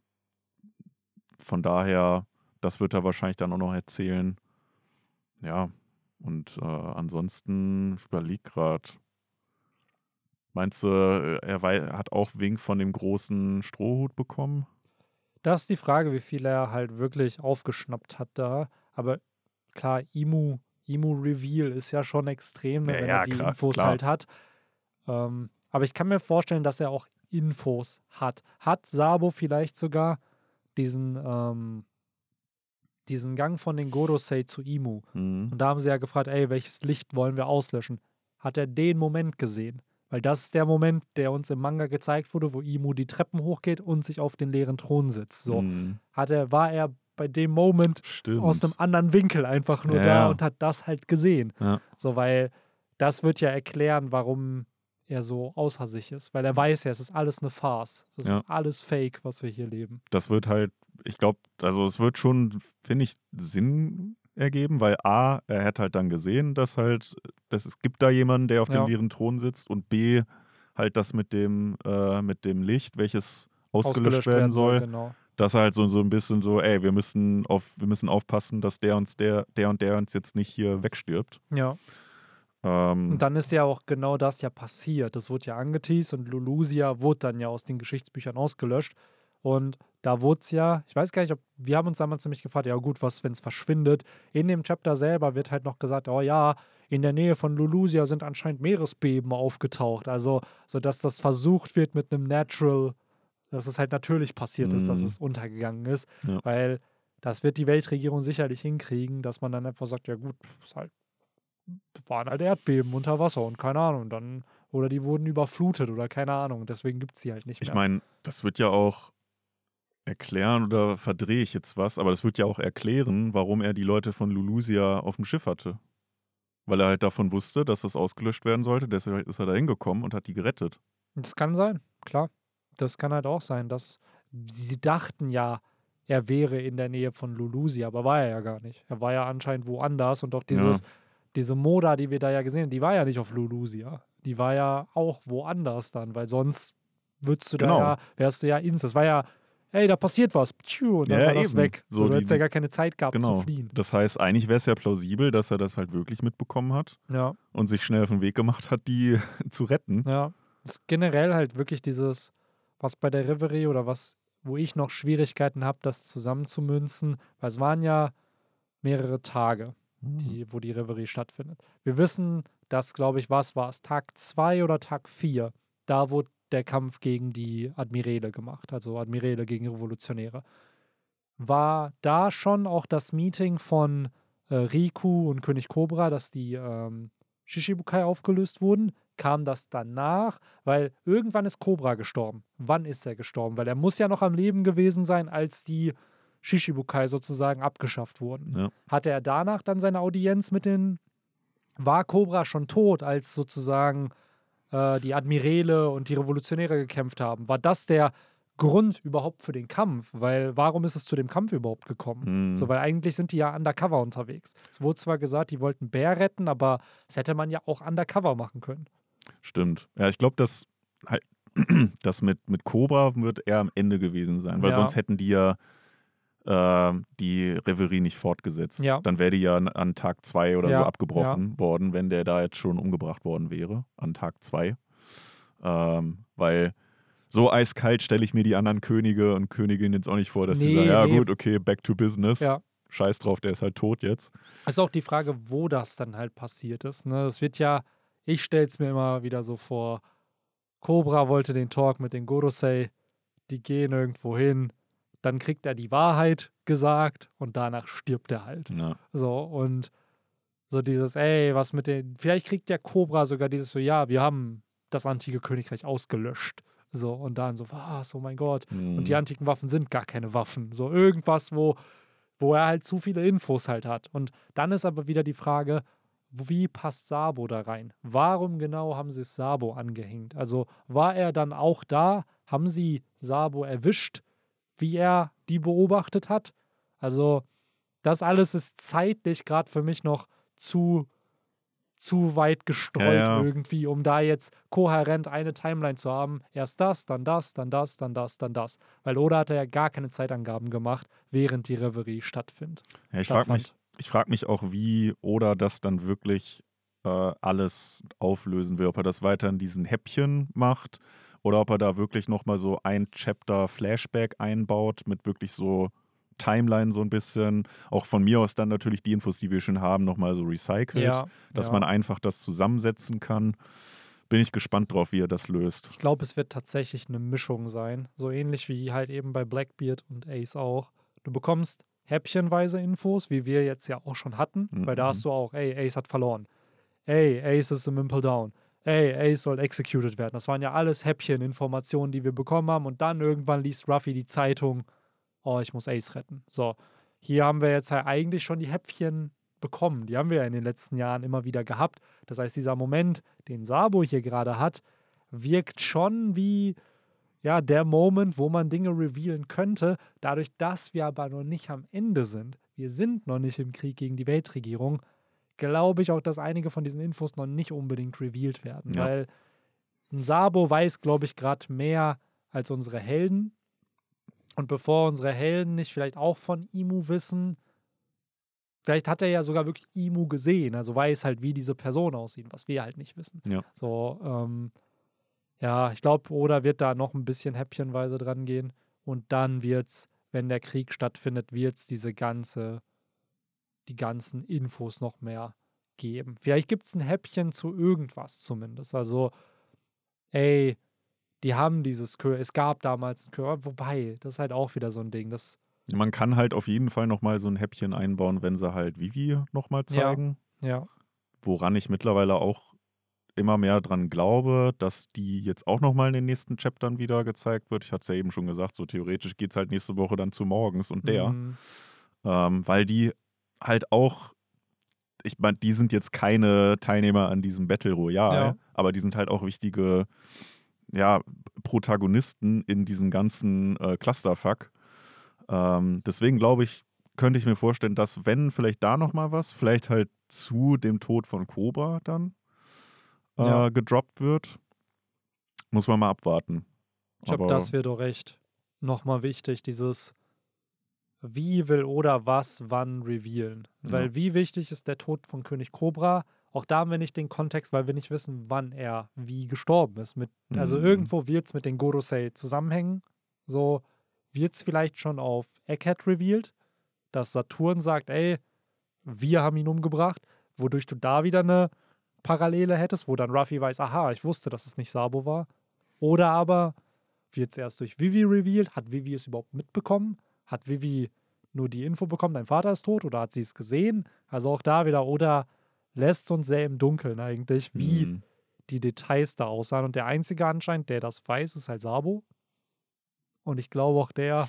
S2: daher, das wird er wahrscheinlich dann auch noch erzählen. Ja, und ansonsten, ich überlege gerade, meinst du, er hat auch Wink von dem großen Strohhut bekommen?
S1: Das ist die Frage, wie viel er halt wirklich aufgeschnappt hat da. Aber klar, Reveal ist ja schon extrem, ne, wenn er die Infos halt hat. Aber ich kann mir vorstellen, dass er auch Infos hat. Hat Sabo vielleicht sogar diesen Gang von den Gorosei zu Imu. Und da haben sie ja gefragt, ey, welches Licht wollen wir auslöschen? Hat er den Moment gesehen? Weil das ist der Moment, der uns im Manga gezeigt wurde, wo Imu die Treppen hochgeht und sich auf den leeren Thron sitzt. So war er bei dem Moment aus einem anderen Winkel einfach nur da und hat das halt gesehen. Ja. So, weil das wird ja erklären, warum er so außer sich ist. Weil er weiß ja, es ist alles eine Farce. Es ist alles Fake, was wir hier leben.
S2: Das wird halt, ich glaube, also es wird schon, finde ich, Sinn ergeben, weil A, er hat halt dann gesehen, dass es gibt da jemanden, der auf dem leeren Thron sitzt, und B, halt das mit dem Licht, welches ausgelöscht werden soll.
S1: Genau.
S2: Das halt so ein bisschen so, ey, wir müssen aufpassen, dass der und der uns jetzt nicht hier wegstirbt.
S1: Ja. Und dann ist ja auch genau das ja passiert. Das wurde ja angeteased und Lulusia wurde dann ja aus den Geschichtsbüchern ausgelöscht. Und da wurde es ja, ich weiß gar nicht, wir haben uns damals nämlich gefragt, ja gut, was, wenn es verschwindet? In dem Chapter selber wird halt noch gesagt, oh ja, in der Nähe von Lulusia sind anscheinend Meeresbeben aufgetaucht. Also, sodass das versucht wird mit einem Natural, dass es halt natürlich passiert ist, dass es untergegangen ist. Ja. Weil das wird die Weltregierung sicherlich hinkriegen, dass man dann einfach sagt, ja gut, waren halt Erdbeben unter Wasser und keine Ahnung. Oder die wurden überflutet oder keine Ahnung. Deswegen gibt es sie halt nicht mehr.
S2: Ich meine, das wird ja auch erklären, oder verdrehe ich jetzt was, aber das wird ja auch erklären, warum er die Leute von Lulusia auf dem Schiff hatte. Weil er halt davon wusste, dass das ausgelöscht werden sollte. Deshalb ist er da hingekommen und hat die gerettet.
S1: Das kann sein, klar. Das kann halt auch sein, dass sie dachten ja, er wäre in der Nähe von Lulusia, aber war er ja gar nicht. Er war ja anscheinend woanders und auch diese Moda, die wir da ja gesehen haben, die war ja nicht auf Lulusia. Die war ja auch woanders dann, weil sonst wärst du ja das war ja, ey, da passiert was. Und dann war das weg. So, du hättest ja gar keine Zeit gehabt zu fliehen.
S2: Das heißt, eigentlich wäre es ja plausibel, dass er das halt wirklich mitbekommen hat und sich schnell auf den Weg gemacht hat, die zu retten.
S1: Ja, das ist generell halt wirklich dieses, was bei der Reverie oder wo ich noch Schwierigkeiten habe, das zusammenzumünzen, weil es waren ja mehrere Tage, wo die Reverie stattfindet. Wir wissen, dass, glaube ich, war es Tag 2 oder Tag 4, da wurde der Kampf gegen die Admirale gemacht, also Admirale gegen Revolutionäre. War da schon auch das Meeting von Riku und König Cobra, dass die Shishibukai aufgelöst wurden? Kam das danach? Weil irgendwann ist Cobra gestorben. Wann ist er gestorben? Weil er muss ja noch am Leben gewesen sein, als die Shishibukai sozusagen abgeschafft wurden. Ja. Hatte er danach dann seine Audienz mit war Cobra schon tot, als sozusagen die Admirale und die Revolutionäre gekämpft haben? War das der Grund überhaupt für den Kampf? Weil warum ist es zu dem Kampf überhaupt gekommen? So, weil eigentlich sind die ja undercover unterwegs. Es wurde zwar gesagt, die wollten Bär retten, aber das hätte man ja auch undercover machen können.
S2: Stimmt. Ja, ich glaube, das mit Cobra wird eher am Ende gewesen sein, weil sonst hätten die ja die Reverie nicht fortgesetzt. Ja. Dann wäre die ja an Tag 2 oder so abgebrochen worden, wenn der da jetzt schon umgebracht worden wäre, an Tag 2. Weil so eiskalt stelle ich mir die anderen Könige und Königinnen jetzt auch nicht vor, dass sie sagen, ja gut, okay, back to business. Ja. Scheiß drauf, der ist halt tot jetzt.
S1: Es ist auch die Frage, wo das dann halt passiert ist. Ne? Es wird ja, ich stelle es mir immer wieder so vor, Cobra wollte den Talk mit den Gorosei, die gehen irgendwo hin, dann kriegt er die Wahrheit gesagt und danach stirbt er halt. Ja. So, und so dieses, ey, was mit den, vielleicht kriegt der Cobra sogar dieses so, ja, wir haben das antike Königreich ausgelöscht. So, und dann so, was, oh mein Gott. Und die antiken Waffen sind gar keine Waffen. So irgendwas, wo er halt zu viele Infos halt hat. Und dann ist aber wieder die Frage, wie passt Sabo da rein? Warum genau haben sie Sabo angehängt? Also war er dann auch da? Haben sie Sabo erwischt, wie er die beobachtet hat? Also das alles ist zeitlich gerade für mich noch zu weit gestreut irgendwie, um da jetzt kohärent eine Timeline zu haben. Erst das, dann das, dann das, dann das, dann das. Weil Oda hat ja gar keine Zeitangaben gemacht, während die Reverie stattfindet.
S2: Ja, ich frag mich auch, wie Oda das dann wirklich alles auflösen will. Ob er das weiter in diesen Häppchen macht oder ob er da wirklich nochmal so ein Chapter Flashback einbaut mit wirklich so Timeline so ein bisschen. Auch von mir aus dann natürlich die Infos, die wir schon haben, nochmal so recycelt, dass man einfach das zusammensetzen kann. Bin ich gespannt drauf, wie er das löst.
S1: Ich glaube, es wird tatsächlich eine Mischung sein. So ähnlich wie halt eben bei Blackbeard und Ace auch. Du bekommst häppchenweise Infos, wie wir jetzt ja auch schon hatten, weil da hast du auch, ey, Ace hat verloren. Ey, Ace ist im Impel Down. Ey, Ace soll executed werden. Das waren ja alles Häppchen-Informationen, die wir bekommen haben. Und dann irgendwann liest Ruffy die Zeitung, oh, ich muss Ace retten. So, hier haben wir jetzt halt eigentlich schon die Häppchen bekommen. Die haben wir ja in den letzten Jahren immer wieder gehabt. Das heißt, dieser Moment, den Sabo hier gerade hat, wirkt schon wie ja, der Moment, wo man Dinge revealen könnte. Dadurch, dass wir aber noch nicht am Ende sind. Wir sind noch nicht im Krieg gegen die Weltregierung. Glaube ich auch, dass einige von diesen Infos noch nicht unbedingt revealed werden.
S2: Ja.
S1: Weil ein Sabo weiß, glaube ich, gerade mehr als unsere Helden. Und bevor unsere Helden nicht vielleicht auch von Imu wissen, vielleicht hat er ja sogar wirklich Imu gesehen, also weiß halt, wie diese Person aussieht, was wir halt nicht wissen.
S2: Ja.
S1: So, ja, ich glaube, Oda wird da noch ein bisschen häppchenweise dran gehen. Und dann wird's, wenn der Krieg stattfindet, wird's die ganzen Infos noch mehr geben. Vielleicht gibt es ein Häppchen zu irgendwas zumindest. Also, ey, die haben es gab damals ein Chor, wobei, das ist halt auch wieder so ein Ding, das
S2: Man kann halt auf jeden Fall nochmal so ein Häppchen einbauen, wenn sie halt Vivi nochmal zeigen.
S1: ja.
S2: Woran ich mittlerweile auch immer mehr dran glaube, dass die jetzt auch nochmal in den nächsten Chaptern wieder gezeigt wird. Ich hatte es ja eben schon gesagt, so theoretisch geht es halt nächste Woche dann zu Morgens und der. Weil die halt auch, ich meine, die sind jetzt keine Teilnehmer an diesem Battle Royale, aber die sind halt auch wichtige Protagonisten in diesem ganzen Clusterfuck. Deswegen glaube ich, könnte ich mir vorstellen, dass wenn vielleicht da nochmal was, vielleicht halt zu dem Tod von Cobra dann gedroppt wird, muss man mal abwarten.
S1: Ich glaube, das wird auch echt nochmal wichtig, dieses wie will oder was wann revealen. Weil wie wichtig ist der Tod von König Cobra? Auch da haben wir nicht den Kontext, weil wir nicht wissen, wann er wie gestorben ist. Also irgendwo wird es mit den Gorosei zusammenhängen. So wird es vielleicht schon auf Egghead revealed, dass Saturn sagt, ey, wir haben ihn umgebracht, wodurch du da wieder eine Parallele hättest, wo dann Ruffy weiß, aha, ich wusste, dass es nicht Sabo war. Oder aber wird es erst durch Vivi revealed? Hat Vivi es überhaupt mitbekommen? Hat Vivi nur die Info bekommen, dein Vater ist tot? Oder hat sie es gesehen? Also auch da wieder, oder lässt uns sehr im Dunkeln eigentlich, wie die Details da aussahen. Und der Einzige anscheinend, der das weiß, ist halt Sabo. Und ich glaube auch, der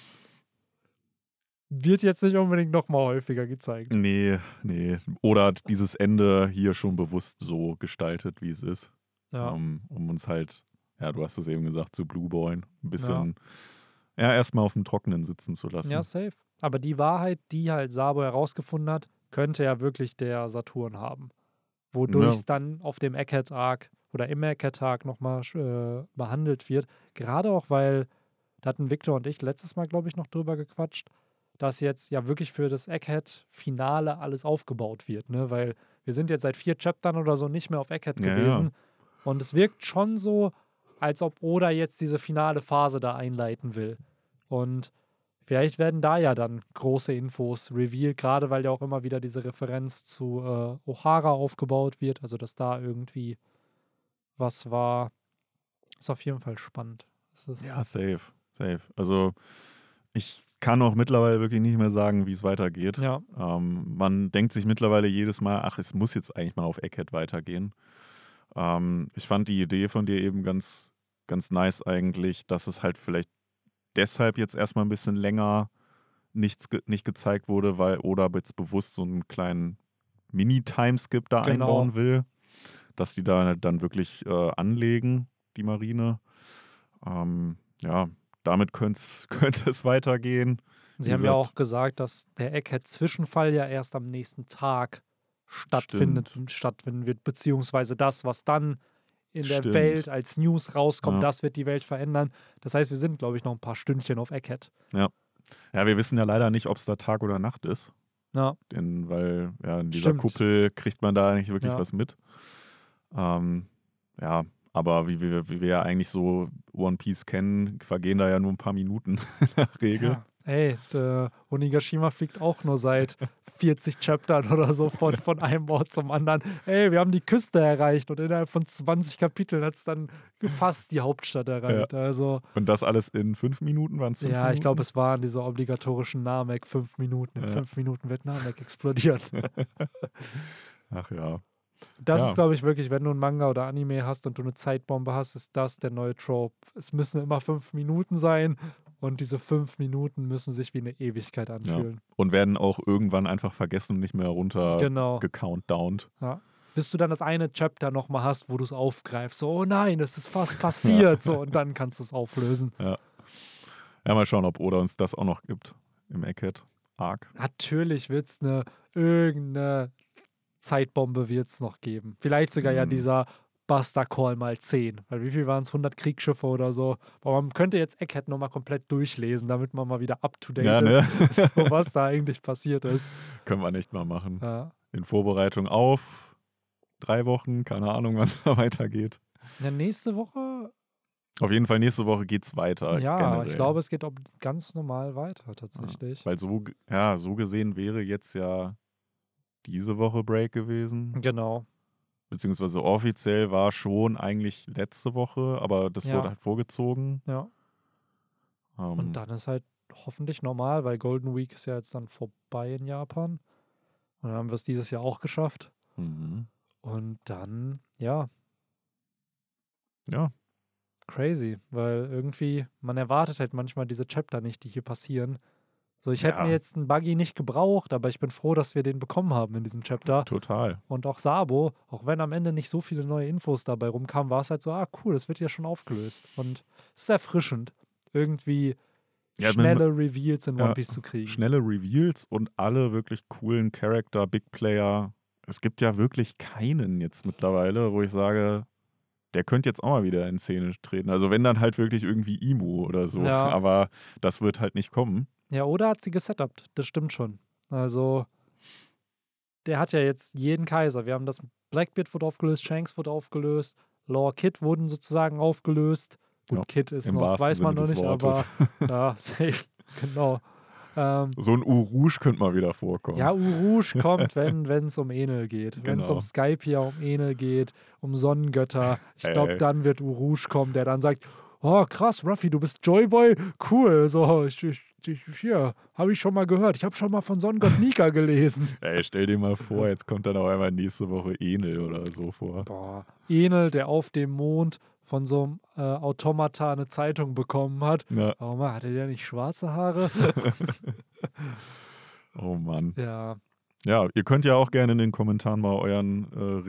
S1: wird jetzt nicht unbedingt nochmal häufiger gezeigt.
S2: Nee. Oder hat dieses Ende hier schon bewusst so gestaltet, wie es ist.
S1: Ja.
S2: Um uns halt, du hast es eben gesagt, zu Blueballen ein bisschen erstmal auf dem Trockenen sitzen zu lassen.
S1: Ja, safe. Aber die Wahrheit, die halt Sabo herausgefunden hat, könnte ja wirklich der Saturn haben. Wodurch es dann auf dem Egghead-Arc oder im Egghead-Arc nochmal behandelt wird. Gerade auch, weil, da hatten Victor und ich letztes Mal, glaube ich, noch drüber gequatscht, dass jetzt ja wirklich für das Egghead-Finale alles aufgebaut wird, ne? Weil wir sind jetzt seit 4 Chaptern oder so nicht mehr auf Egghead gewesen. Und es wirkt schon so, als ob Oda jetzt diese finale Phase da einleiten will. Und vielleicht werden da ja dann große Infos revealed, gerade weil ja auch immer wieder diese Referenz zu Ohara aufgebaut wird, also dass da irgendwie was war. Ist auf jeden Fall spannend.
S2: Ja, safe. Also ich kann auch mittlerweile wirklich nicht mehr sagen, wie es weitergeht.
S1: Ja.
S2: Man denkt sich mittlerweile jedes Mal, ach, es muss jetzt eigentlich mal auf Egghead weitergehen. Ich fand die Idee von dir eben ganz, ganz nice eigentlich, dass es halt vielleicht deshalb jetzt erstmal ein bisschen länger nicht gezeigt wurde, weil Oda jetzt bewusst so einen kleinen Mini-Timeskip da einbauen will, dass die da dann wirklich anlegen, die Marine. Damit könnte es weitergehen.
S1: Sie haben ja auch gesagt, dass der Egghead-Zwischenfall ja erst am nächsten Tag stattfinden wird, beziehungsweise das, was dann in der Welt als News rauskommt, das wird die Welt verändern. Das heißt, wir sind, glaube ich, noch ein paar Stündchen auf Egghead.
S2: Ja, wir wissen ja leider nicht, ob es da Tag oder Nacht ist.
S1: Ja.
S2: Weil in dieser Kuppel kriegt man da nicht wirklich was mit. Aber wie wir ja eigentlich so One Piece kennen, vergehen da ja nur ein paar Minuten in der Regel.
S1: Ja. Ey, der Onigashima fliegt auch nur seit 40 Chaptern oder so von einem Ort zum anderen. Ey, wir haben die Küste erreicht und innerhalb von 20 Kapiteln hat es dann fast die Hauptstadt erreicht. Also,
S2: Und das alles in 5 Minuten? Waren es 5 Minuten?
S1: ja, ich glaube, es waren diese obligatorischen Namek 5 Minuten. In
S2: Ja.
S1: 5 Minuten wird Namek explodiert.
S2: Ach ja.
S1: Das
S2: Ja.
S1: ist, glaube ich, wirklich, wenn du einen Manga oder Anime hast und du eine Zeitbombe hast, ist das der neue Trope. Es müssen immer 5 Minuten sein und diese 5 Minuten müssen sich wie eine Ewigkeit anfühlen.
S2: Und werden auch irgendwann einfach vergessen und nicht mehr runter
S1: Genau.
S2: gecountdownt.
S1: Ja. Bis du dann das eine Chapter nochmal hast, wo du es aufgreifst. So, oh nein, es ist fast passiert. So, und dann kannst du es auflösen.
S2: Ja, mal schauen, ob Oda uns das auch noch gibt im Egghead-Arc.
S1: Natürlich wird es irgendeine Zeitbombe wird's noch geben. Vielleicht sogar ja dieser Buster Call mal 10. Weil wie viel waren es? 100 Kriegsschiffe oder so. Aber man könnte jetzt Egghead nochmal komplett durchlesen, damit man mal wieder up-to-date
S2: Ja, ne?
S1: ist, so was da eigentlich passiert ist.
S2: Können wir nicht mal machen.
S1: Ja.
S2: In Vorbereitung auf 3 Wochen, keine Ahnung, wann es da weitergeht.
S1: Ja, nächste Woche,
S2: Auf jeden Fall nächste Woche geht's weiter.
S1: ja,
S2: generell.
S1: ich glaube, es geht auch ganz normal weiter tatsächlich.
S2: Weil so gesehen wäre jetzt ja diese Woche Break gewesen.
S1: Genau.
S2: Beziehungsweise offiziell war schon eigentlich letzte Woche, aber das
S1: Ja.
S2: wurde halt vorgezogen.
S1: Ja. Und dann ist halt hoffentlich normal, weil Golden Week ist ja jetzt dann vorbei in Japan. Und dann haben wir es dieses Jahr auch geschafft.
S2: Mhm.
S1: Und dann, ja,
S2: Ja,
S1: crazy, weil irgendwie, man erwartet halt manchmal diese Chapter nicht, die hier passieren. So, ich hätte
S2: Ja.
S1: mir jetzt einen Buggy nicht gebraucht, aber ich bin froh, dass wir den bekommen haben in diesem Chapter.
S2: total.
S1: Und auch Sabo, auch wenn am Ende nicht so viele neue Infos dabei rumkamen, war es halt so, cool, das wird ja schon aufgelöst. Und es ist erfrischend, irgendwie
S2: Ja,
S1: schnelle Reveals in
S2: ja,
S1: One Piece zu kriegen.
S2: Schnelle Reveals und alle wirklich coolen Charakter, Big Player. Es gibt ja wirklich keinen jetzt mittlerweile, wo ich sage, der könnte jetzt auch mal wieder in Szene treten. Also wenn dann halt wirklich irgendwie Imu oder so.
S1: Ja.
S2: Aber das wird halt nicht kommen.
S1: Ja, oder hat sie gesetupt, das stimmt schon. Also, der hat ja jetzt jeden Kaiser. Wir haben das Blackbeard wurde aufgelöst, Shanks wurde aufgelöst, Law Kid wurden sozusagen aufgelöst. Gut,
S2: Ja,
S1: Kid ist
S2: im
S1: noch,
S2: wahrsten
S1: weiß man noch
S2: Sinne
S1: nicht,
S2: des Wortes.
S1: aber ja, safe, genau.
S2: So ein Urouge könnte mal wieder vorkommen.
S1: Ja, Urouge kommt, wenn es um Enel geht. Wenn es
S2: Genau.
S1: um Skypiea, um Enel geht, um Sonnengötter. Ich glaube,
S2: Ey.
S1: dann wird Urouge kommen, der dann sagt, oh krass, Ruffy, du bist Joyboy? Cool, so, hier, habe ich schon mal gehört. Ich habe schon mal von Sonnengott Nika gelesen.
S2: Ey, stell dir mal vor, jetzt kommt dann auch einmal nächste Woche Enel oder so vor.
S1: Boah, Enel, der auf dem Mond von so einem Automata eine Zeitung bekommen hat.
S2: Ja.
S1: Warum hatte der nicht schwarze Haare?
S2: Oh Mann.
S1: Ja,
S2: Ja, ihr könnt ja auch gerne in den Kommentaren mal euren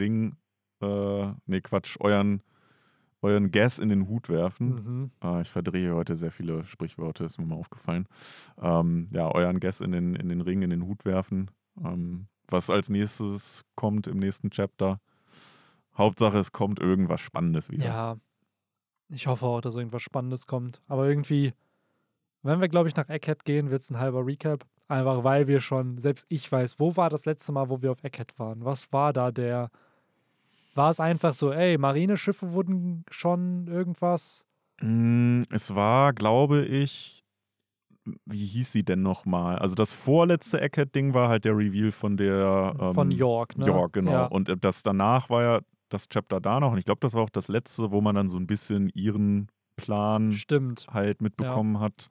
S2: euren Guess in den Hut werfen. Ich verdrehe heute sehr viele Sprichworte, ist mir mal aufgefallen. Euren Guess in den Ring, in den Hut werfen. Was als nächstes kommt im nächsten Chapter. Hauptsache, es kommt irgendwas Spannendes wieder.
S1: Ja, ich hoffe auch, dass irgendwas Spannendes kommt. Aber irgendwie, wenn wir, glaube ich, nach Egghead gehen, wird es ein halber Recap. Einfach weil wir schon, selbst ich weiß, wo war das letzte Mal, wo wir auf Egghead waren? Was war da war es einfach so, ey, Marineschiffe wurden schon irgendwas?
S2: Es war, glaube ich, wie hieß sie denn nochmal? Also das vorletzte Egghead-Ding war halt der Reveal von der
S1: Von York, ne?
S2: York, genau.
S1: Ja.
S2: Und das danach war ja das Chapter da noch. Und ich glaube, das war auch das letzte, wo man dann so ein bisschen ihren Plan
S1: Stimmt.
S2: halt mitbekommen hat.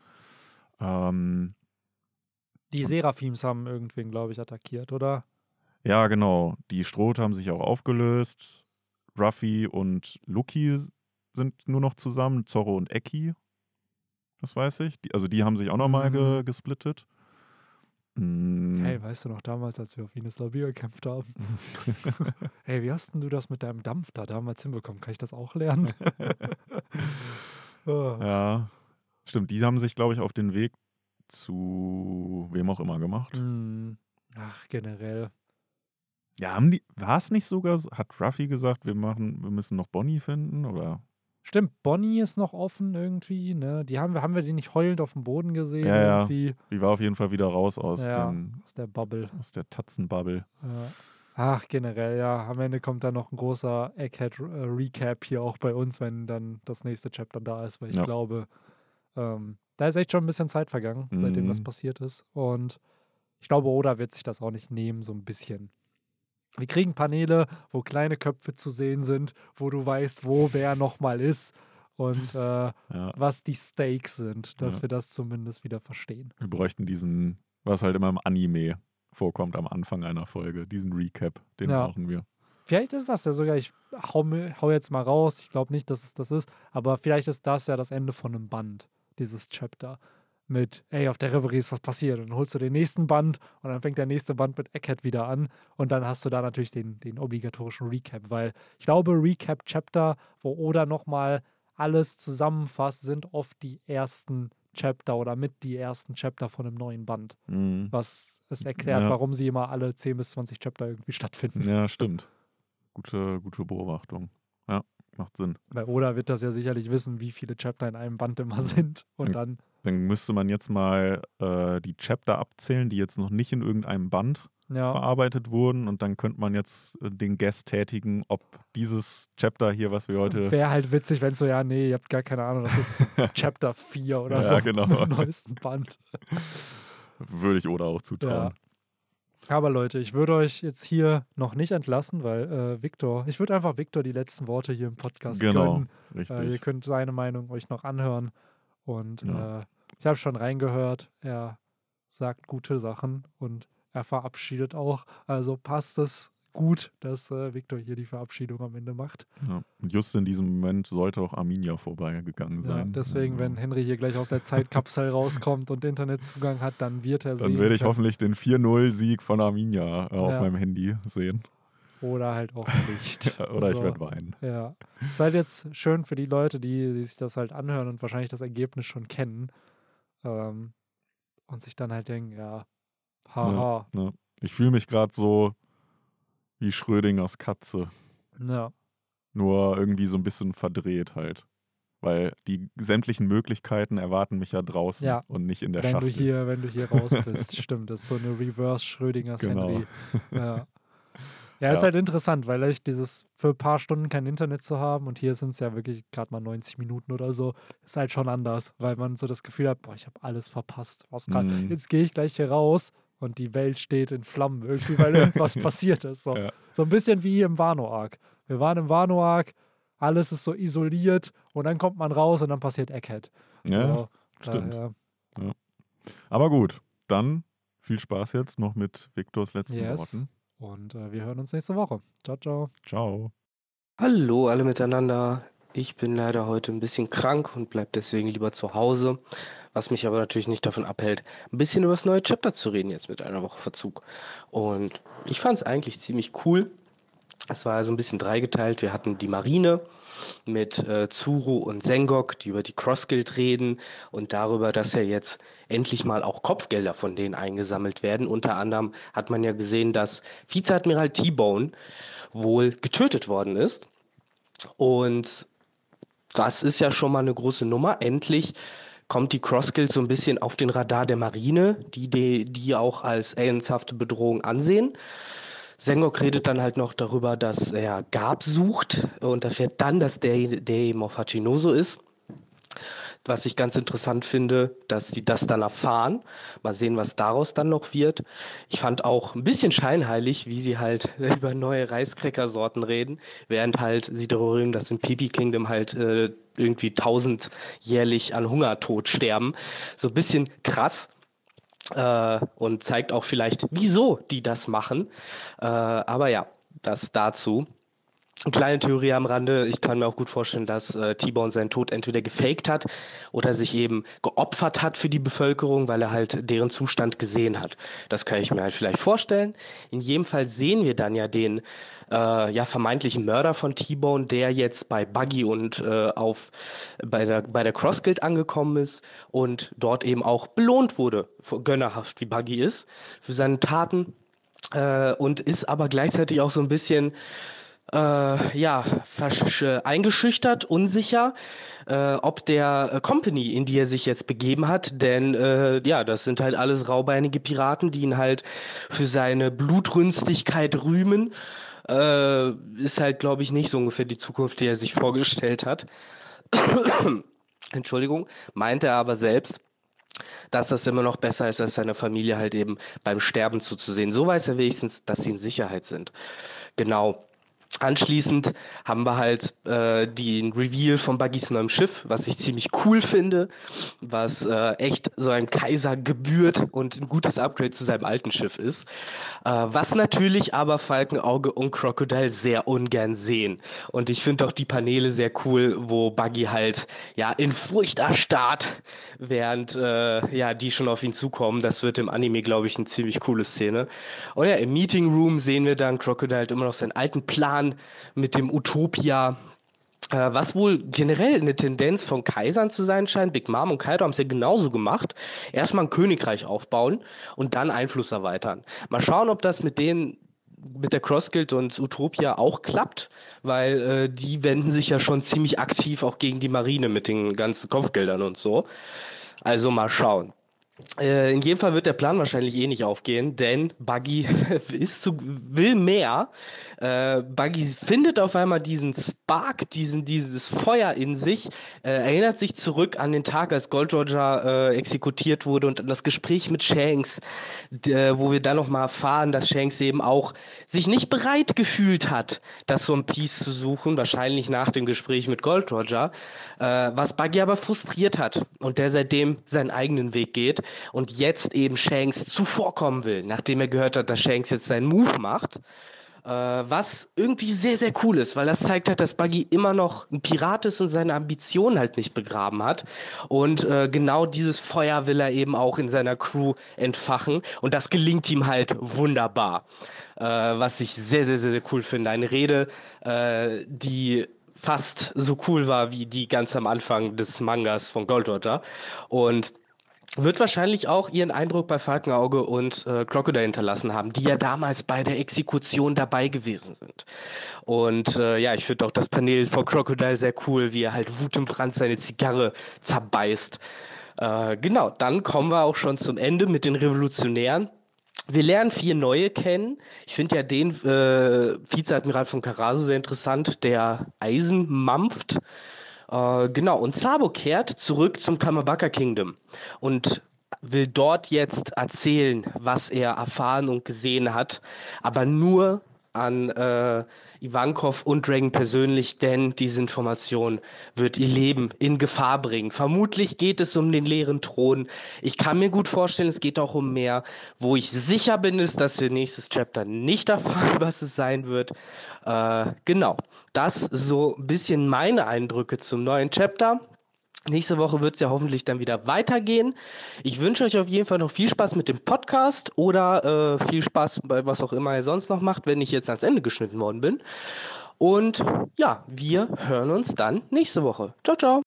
S1: Die Seraphims haben irgendwen, glaube ich, attackiert, oder?
S2: Ja, genau. Die Strohte haben sich auch aufgelöst. Ruffy und Lucky sind nur noch zusammen. Zorro und Eki. Das weiß ich. Die haben sich auch nochmal gesplittet.
S1: Hey, weißt du noch damals, als wir auf Ines Lobby gekämpft haben? Hey, wie hast denn du das mit deinem Dampf da damals hinbekommen? Kann ich das auch lernen?
S2: Ja, stimmt. Die haben sich, glaube ich, auf den Weg zu wem auch immer gemacht.
S1: Ach, generell.
S2: Ja, war es nicht sogar, hat Ruffy gesagt, wir müssen noch Bonnie finden, oder?
S1: Stimmt, Bonnie ist noch offen irgendwie, ne? Haben wir die nicht heulend auf dem Boden gesehen
S2: Ja,
S1: irgendwie?
S2: Die war auf jeden Fall wieder raus aus
S1: Ja, aus der Bubble.
S2: aus der Tatzenbubble.
S1: Ja. Ach, generell, ja. Am Ende kommt dann noch ein großer Egghead-Recap hier auch bei uns, wenn dann das nächste Chapter da ist, weil ich
S2: Ja.
S1: glaube, da ist echt schon ein bisschen Zeit vergangen, seitdem das
S2: Mhm.
S1: passiert ist. Und ich glaube, Oda wird sich das auch nicht nehmen, so ein bisschen. Wir kriegen Paneele, wo kleine Köpfe zu sehen sind, wo du weißt, wo wer nochmal ist und
S2: Ja,
S1: was die Stakes sind, dass
S2: Ja.
S1: wir das zumindest wieder verstehen.
S2: wir bräuchten diesen, was halt immer im Anime vorkommt am Anfang einer Folge, diesen Recap, den
S1: Ja.
S2: brauchen wir.
S1: Vielleicht ist das ja sogar, ich hau jetzt mal raus, ich glaube nicht, dass es das ist, aber vielleicht ist das ja das Ende von einem Band, dieses Chapter. Mit, ey, auf der Reverie ist was passiert. Und dann holst du den nächsten Band und dann fängt der nächste Band mit Egghead wieder an. Und dann hast du da natürlich den obligatorischen Recap, weil ich glaube, Recap-Chapter, wo Oda nochmal alles zusammenfasst, sind oft die ersten Chapter oder mit die ersten Chapter von einem neuen Band.
S2: Mhm.
S1: Was es erklärt,
S2: Ja.
S1: warum sie immer alle 10 bis 20 Chapter irgendwie stattfinden.
S2: Ja, stimmt. Gute Beobachtung. Ja, macht Sinn.
S1: Weil Oda wird das ja sicherlich wissen, wie viele Chapter in einem Band immer sind. Und dann,
S2: Dann müsste man jetzt mal die Chapter abzählen, die jetzt noch nicht in irgendeinem Band
S1: ja,
S2: verarbeitet wurden. Und dann könnte man jetzt den Guess tätigen, ob dieses Chapter hier, was wir heute.
S1: wäre halt witzig, wenn so, ja, nee, ihr habt gar keine Ahnung, das ist so Chapter 4 oder
S2: Ja,
S1: so
S2: genau.
S1: im neuesten Band.
S2: Würde ich Oda auch zutrauen.
S1: Aber Leute, ich würde euch jetzt hier noch nicht entlassen, weil Victor, ich würde einfach Victor die letzten Worte hier im Podcast
S2: Genau,
S1: gönnen.
S2: richtig.
S1: Ihr könnt seine Meinung euch noch anhören. Und
S2: Ja.
S1: ich habe schon reingehört, er sagt gute Sachen und er verabschiedet auch. Also passt es gut, dass Victor hier die Verabschiedung am Ende macht.
S2: Ja. Und just in diesem Moment sollte auch Arminia vorbeigegangen
S1: Ja,
S2: sein.
S1: deswegen,
S2: Also,
S1: wenn Henry hier gleich aus der Zeitkapsel rauskommt und Internetzugang hat, dann wird er sehen
S2: dann werde ich
S1: können.
S2: hoffentlich den 4-0-Sieg von Arminia auf
S1: Ja.
S2: meinem Handy sehen.
S1: Oder halt auch nicht.
S2: Oder ich
S1: So.
S2: werde weinen.
S1: Ja. Ist halt jetzt schön für die Leute, die sich das halt anhören und wahrscheinlich das Ergebnis schon kennen. Und sich dann halt denken, ja, haha.
S2: Ja. Ich fühle mich gerade so wie Schrödingers Katze.
S1: Ja.
S2: Nur irgendwie so ein bisschen verdreht halt. Weil die sämtlichen Möglichkeiten erwarten mich ja draußen
S1: Ja.
S2: und nicht in der
S1: Wenn
S2: Schachtel.
S1: du hier raus bist. Stimmt, das ist so eine Reverse Schrödingers
S2: Genau.
S1: Henry. Ja. Ja, ist
S2: Ja.
S1: halt interessant, weil echt dieses für ein paar Stunden kein Internet zu haben und hier sind es ja wirklich gerade mal 90 Minuten oder so, ist halt schon anders, weil man so das Gefühl hat, boah, ich habe alles verpasst.
S2: Mhm.
S1: Jetzt gehe ich gleich hier raus und die Welt steht in Flammen irgendwie, weil irgendwas passiert ist. So.
S2: Ja.
S1: So ein bisschen wie im Wano-Arc. Wir waren im Wano-Arc, alles ist so isoliert und dann kommt man raus und dann passiert Egghead.
S2: Ja,
S1: So,
S2: stimmt.
S1: daher,
S2: Aber gut, dann viel Spaß jetzt noch mit Viktors letzten
S1: yes.
S2: Worten.
S1: Und wir hören uns nächste Woche. Ciao, ciao.
S2: Ciao.
S3: Hallo alle miteinander. Ich bin leider heute ein bisschen krank und bleib deswegen lieber zu Hause, was mich aber natürlich nicht davon abhält, ein bisschen über das neue Chapter zu reden jetzt mit einer Woche Verzug. Und ich fand es eigentlich ziemlich cool. Es war also ein bisschen dreigeteilt. Wir hatten die Marine mit Zuru und Sengok, die über die Cross-Guild reden und darüber, dass ja jetzt endlich mal auch Kopfgelder von denen eingesammelt werden. Unter anderem hat man ja gesehen, dass Vizeadmiral T-Bone wohl getötet worden ist. Und das ist ja schon mal eine große Nummer. Endlich kommt die Cross-Guild so ein bisschen auf den Radar der Marine, die auch als ernsthafte Bedrohung ansehen. Sengok redet dann halt noch darüber, dass er Garp sucht und erfährt dann, dass der eben auf Hachinoso ist. Was ich ganz interessant finde, dass die das dann erfahren. Mal sehen, was daraus dann noch wird. Ich fand auch ein bisschen scheinheilig, wie sie halt über neue Reiskräcker-Sorten reden, während halt sie darüber reden, dass in Pipi Kingdom halt irgendwie 1000 jährlich an Hungertod sterben. So ein bisschen krass. Und zeigt auch vielleicht, wieso die das machen. Aber ja, das dazu. Eine kleine Theorie am Rande. Ich kann mir auch gut vorstellen, dass T-Bone seinen Tod entweder gefaked hat oder sich eben geopfert hat für die Bevölkerung, weil er halt deren Zustand gesehen hat. Das kann ich mir halt vielleicht vorstellen. In jedem Fall sehen wir dann ja den vermeintlichen Mörder von T-Bone, der jetzt bei Buggy und bei der Cross Guild angekommen ist und dort eben auch belohnt wurde, gönnerhaft wie Buggy ist, für seine Taten und ist aber gleichzeitig auch so ein bisschen eingeschüchtert, unsicher, ob der Company, in die er sich jetzt begeben hat, denn das sind halt alles raubeinige Piraten, die ihn halt für seine Blutrünstigkeit rühmen. Ist halt, glaube ich, nicht so ungefähr die Zukunft, die er sich vorgestellt hat. Entschuldigung, meint er aber selbst, dass das immer noch besser ist, als seine Familie halt eben beim Sterben zuzusehen. So weiß er wenigstens, dass sie in Sicherheit sind. Genau. Anschließend haben wir halt den Reveal von Buggys neuem Schiff, was ich ziemlich cool finde, was echt so einem Kaiser gebührt und ein gutes Upgrade zu seinem alten Schiff ist. Was natürlich aber Falkenauge und Crocodile sehr ungern sehen. Und ich finde auch die Paneele sehr cool, wo Buggy halt in Furcht erstarrt, während die schon auf ihn zukommen. Das wird im Anime, glaube ich, eine ziemlich coole Szene. Und ja, im Meeting Room sehen wir dann Crocodile halt immer noch seinen alten Plan mit dem Utopia, was wohl generell eine Tendenz von Kaisern zu sein scheint. Big Mom und Kaido haben es ja genauso gemacht. Erstmal ein Königreich aufbauen und dann Einfluss erweitern. Mal schauen, ob das mit der Cross Guild und Utopia auch klappt, weil die wenden sich ja schon ziemlich aktiv auch gegen die Marine mit den ganzen Kopfgeldern und so. Also mal schauen. In jedem Fall wird der Plan wahrscheinlich eh nicht aufgehen, denn Buggy will mehr. Buggy findet auf einmal diesen Spark, dieses Feuer in sich, erinnert sich zurück an den Tag, als Gold Roger exekutiert wurde und an das Gespräch mit Shanks, wo wir dann nochmal erfahren, dass Shanks eben auch sich nicht bereit gefühlt hat, das One Piece zu suchen, wahrscheinlich nach dem Gespräch mit Gold Roger, was Buggy aber frustriert hat und der seitdem seinen eigenen Weg geht und jetzt eben Shanks zuvorkommen will, nachdem er gehört hat, dass Shanks jetzt seinen Move macht. Was irgendwie sehr, sehr cool ist, weil das zeigt halt, dass Buggy immer noch ein Pirat ist und seine Ambitionen halt nicht begraben hat. Und genau dieses Feuer will er eben auch in seiner Crew entfachen. Und das gelingt ihm halt wunderbar. Was ich sehr, sehr, sehr, sehr cool finde. Eine Rede, die fast so cool war wie die ganz am Anfang des Mangas von Gold Roger. Und wird wahrscheinlich auch ihren Eindruck bei Falkenauge und Crocodile hinterlassen haben, die ja damals bei der Exekution dabei gewesen sind. Und ich finde auch das Panel von Crocodile sehr cool, wie er halt wutentbrannt seine Zigarre zerbeißt. Genau, dann kommen wir auch schon zum Ende mit den Revolutionären. Wir lernen 4 neue kennen. Ich finde ja den Vizeadmiral von Karasu sehr interessant, der Eisen mampft. Genau, und Sabo kehrt zurück zum Kamabaka Kingdom und will dort jetzt erzählen, was er erfahren und gesehen hat, aber nur an Ivankov und Dragon persönlich, denn diese Information wird ihr Leben in Gefahr bringen. Vermutlich geht es um den leeren Thron. Ich kann mir gut vorstellen, es geht auch um mehr. Wo ich sicher bin, ist, dass wir nächstes Chapter nicht erfahren, was es sein wird. Genau, das so ein bisschen meine Eindrücke zum neuen Chapter. Nächste Woche wird es ja hoffentlich dann wieder weitergehen. Ich wünsche euch auf jeden Fall noch viel Spaß mit dem Podcast oder viel Spaß bei was auch immer ihr sonst noch macht, wenn ich jetzt ans Ende geschnitten worden bin. Und ja, wir hören uns dann nächste Woche. Ciao, ciao.